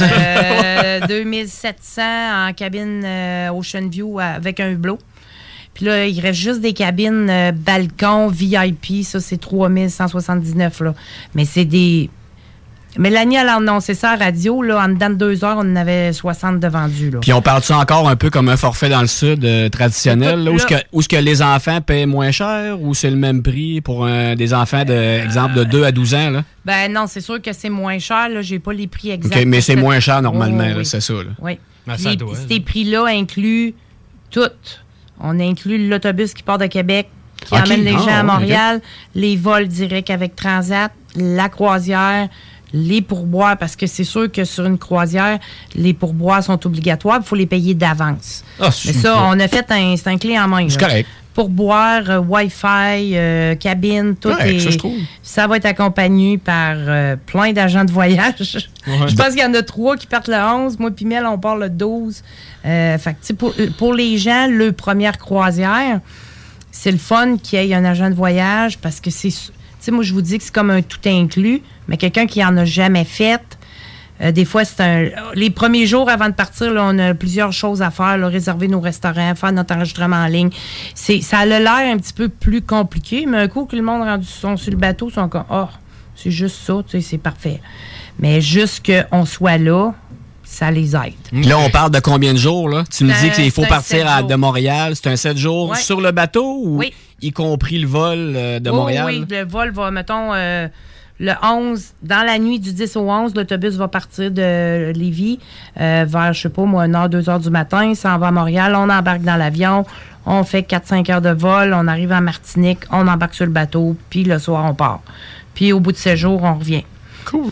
2700 en cabine Ocean View avec un hublot. Puis là, il reste juste des cabines balcon, VIP. Ça, c'est 3179. Là. Mais c'est des... Mélanie, elle a annoncé ça à la radio. Là, en dedans de 2 heures, on en avait 60 de vendus. Là. Puis on parle-tu encore un peu comme un forfait dans le sud traditionnel, là, où est-ce que les enfants paient moins cher ou c'est le même prix pour des enfants, exemple, de 2 à 12 ans? Là? Ben non, c'est sûr que c'est moins cher. Là, j'ai pas les prix exacts. OK, mais c'est moins cher normalement, là, c'est ça. Là. Oui. Ces prix-là incluent tout. On inclut l'autobus qui part de Québec, qui emmène les gens à Montréal, les vols directs avec Transat, la croisière, les pourboires, parce que c'est sûr que sur une croisière, les pourboires sont obligatoires, il faut les payer d'avance. Mais ça, on a fait c'est un clé en main. C'est correct. Pourboire, Wi-Fi, cabine, tout est... Ça va être accompagné par plein d'agents de voyage. Ouais. Je pense qu'il y en a 3 qui partent le 11. Moi puis Mel, on part le 12. Fait que, pour les gens, leur première croisière, c'est le fun qu'il y ait un agent de voyage parce que c'est... moi, je vous dis que c'est comme un tout inclus, mais quelqu'un qui en a jamais fait, des fois, les premiers jours avant de partir, là, on a plusieurs choses à faire, là, réserver nos restaurants, faire notre enregistrement en ligne. Ça a l'air un petit peu plus compliqué, mais un coup que le monde rendu sont sur le bateau, ils sont comme c'est juste ça, c'est parfait. Mais juste qu'on soit là, ça les aide. Là, on parle de combien de jours, là? Tu me dis qu'il faut partir de Montréal. C'est un 7 jours sur le bateau ou y compris le vol de Montréal? Oui, le vol va, mettons, le 11, dans la nuit du 10 au 11, l'autobus va partir de Lévis vers, je sais pas moi, 1h, 2h du matin. Ça en va à Montréal. On embarque dans l'avion. On fait 4-5 heures de vol. On arrive en Martinique. On embarque sur le bateau. Puis le soir, on part. Puis au bout de 7 jours, on revient. Cool.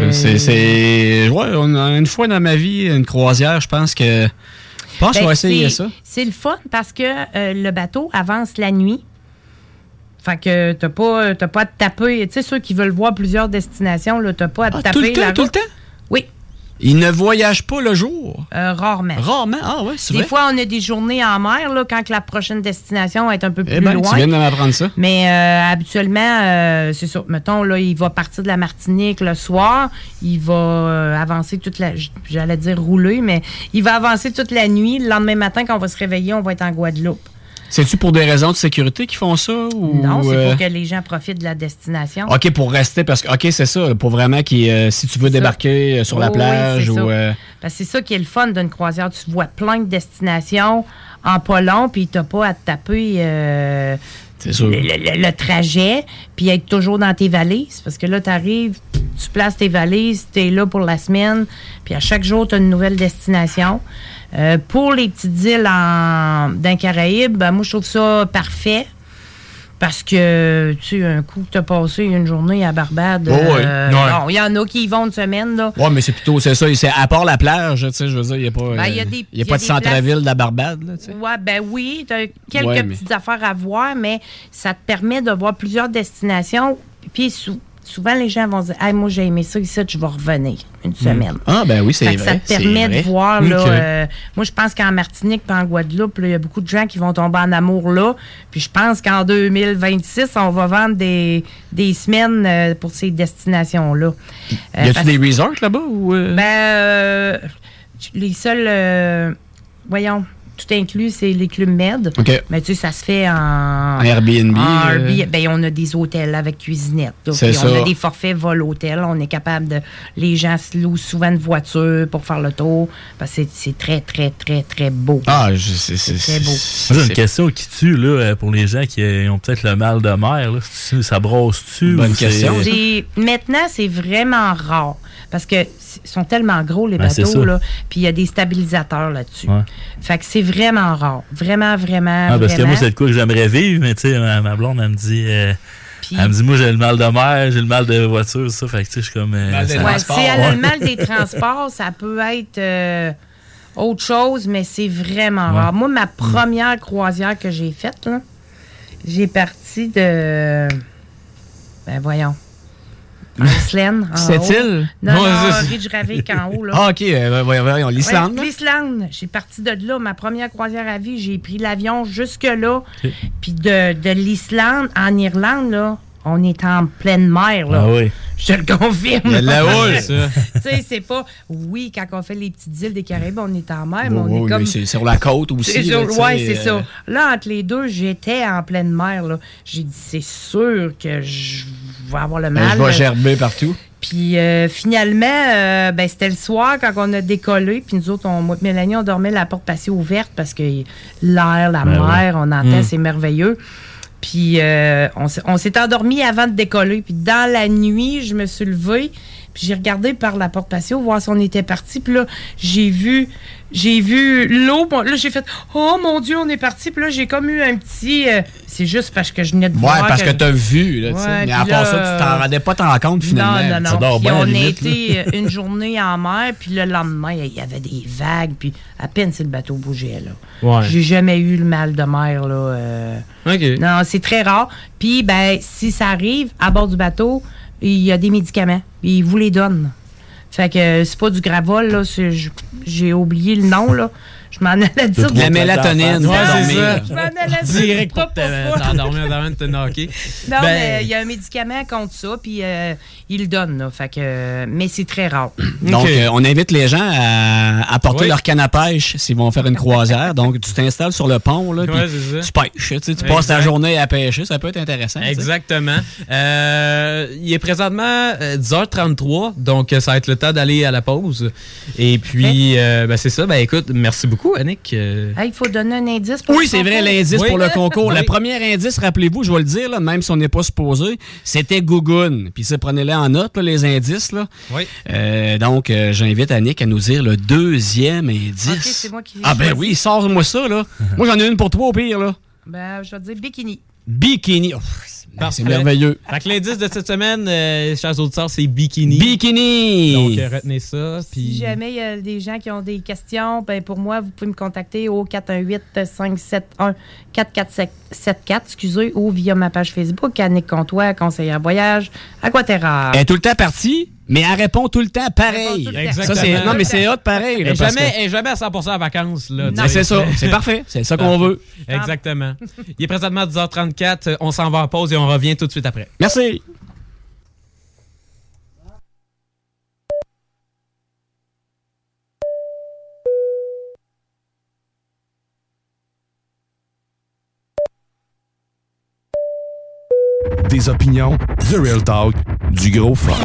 On a une fois dans ma vie une croisière, je pense que je vais essayer ça. C'est le fun parce que le bateau avance la nuit. Fait que t'as pas à te taper. Tu sais, ceux qui veulent voir plusieurs destinations, là, t'as pas à te taper. Tout le temps? Oui. Ils ne voyagent pas le jour? Rarement. Rarement? Ah ouais, c'est vrai. Des fois, on a des journées en mer, là, quand la prochaine destination est un peu plus loin. Tu viens de m'apprendre ça. Mais habituellement, c'est ça. Mettons, là, il va partir de la Martinique le soir. Il va avancer j'allais dire rouler, mais il va avancer toute la nuit. Le lendemain matin, quand on va se réveiller, on va être en Guadeloupe. C'est-tu pour des raisons de sécurité qu'ils font ça? Ou, non, c'est pour que les gens profitent de la destination. OK, pour rester, parce que c'est ça, pour vraiment si tu veux débarquer sur la plage. Oui, ou parce que c'est ça qui est le fun d'une croisière. Tu vois plein de destinations en pas long, puis tu n'as pas à te taper le trajet, puis être toujours dans tes valises. Parce que là, tu arrives, tu places tes valises, tu es là pour la semaine, puis à chaque jour, tu as une nouvelle destination. Pour les petites îles dans Caraïbes, moi, je trouve ça parfait. Parce que, tu sais, un coup que tu as passé une journée à Barbade, il y en a qui y vont une semaine. Là. Oui, mais c'est plutôt, c'est ça. À part la plage, tu sais, je veux dire, il n'y a pas, y a pas de centre-ville de la Barbade. Oui, tu as quelques petites affaires à voir, mais ça te permet de voir plusieurs destinations. Puis, souvent, les gens vont dire moi, j'ai aimé ça ici, je vais revenir une semaine. Ah, ben oui, c'est vrai. Ça te permet de voir. Là, moi, je pense qu'en Martinique et en Guadeloupe, il y a beaucoup de gens qui vont tomber en amour là. Puis je pense qu'en 2026, on va vendre des semaines pour ces destinations-là. Y a-tu des resorts là-bas? Ou les seuls. Voyons. tout inclus, c'est les Club Med. OK. Mais tu sais, ça se fait en Airbnb. Ben, on a des hôtels avec cuisinette. Là, C'est ça. On a des forfaits vol-hôtel. On est capable de... Les gens se louent souvent une voiture pour faire le tour. Parce que c'est très, très, très, très beau. C'est très beau. J'ai une question qui tue là, pour les gens qui ont peut-être le mal de mer. Là. Ça brosse-tu? Bonne question. Maintenant, c'est vraiment rare. Parce que sont tellement gros, les bateaux, là. Puis il y a des stabilisateurs là-dessus. Ouais. Fait que c'est vraiment rare. Vraiment, vraiment, parce que moi, vraiment. c'est de quoi que j'aimerais vivre, mais tu sais, ma blonde, elle me dit... moi, j'ai le mal de mer, j'ai le mal de voiture, ça. Fait que, tu sais, je suis comme... Si elle a le mal des transports, ça peut être autre chose, mais c'est vraiment rare. Moi, ma première croisière que j'ai faite, là, j'ai parti de... Ben, voyons. Islande, en Cette haut. île? Non, Ridge-Ravik en haut. Là. Ah, OK. Voyons, l'Islande. Ouais, l'Islande. J'ai parti de là. Ma première croisière à vie, j'ai pris l'avion jusque-là. Puis de l'Islande en Irlande, là, on est en pleine mer. Là. Ah oui. Je te le confirme. Il y a de la houle, ça. Tu sais, c'est pas... Oui, quand on fait les petites îles des Caraïbes, on est en mer, mais on est comme... C'est sur la côte aussi. Oui, c'est ça. Là, entre les deux, j'étais en pleine mer. Là. J'ai dit, c'est sûr que je vais avoir le mal. Je vais gerber partout. Puis finalement, c'était le soir quand on a décollé. Puis nous autres, moi et Mélanie, on dormait la porte passée ouverte parce que l'air, la mer, on entend, c'est merveilleux. Puis on s'est endormi avant de décoller. Puis dans la nuit, je me suis levée. Puis j'ai regardé par la porte patio voir si on était parti. Puis là, j'ai vu l'eau. Là, j'ai fait « Oh, mon Dieu, on est parti. » Puis là, j'ai comme eu un petit... c'est juste parce que je venais de voir... Ouais, parce que t'as vu. Là, mais à part ça, tu t'en rendais pas tant compte, finalement. Non. Puis on a été une journée en mer. Puis le lendemain, il y avait des vagues. Puis à peine si le bateau bougeait. Là. Ouais. J'ai jamais eu le mal de mer. Là, OK. Non, c'est très rare. Puis, si ça arrive, à bord du bateau... Il y a des médicaments. Ils vous les donnent. Fait que c'est pas du Gravol, là. J'ai oublié le nom, là. Je m'en allais dire... La mélatonine. Ouais, c'est ça. Je m'en allais dire... Direct pour t'endormir avant de te knocker. Non, mais il y a un médicament contre ça, puis il le donne, là. Fait que... Mais c'est très rare. Donc, on invite les gens à porter leur canne à pêche s'ils vont faire une croisière. Donc, tu t'installes sur le pont, là, puis tu pêches. Tu passes ta journée à pêcher. Ça peut être intéressant. Exactement. Il est présentement 10h33, donc ça va être le temps d'aller à la pause. Et puis, c'est ça. Écoute, merci beaucoup, Annick. Il faut donner un indice pour Oui, c'est vrai, l'indice pour le concours. Le premier indice, rappelez-vous, je vais le dire, là, même si on n'est pas supposé, c'était Gougoune. Puis ça, prenez-les en note, là, les indices. Là. Oui. Donc, j'invite Annick à nous dire le deuxième indice. OK, c'est moi qui oui, sors-moi ça. Là. Moi, j'en ai une pour toi, au pire. Là. Je vais te dire bikini. Bikini. C'est merveilleux. Fait que l'indice de cette semaine, chers auditeurs, c'est bikini. Bikini! Donc, retenez ça. Si jamais il y a des gens qui ont des questions, pour moi, vous pouvez me contacter au 418-571-4474, ou via ma page Facebook, Annick Comtois, conseillère voyage, Aquaterra. Elle est tout le temps partie, mais elle répond tout le temps pareil. Exactement. Non, mais c'est hot pareil. Elle n'est jamais à 100% en vacances. Là, c'est ça, c'est parfait. C'est ça qu'on veut. Exactement. Il est présentement à 10h34. On s'en va en pause et on revient tout de suite après. Merci. Des opinions, The Real Talk, du gros fun.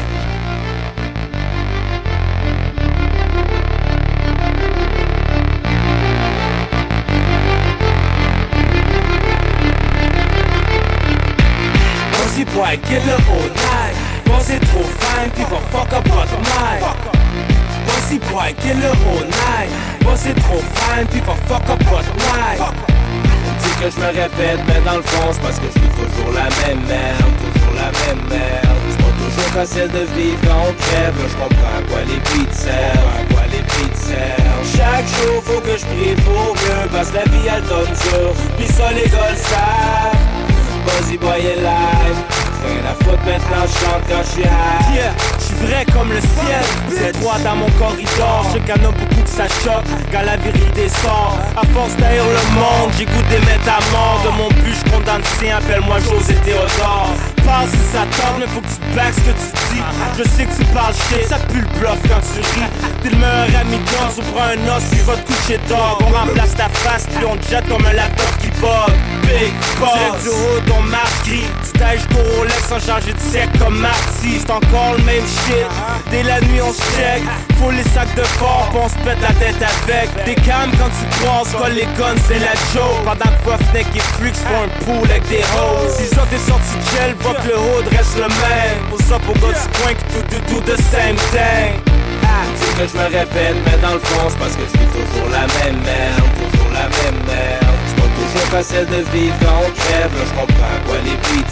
Boy, killer all night. Bossy trop fine, puis va fuck up votre mind. Bossy boy, killer all night. Bossy trop fine, puis va fuck up votre mind. On dit que je me répète, mais dans le fond, c'est parce que je vis toujours la même merde. Toujours la même merde. C'est pas toujours facile de vivre quand on crève. Là, je comprends à quoi les beats servent. Chaque jour, faut que je prie pour mieux. Parce que la vie, elle donne dur. Pis ça, les gars le savent. Bossy boy est live. Rien à foutre maintenant, je chante quand je suis high. Yeah, je suis vrai comme le ciel. C'est droit dans mon corridor. Je sais qu'il y en a beaucoup que ça choque quand la vérité sort. À force d'haïr le monde, j'ai goûté mettre à mort. De mon but, je condamne le sien, appelle-moi José Théodore. parles si ça tente, mais faut que tu back ce que tu dis. Je sais que tu parles shit, ça pue le bluff quand tu ris. T'es le meilleur ami d'os, on prend un os, il va te coucher dog. On remplace ta face, puis on te jette comme un laptop qui bug. Big boss, direct du haut, ton marche gris. Tu tèches ton Rolex sans changer de siècle comme Marty. C'est encore le même shit, dès la nuit on se check. Faut les sacs de fort, pis on se pète la tête avec. T'es calme quand tu croises, colle les guns, c'est la joke. Pendant que Puffneck et Flux font un pool avec des hoes. Si ça t'es sorti de gel, va que le hood reste le même. Pour ça, pour gars du coin qui do the same thing. C'est que je me répète, mais dans le fond, c'est parce que je vis toujours la même merde, toujours la même merde. C'est pas toujours facile de vivre quand on crève, là je comprends à quoi les beats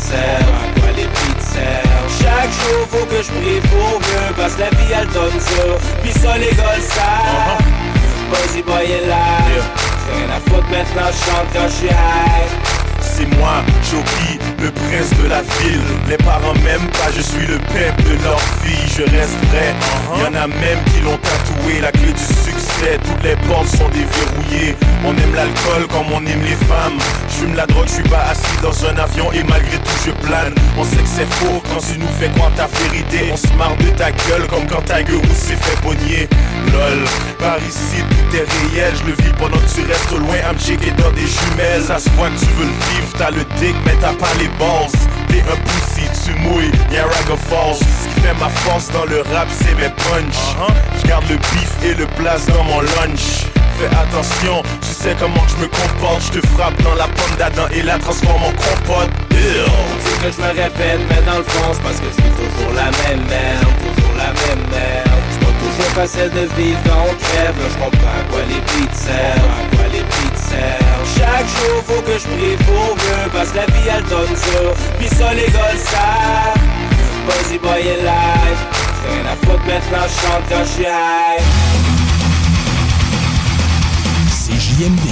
servent, Chaque jour faut que je prie pour mieux, parce que la vie elle donne ça, pis ça les gars le savent. Vas-y boy est là, j'ai rien à foutre maintenant, je chante quand je suis high. C'est moi, Jockey, le prince de la ville. Les parents m'aiment pas, je suis le pimp de leur fille. Je reste vrai, y'en a même qui l'ont tatoué. La clé du succès, toutes les portes sont déverrouillées. On aime l'alcool comme on aime les femmes. J'fume la drogue, j'suis pas assis dans un avion et malgré tout je plane. On sait que c'est faux quand tu nous fais croire ta vérité. On se marre de ta gueule comme quand ta gueule s'est fait pogner. Lol, par ici tout est réel. Je le vis pendant que tu restes au loin à me checker dans des jumelles. Ça se voit que tu veux le vivre. T'as le dick mais t'as pas les balls. T'es un pussy, tu mouilles, Niagara Falls. Ce qui fait ma force dans le rap c'est mes punch. J'garde le beef et le place dans mon lunch. Fais attention, tu sais comment je me comporte. Je te frappe dans la pomme d'Adam et la transforme en compote. C'est que je me répète mais dans le fond c'est parce que je vis toujours la même merde, toujours la même merde. C'est pas toujours facile de vivre quand on crève, là je comprends à quoi les beats servent, Chaque jour faut que je prie pour mieux, parce que la vie elle donne ça, pis ça les gars le savent. Vas-y boy est live, j'ai rien à foutre maintenant, je chante quand je suis high. C'est JMD.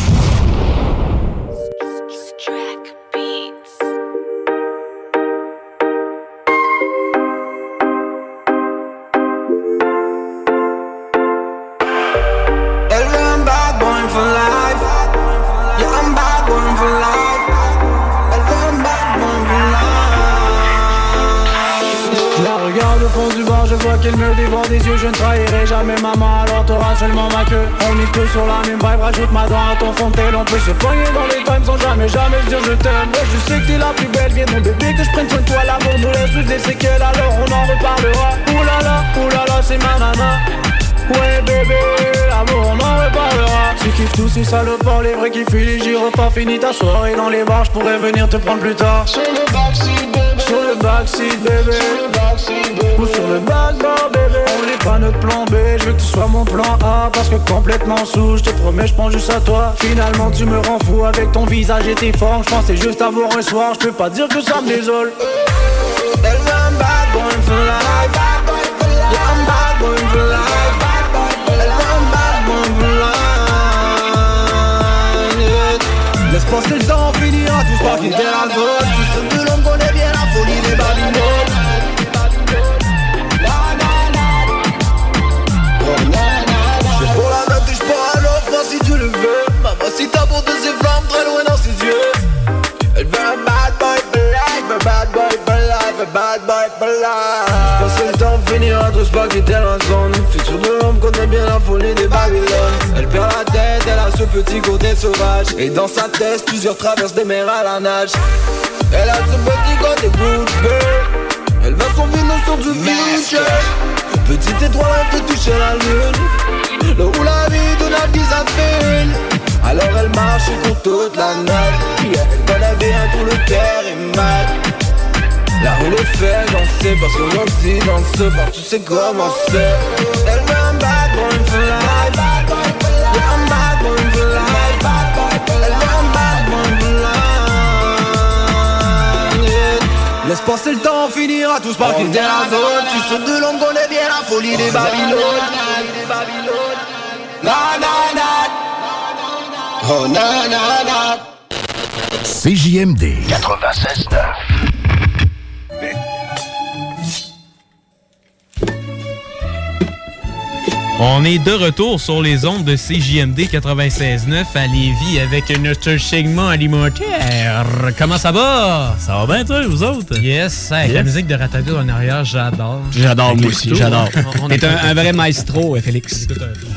Je vois qu'elle me dévore des yeux, je ne trahirai jamais maman, alors t'auras seulement ma queue. On est tous sur la même vibe, rajoute ma dent à ton fond de tel. On peut se pogner dans les times sans jamais se dire je t'aime. Ouais, je sais que t'es la plus belle, viens mon bébé, que je prenne soin de toi. L'amour nous laisse juste des séquelles, alors on en reparlera. Oulala, c'est ma nana. Ouais bébé, l'amour on en reparlera. Tu kiffes tous ces salopards, les vrais qui fuient les gyrophares. Finis ta soirée dans les bars, je pourrais venir te prendre plus tard. Sur le backseat bébé, sur le backseat bébé, ou sur le backboard bébé. On n'est pas notre plan B, je veux que tu sois mon plan A. Parce que complètement sous, je te promets, je pense juste à toi. Finalement tu me rends fou avec ton visage et tes formes. Je pensais juste à voir un soir, je peux pas dire que ça me désole. Elle veut un bad boy for life. Yeah, I'm bad boy for life. Laisse passer le temps, on finira tous par quitter la zone. Tu sais que l'homme connaît bien la folie des Babylones. J'suis pour la note et j'pars à l'offre si tu le veux. Maman si t'as pour de ses flammes très loin dans ses yeux. Elle veut un bad boy for life, a bad boy for life, a bad boy for life. Laisse passer le temps, on finira tous par quitter la zone. Futur de l'homme connaît bien la folie des Babylones. Elle perd la tête, elle a ce petit côté sauvage. Et dans sa tête, plusieurs traversent des mers à la nage. Elle a ce petit côté good girl. Elle va son vino sur du future. Petite étoile rêve de toucher la lune. Là où la vie de la vie s'affine. Alors elle marche pour toute la night. Elle connaît bien tout le terre et mal. La rue les fait danser parce qu'on aussi danse partout, c'est comment c'est. Elle veut un bad boy for life. Yeah, I'm bad boy for life. Elle veut un bad boy for life. Yeah. Laisse passer le temps, on finira tous par quitter la zone. Tu sais de l'homme connaît bien la folie des Babylones. Na na na. Oh na na na. CJMD 96.9. On est de retour sur les ondes de CJMD 96.9 à Lévis avec notre segment alimentaire. Comment ça va? Ça va bien, toi, vous autres? Yes, avec la musique de Ratatouille en arrière, j'adore. J'adore, moi aussi, j'adore. T'es un vrai maestro, Félix.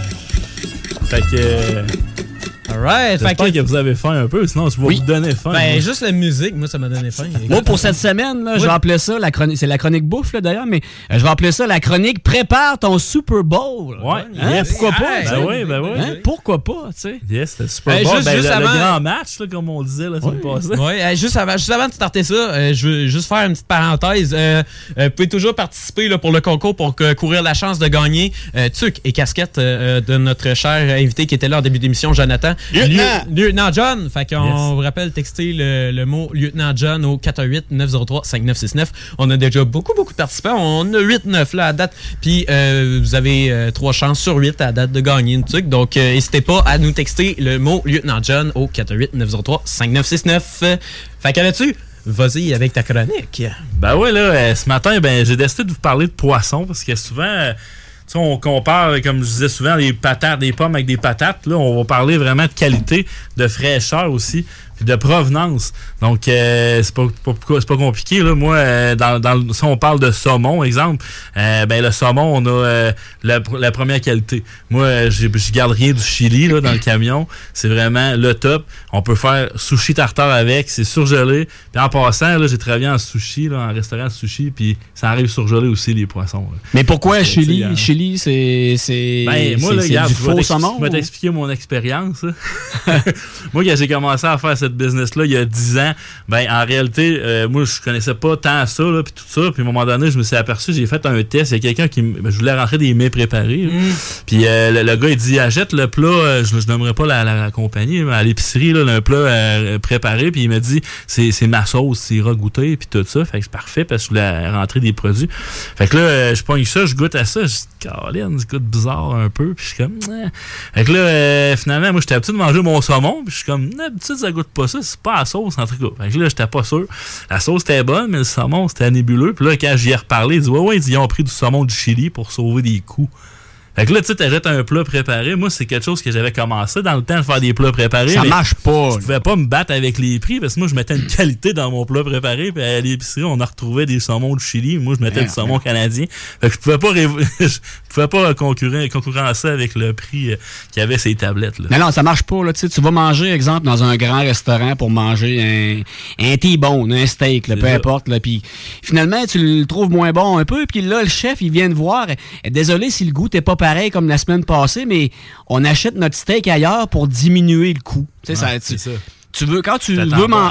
Fait que... Alright, j'espère que vous avez faim un peu, sinon je vais vous donner faim. Ben, juste la musique, moi, ça m'a donné faim. Moi, pour cette semaine, là, je vais appeler ça la chronique. C'est la chronique bouffe, là, d'ailleurs, mais je vais appeler ça la chronique Prépare ton Super Bowl. Ouais, yes. Pourquoi pas? Ben oui, ben oui. Hein? Pourquoi pas, tu sais? Yes, le Super Bowl. Juste avant... le grand match, là, comme on disait la semaine passée. Oui, juste avant de starter ça, je veux juste faire une petite parenthèse. Vous pouvez toujours participer là, pour le concours pour courir la chance de gagner tuc et casquette de notre cher invité qui était là en début d'émission, Jonathan. Lieutenant John. Fait qu'on vous rappelle, texter le mot Lieutenant John au 418-903-5969. On a déjà beaucoup de participants. On a 8-9 là à date. Puis vous avez 3 chances sur 8 à date de gagner une truc. Donc n'hésitez pas à nous texter le mot Lieutenant John au 418-903-5969. Fait que là-dessus, vas-y avec ta chronique. Ben ouais, là, ce matin, j'ai décidé de vous parler de poisson parce que souvent... on compare, comme je disais souvent, des pommes avec des patates. Là, on va parler vraiment de qualité, de fraîcheur aussi, puis de provenance. Donc, c'est pas compliqué. Là. Moi, si on parle de saumon, exemple, le saumon, on a la première qualité. Moi, je garde rien du Chili là, dans le camion. C'est vraiment le top. On peut faire sushi tartare avec, c'est surgelé. Puis en passant, là, j'ai travaillé en sushi, là, en restaurant de sushi, puis ça arrive surgelé aussi, les poissons. Là. Mais pourquoi Chili? Chili, c'est moi, là, regarde, du faux saumon? Je vais t'expliquer mon expérience. Moi, quand j'ai commencé à faire cette business-là il y a 10 ans, en réalité, moi, je connaissais pas tant ça, là, puis tout ça. Puis à un moment donné, je me suis aperçu, j'ai fait un test. Il y a quelqu'un qui... je voulais rentrer des mets préparés. Puis le gars, il dit, achète le plat, je n'aimerais pas la compagnie, mais à l'épicerie, là, un plat préparé. Puis il m'a dit, c'est ma sauce, c'est ragoûté, puis tout ça. Fait que c'est parfait, parce que je voulais rentrer des produits. Fait que là, je pogne ça, je goûte à ça. Je dis, Caroline, ça goûte bizarre un peu. Puis je suis comme, Fait que là, finalement, moi, j'étais habitué de manger mon saumon. Puis je suis comme, d'habitude, ça goûte pas ça. C'est pas la sauce, en tout cas. Fait que là, j'étais pas sûr. La sauce était bonne, mais le saumon, c'était nébuleux. Puis là, quand j'y ai reparlé, il dit, ouais, ils ont pris du saumon du Chili pour sauver des coûts. Fait que là, tu sais, t'achètes un plat préparé. Moi, c'est quelque chose que j'avais commencé dans le temps de faire des plats préparés. Ça marche pas. Je pouvais pas me battre avec les prix parce que moi, je mettais une qualité dans mon plat préparé. Puis à l'épicerie, on a retrouvé des saumons du Chili. Moi, je mettais du saumon canadien. Fait que je pouvais pas concurrencer avec le prix qu'il y avait ces tablettes. Là. Non, ça marche pas. Là. Tu vas manger, exemple, dans un grand restaurant pour manger un T-bone, un steak, là, peu importe. Là, puis finalement, tu le trouves moins bon un peu. Puis là, le chef, il vient te voir. Désolé si le goût t'es pas pareil comme la semaine passée, mais on achète notre steak ailleurs pour diminuer le coût. Tu sais, tu veux quand tu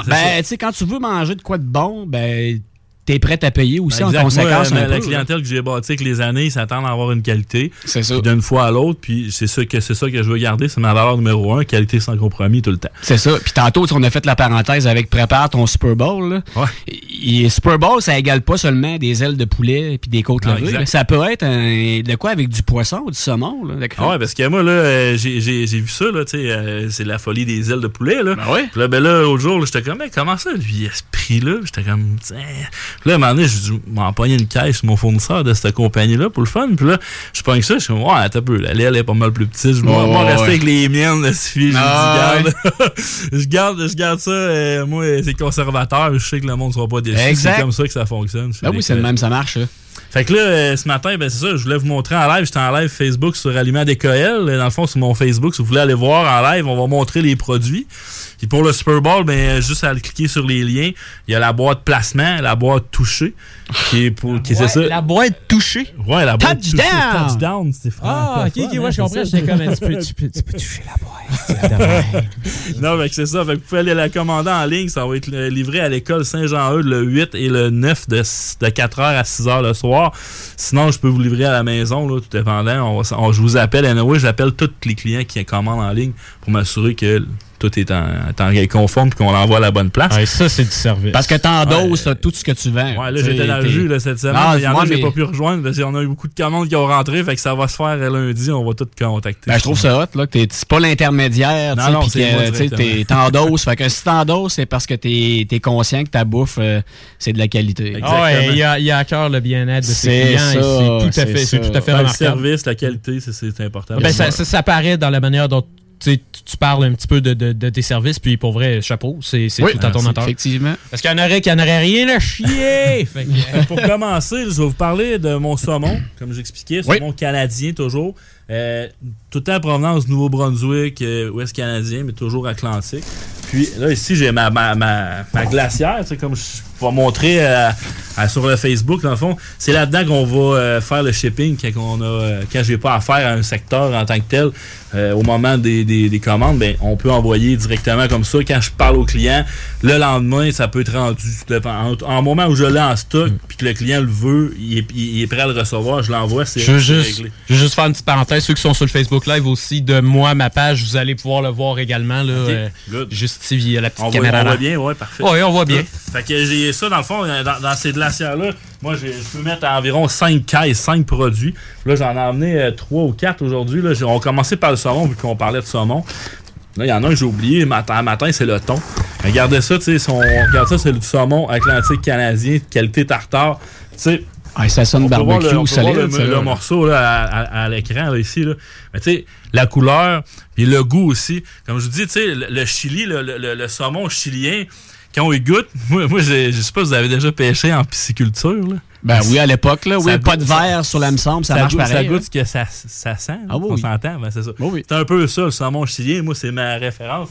veux manger de quoi de bon, t'es prêt à payer aussi en conséquence. Moi, la clientèle que j'ai bâtie avec les années, ils s'attendent à avoir une qualité. C'est ça. D'une fois à l'autre, puis c'est ça que je veux garder, c'est ma valeur numéro 1, qualité sans compromis tout le temps. C'est ça. Puis tantôt, on a fait la parenthèse avec Prépare ton Super Bowl. Là. Ouais. Et Super Bowl, ça égale pas seulement des ailes de poulet puis des côtes levées. Ça peut être de quoi avec du poisson ou du saumon. Là, ouais, parce que moi, là, j'ai vu ça, là, tu sais, c'est la folie des ailes de poulet, là. Ouais. Puis là, l'autre jour, j'étais comme, comment ça, lui, à ce prix-là? J'étais comme, tiens. Puis là, à un moment donné, je m'en empoigné une caisse sur mon fournisseur de cette compagnie-là pour le fun. Puis là, je pogne ça, je suis ouais, t'as peu, l'aile est pas mal plus petite. Je vais rester avec les miennes, là, suffit. Je garde ça. Moi, c'est conservateur. Je sais que le monde ne sera pas déçu. C'est comme ça que ça fonctionne. Oui, c'est le même, ça marche, ça. Fait que là, ce matin, c'est ça, je voulais vous montrer en live. J'étais en live Facebook sur Aliments DKL. Dans le fond, sur mon Facebook, si vous voulez aller voir en live, on va montrer les produits. Puis pour le Super Bowl, juste à cliquer sur les liens, il y a la boîte placement, la boîte touchée. C'est ça. La boîte touchée? Ouais, la boîte touchée. Touchdown, c'est franc. Ok, ouais, je comprends. J'étais comme, tu peux toucher la boîte. Non, mais c'est ça. Fait que vous pouvez aller la commander en ligne. Ça va être livré à l'école Saint-Jean-Eudes le 8 et le 9 de 4h à 6h le soir. Sinon, je peux vous livrer à la maison, là, tout dépendant. Je vous appelle. Anyway, j'appelle tous les clients qui commandent en ligne pour m'assurer que tout est en conforme et qu'on l'envoie à la bonne place. Ouais, ça, c'est du service. Parce que t'endosses tout ce que tu vends. Ouais, là, j'étais dans le jus là, cette semaine. Il y en a que j'ai pas pu rejoindre parce qu'on a eu beaucoup de commandes qui ont rentré. Fait que ça va se faire lundi. On va tout contacter. Je trouve ça hot, là, que c'est pas l'intermédiaire. Non, t'endosses. Fait que si t'endosses, c'est parce que t'es conscient que ta bouffe, c'est de la qualité. Il y a à cœur le bien-être de ses clients. C'est tout à fait remarquable. Le service, la qualité, c'est important. Ça paraît dans la manière dont tu parles un petit peu de tes services, puis pour vrai, chapeau, c'est tout à ton honneur. Effectivement. Parce qu'il y en aurait rien à chier. Pour commencer, je vais vous parler de mon saumon, comme j'expliquais, saumon canadien toujours. Tout le temps en provenance du Nouveau-Brunswick, ouest canadien, mais toujours atlantique. Puis là, ici, j'ai ma glacière, comme je vais montrer sur le Facebook, dans le fond. C'est là-dedans qu'on va faire le shipping quand j'ai pas affaire à un secteur en tant que tel. Au moment des commandes, ben, on peut envoyer directement comme ça. Quand je parle au client, le lendemain, ça peut être rendu. En moment où je l'ai en stock, puis que le client le veut, il est prêt à le recevoir, je l'envoie, c'est réglé. Je veux juste faire une petite parenthèse. Ceux qui sont sur le Facebook Live aussi, de moi, ma page, vous allez pouvoir le voir également. Là, juste ici, via la petite caméra. On voit bien, oui, parfait. Oui, on voit bien. Fait que j'ai ça, dans le fond, dans ces glacières-là, moi, je peux mettre environ 5 caisses, 5 produits. Là, j'en ai emmené 3 ou 4 aujourd'hui. Là, on va commencer par le saumon, vu qu'on parlait de saumon. Là, il y en a un que j'ai oublié. Matin, c'est le thon. Regardez ça, tu sais, regarde ça, c'est du saumon atlantique canadien, de qualité tartare. Tu sais, ça sonne barbecue ou solide. Le morceau là, à l'écran, là, ici. Là. Mais tu sais, la couleur, puis le goût aussi. Comme je vous dis, tu sais, le chili, le saumon chilien, quand on y goûte, moi je sais pas si vous avez déjà pêché en pisciculture. Là. Ben oui, à l'époque, là. Oui, pas de verre sur l'hameçon, ça marche pareil. Ça goûte ce que ça sent. On s'entend, ben c'est ça. Oui. C'est un peu ça, le saumon chilien. Moi, c'est ma référence.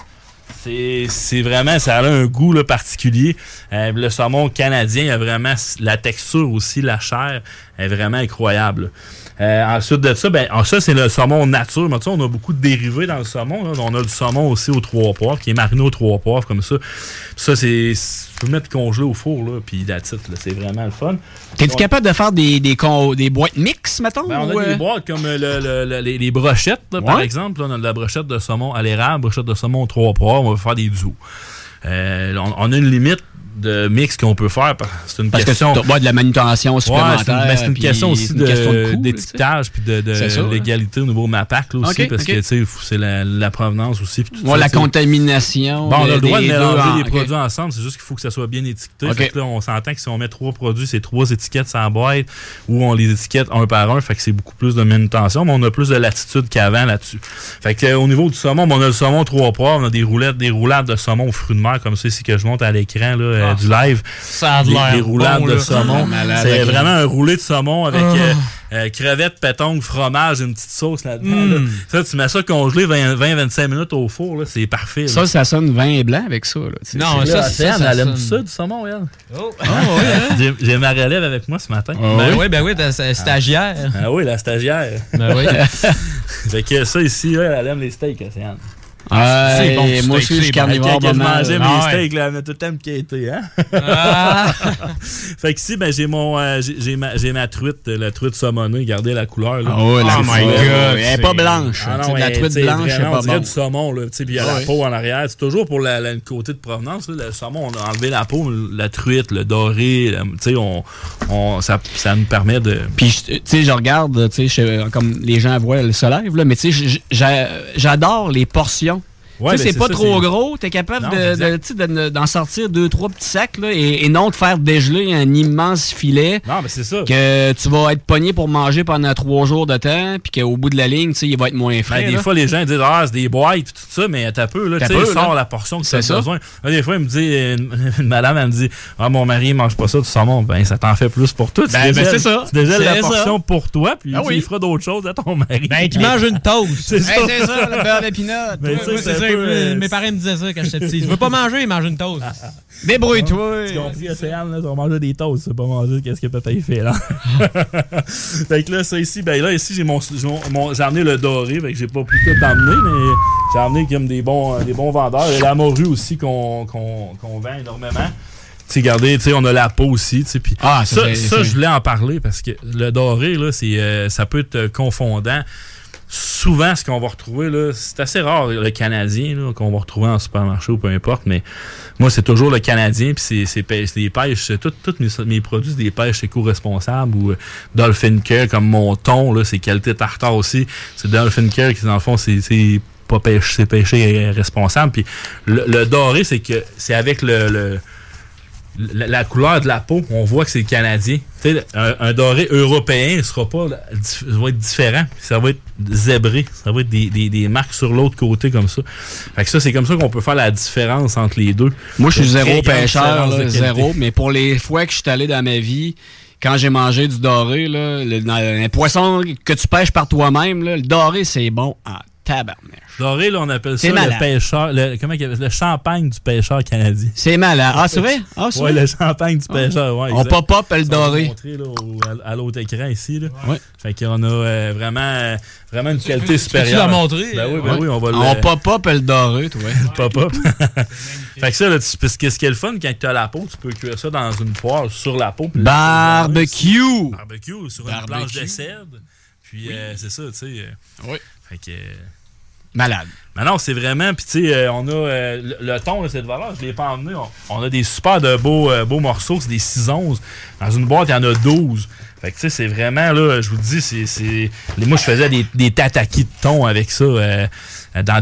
C'est vraiment, ça a un goût là, particulier. Le saumon canadien a vraiment la texture aussi, la chair est vraiment incroyable. Ensuite de ça, ça c'est le saumon nature. Mais, on a beaucoup de dérivés dans le saumon. Là. On a du saumon aussi aux 3 poivres, qui est mariné aux 3 poivres comme ça. Ça, tu peux mettre congelé au four, là, puis that's it, là, c'est vraiment le fun. T'es-tu capable de faire des boîtes mixtes, mettons? On a des boîtes comme les brochettes, là, par exemple. Là, on a de la brochette de saumon à l'érable, brochette de saumon aux 3 poivres. On va faire des duos. On a une limite de mix qu'on peut faire. C'est une question de la manutention supplémentaire. C'est une question aussi d'étiquetage puis de l'égalité au niveau MAPAC là, aussi, parce que c'est la provenance aussi. La contamination. On a le droit de mélanger les produits ensemble, c'est juste qu'il faut que ça soit bien étiqueté. Fait que là, on s'entend que si on met 3 produits, c'est 3 étiquettes sur la boîte ou on les étiquette un par un, fait que c'est beaucoup plus de manutention, mais on a plus de latitude qu'avant là-dessus. Fait que au niveau du saumon, on a le saumon 3 poivres, on a des roulades de saumon aux fruits de mer, comme ça ici que je monte à l'écran là. Du live, ça a l'air des roulades bon, de saumon. C'est vraiment un roulé de saumon avec crevettes, pétanque, fromage, une petite sauce là-dedans. Là. Ça, tu mets ça congelé 20-25 minutes au four, là, c'est parfait. Là. Ça sonne vin blanc avec ça. Là, non, elle aime ça du saumon, elle. J'ai ma relève avec moi ce matin. Ben oui, ta stagiaire. Ah oui, la stagiaire. Ben oui. Fait que ça ici, elle aime les steaks, Océane. C'est bon, moi aussi, je suis carnivore. Quand je mangeais mes steaks, là, elle m'a tout le temps me quêté, hein? Fait que ici, j'ai ma truite, la truite saumonée. Regardez la couleur, là. Oh my God! Elle est pas blanche. La truite blanche, c'est pas bon. Du saumon, là. Puis il y a la peau en arrière. C'est toujours pour le côté de provenance, là. Le saumon, on a enlevé la peau, la truite, le doré, tu sais, ça nous permet de... Puis, tu sais, je regarde, tu sais, comme les gens voient le soleil, là, mais tu sais, j'adore les portions. C'est pas trop gros, t'es capable d'en sortir 2-3 petits sacs là, et non de faire dégeler un immense filet. Non, mais c'est ça. Que tu vas être pogné pour manger pendant 3 jours de temps, puis qu'au bout de la ligne, il va être moins frais. Des fois, les gens disent c'est des boîtes et tout ça, mais t'as peu, là, tu sais, sors la portion que tu as besoin. Là, des fois, il me dit, une madame, elle me dit mon mari, il mange pas ça du saumon. Ben, ça t'en fait plus pour tout. C'est ça. Tu dégèles la portion pour toi, puis tu feras d'autres choses à ton mari. Ben, qui mange une toast. C'est ça, le beurre d'épinot. Mes parents me disaient ça quand j'étais petit. Tu veux pas manger, mange une toast. Débrouille-toi. Tu compris, Océane, là, tu vas manger des toasts, c'est pas manger qu'est-ce que papa fait, là. Fait que là, ça ici, ici, j'ai amené le doré, fait que j'ai pas pu tout emmener, mais j'ai amené comme des bons vendeurs. Et la morue aussi qu'on vend énormément. Regardez, on a la peau aussi. Puis ça, je voulais en parler parce que le doré, là, ça peut être confondant. souvent, ce qu'on va retrouver, là, c'est assez rare le Canadien là, qu'on va retrouver en supermarché ou peu importe, mais moi, c'est toujours le Canadien, puis c'est des pêches, tous mes produits, c'est des pêches éco-responsables ou Dolphin Care, comme mon thon, là, c'est qualité tartare aussi. C'est Dolphin Care qui, dans le fond, c'est pas pêche, c'est pêché responsable. Puis le doré, c'est que c'est avec la couleur de la peau, on voit que c'est le Canadien. T'sais, un doré européen va être différent. Ça va être zébré. Ça va être des marques sur l'autre côté comme ça. Fait que ça, c'est comme ça qu'on peut faire la différence entre les deux. Moi, je suis zéro pêcheur, là, zéro. Mais pour les fois que je suis allé dans ma vie, quand j'ai mangé du doré, là, un poisson que tu pêches par toi-même, là, le doré, c'est bon en tabarnouche. Doré, là, on appelle ça le pêcheur, le champagne du pêcheur canadien. C'est malade. Ah, c'est vrai? Ah, c'est ouais, vrai? Le champagne du pêcheur, ouais. On pop-up le doré. On va montrer là, à l'autre écran ici. Là. Ouais. Fait qu'on a vraiment une qualité supérieure. Tu l'as montré? Ben oui, on va On pop-up le doré, toi. Pop-up. Fait que ça, là, parce que ce qui est le fun, quand tu as la peau, tu peux cuire ça dans une poêle sur la peau. Barbecue! Barbecue, sur une planche de cèdre. Puis c'est ça, tu sais. Oui. Fait que... Malade. Mais non, c'est vraiment... Puis tu sais, on a le thon de cette valeur, je ne l'ai pas emmené. On a des super de beaux morceaux, c'est des 6-11. Dans une boîte, il y en a 12. Fait que tu sais, c'est vraiment, là, je vous le dis, moi, je faisais des tatakis de thon avec ça dans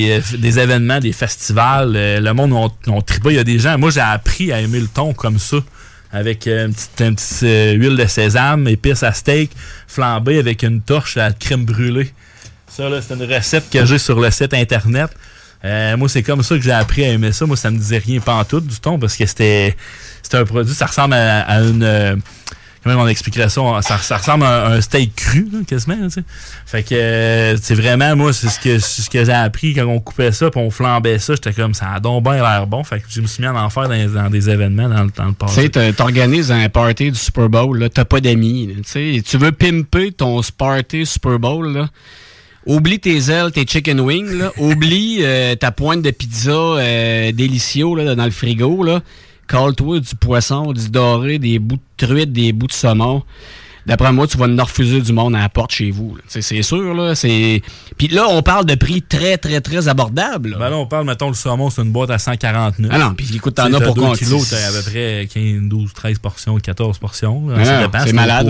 des événements, des festivals. Le monde, on tripait. Il y a des gens... Moi, j'ai appris à aimer le thon comme ça. Avec une petite huile de sésame, épices à steak, flambée avec une torche à crème brûlée. Ça, là, c'est une recette que j'ai sur le site Internet. Moi, c'est comme ça que j'ai appris à aimer ça. Moi, ça me disait rien pantoute du thon parce que c'était un produit, ça ressemble à une... comment on expliquerait ça? Ça ressemble à un steak cru, là, quasiment. Tu sais. Fait que c'est vraiment, moi, c'est ce que j'ai appris quand on coupait ça puis on flambait ça. J'étais comme, ça a donc bien l'air bon. Fait que je me suis mis à en faire dans des événements dans le passé. Tu sais, t'organises un party du Super Bowl, là, t'as pas d'amis. Tu veux pimper ton party Super Bowl, là. Oublie tes ailes, tes chicken wings, là. Oublie ta pointe de pizza délicieux là, dans le frigo, là. Cale-toi du poisson, du doré, des bouts de truite, des bouts de saumon. D'après moi, tu vas nous refuser du monde à la porte chez vous. C'est sûr, là. Puis là, on parle de prix très, très, très abordable. Ben là, on parle, mettons, le saumon, c'est une boîte à 149. Ah non, puis écoute, t'en as pour combien? Kilos, t'as à peu près 15, 12, 13 portions, 14 portions. Là, ça dépend, c'est malade.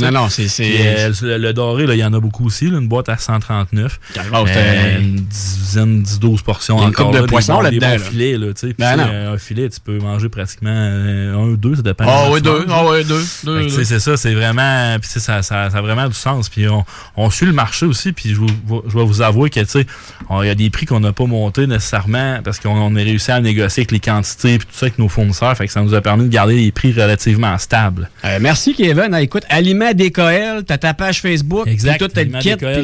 Le doré, il y en a beaucoup aussi, là, une boîte à 139. Une dizaine, 10-12 portions encore. Une coupe de poisson là-dedans. Des bons filets, là, tu sais. Un filet, tu peux manger pratiquement 1 ou 2, ça dépend. Ah oui, 2. C'est ça, c'est vraiment... Puis ça a vraiment du sens. Puis on suit le marché aussi. Puis je vais vous avouer que, tu sais, il y a des prix qu'on n'a pas montés nécessairement parce qu'on a réussi à négocier avec les quantités et tout ça avec nos fournisseurs. Fait que ça nous a permis de garder les prix relativement stables. Merci, Kevin. Écoute, Aliments DKL, t'as ta page Facebook. Exact. Puis tout le kit, puis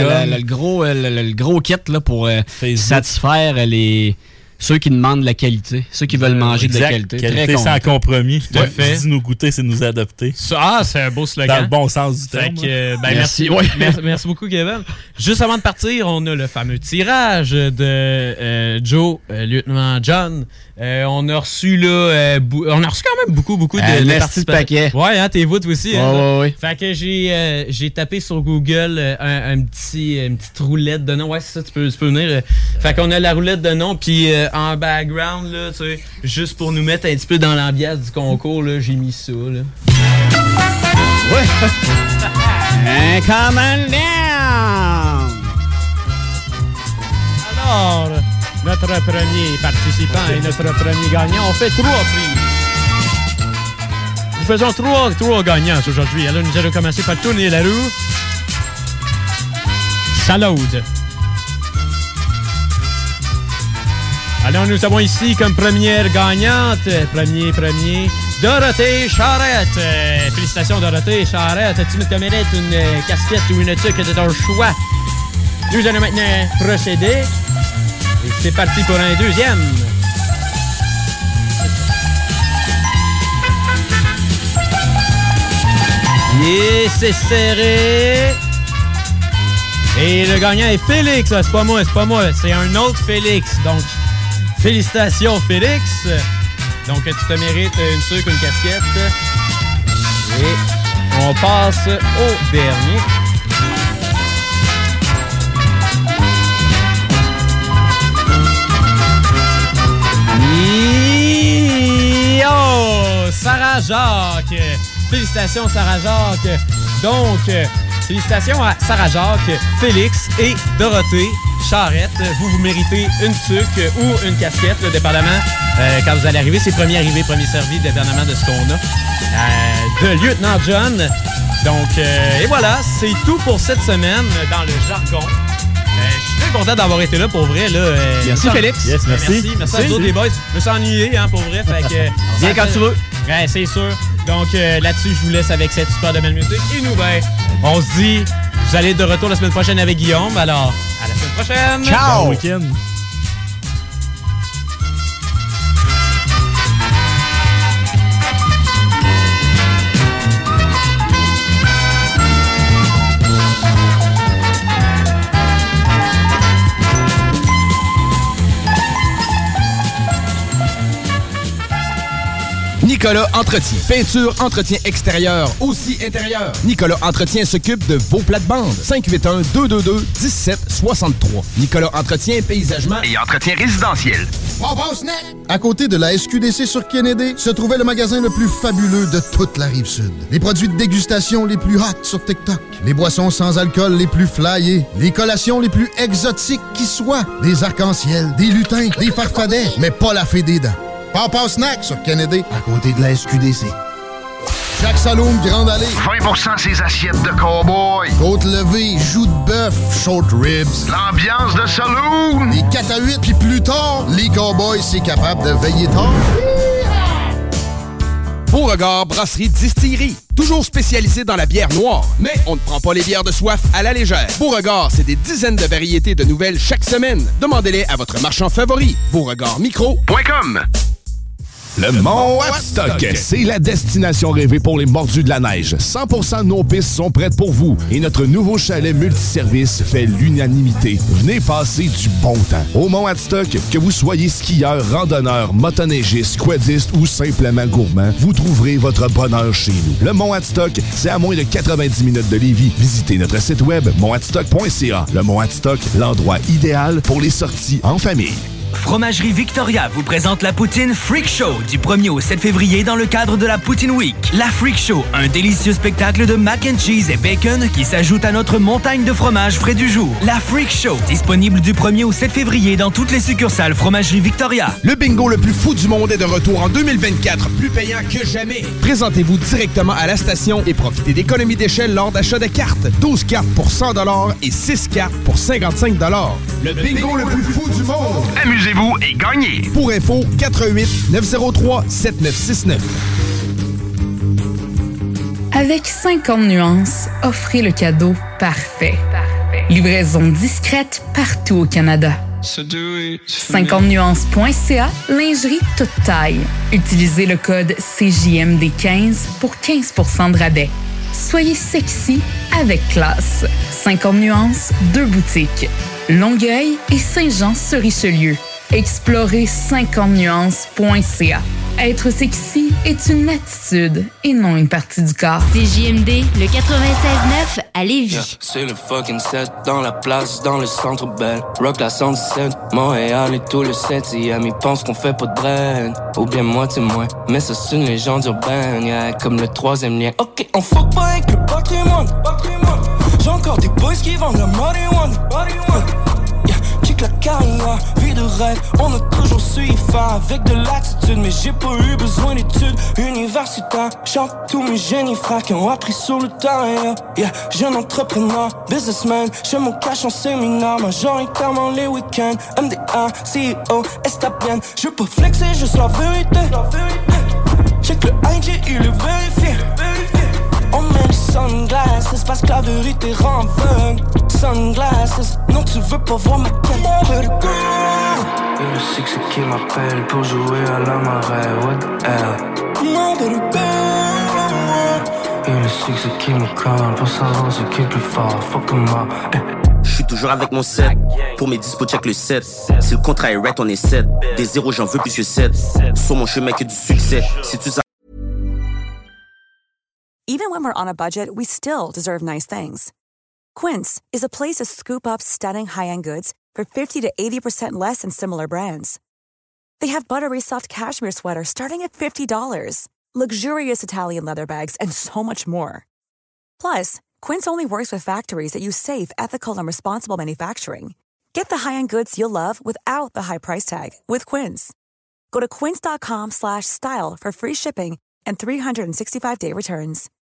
le gros kit là, pour satisfaire ceux qui demandent la qualité, ceux qui veulent manger de la qualité. Qualité sans compromis. Tout à fait. Dis nous goûter, c'est nous adopter. C'est un beau slogan. Dans le bon sens du terme. Merci. Merci beaucoup, Kevin. Juste avant de partir, on a le fameux tirage de Joe, lieutenant John. On a reçu quand même beaucoup de participants. Paquet. Ouais, hein, t'es voûtes aussi. Ouais. Fait que j'ai tapé sur Google une petite roulette de nom. Ouais, c'est ça, tu peux venir. Fait qu'on a la roulette de nom, puis en background, là, tu sais, juste pour nous mettre un petit peu dans l'ambiance du concours, là, j'ai mis ça, là. Ouais. Come on down! Alors, notre premier participant et notre premier gagnant, on fait 3 prix. Nous faisons 3 gagnants aujourd'hui. Alors, nous allons commencer par tourner la roue. Salaude. Alors, nous avons ici comme première gagnante, premier, Dorothée Charette. Félicitations, Dorothée Charette. Tu me mérites une casquette ou une tuque de ton choix. Nous allons maintenant procéder. Et c'est parti pour un deuxième. Et c'est serré. Et le gagnant est Félix. C'est pas moi. C'est un autre Félix. Donc, félicitations, Félix. Donc, tu te mérites une sucre, une casquette. Et on passe au dernier. Sarah Jacques. Félicitations, Sarah Jacques. Donc, félicitations à Sarah Jacques, Félix et Dorothée Charrette. Vous méritez une tuque ou une casquette, là, dépendamment quand vous allez arriver. C'est premier arrivé, premier servi, dépendamment de ce qu'on a. De Lieutenant John. Donc, et voilà, c'est tout pour cette semaine dans le jargon. Je suis très content d'avoir été là, pour vrai. Là, merci, Félix. Yes, merci. Merci à vous autres, les boys. Je me suis ennuyé, hein, pour vrai. Fait que, viens quand tu veux. Ouais, c'est sûr. Donc, là-dessus, je vous laisse avec cette super de belle musique. Et nous, ben, on se dit, vous allez être de retour la semaine prochaine avec Guillaume. Alors, à la semaine prochaine. Ciao! Bon week-end. Nicolas Entretien. Peinture, entretien extérieur, aussi intérieur. Nicolas Entretien s'occupe de vos plates-bandes. 581-222-1763. Nicolas Entretien, paysagement et entretien résidentiel. À côté de la SQDC sur Kennedy, se trouvait le magasin le plus fabuleux de toute la Rive-Sud. Les produits de dégustation les plus hot sur TikTok. Les boissons sans alcool les plus flyées. Les collations les plus exotiques qui soient. Des arcs-en-ciel, des lutins, des farfadets, mais pas la fée des dents. Papa Snack sur Kennedy, à côté de la SQDC. Jacques Saloum, Grande Allée. 20% ses assiettes de cowboy. Côte levée, joues de bœuf, short ribs. L'ambiance de saloon. Les 4 à 8, puis plus tard, les cowboys, c'est capable de veiller tard. Beauregard Brasserie Distillerie. Toujours spécialisé dans la bière noire, mais on ne prend pas les bières de soif à la légère. Beauregard, c'est des dizaines de variétés de nouvelles chaque semaine. Demandez-les à votre marchand favori. BeauregardMicro.com. Le Mont Watstock, c'est la destination rêvée pour les mordus de la neige. 100% de nos pistes sont prêtes pour vous et notre nouveau chalet multiservice fait l'unanimité. Venez passer du bon temps. Au Mont Watstock, que vous soyez skieur, randonneur, motoneigiste, quadiste ou simplement gourmand, vous trouverez votre bonheur chez nous. Le Mont Watstock, c'est à moins de 90 minutes de Lévis. Visitez notre site web montwatstock.ca. Le Mont Watstock, l'endroit idéal pour les sorties en famille. Fromagerie Victoria vous présente la poutine Freak Show du 1er au 7 février dans le cadre de la Poutine Week. La Freak Show, un délicieux spectacle de mac and cheese et bacon qui s'ajoute à notre montagne de fromage frais du jour. La Freak Show, disponible du 1er au 7 février dans toutes les succursales Fromagerie Victoria. Le bingo le plus fou du monde est de retour en 2024, plus payant que jamais. Présentez-vous directement à la station et profitez d'économies d'échelle lors d'achat de cartes. 12 cartes pour 100$ et 6 cartes pour 55$. Le bingo le plus fou du monde. Amusez-vous et gagnez. Pour info, 88-903-7969. Avec 50 nuances, offrez le cadeau parfait. Livraison discrète partout au Canada. 50nuances.ca, lingerie toute taille. Utilisez le code CJMD15 pour 15% de rabais. Soyez sexy avec classe. 50 nuances, 2 boutiques. Longueuil et Saint-Jean-sur-Richelieu. Explorez 50nuances.ca. Être sexy est une attitude et non une partie du corps. CJMD, le 96.9 à Lévis. Yeah, c'est le fucking 7 dans la place, dans le centre belle. Rock la 117, Montréal et tout le 7e. Ils pensent qu'on fait pas de brain, ou bien moitié moins. Mais ça c'est une légende urbaine, yeah, comme le 3e lien. Ok, on fuck pas avec le patrimoine. J'ai encore des boys qui vendent la marijuana. Check la carrière, vie de rêve, on a toujours su y faire avec de l'attitude, mais j'ai pas eu besoin d'études universitaires. Chante tous mes génies frères qui ont appris sur le terrain. Yeah, jeune entrepreneur, businessman, j'ai mon cash en séminaire, majoritairement les week-ends. MDA, CEO, Estabienne, je veux pas flexer, juste la vérité. Check le IG, il est vérifié. On met les sunglasses, parce que la vérité rend aveugle. Sunglasses, non tu veux pas voir ma tête. Et le six qui m'appelle pour jouer à la marée. What the hell? Et le six qui me colle pour savoir ce qui est plus fort. Fuck moi. J'suis toujours avec mon 7. Pour mes dispos, check le 7. Si le contrat est right, on est 7. Des zéros, j'en veux plus que 7. Sur mon chemin que du succès. Si tu Even when we're on a budget, we still deserve nice things. Quince is a place to scoop up stunning high-end goods for 50 to 80% less than similar brands. They have buttery soft cashmere sweaters starting at $50, luxurious Italian leather bags, and so much more. Plus, Quince only works with factories that use safe, ethical, and responsible manufacturing. Get the high-end goods you'll love without the high price tag with Quince. Go to quince.com/style for free shipping and 365-day returns.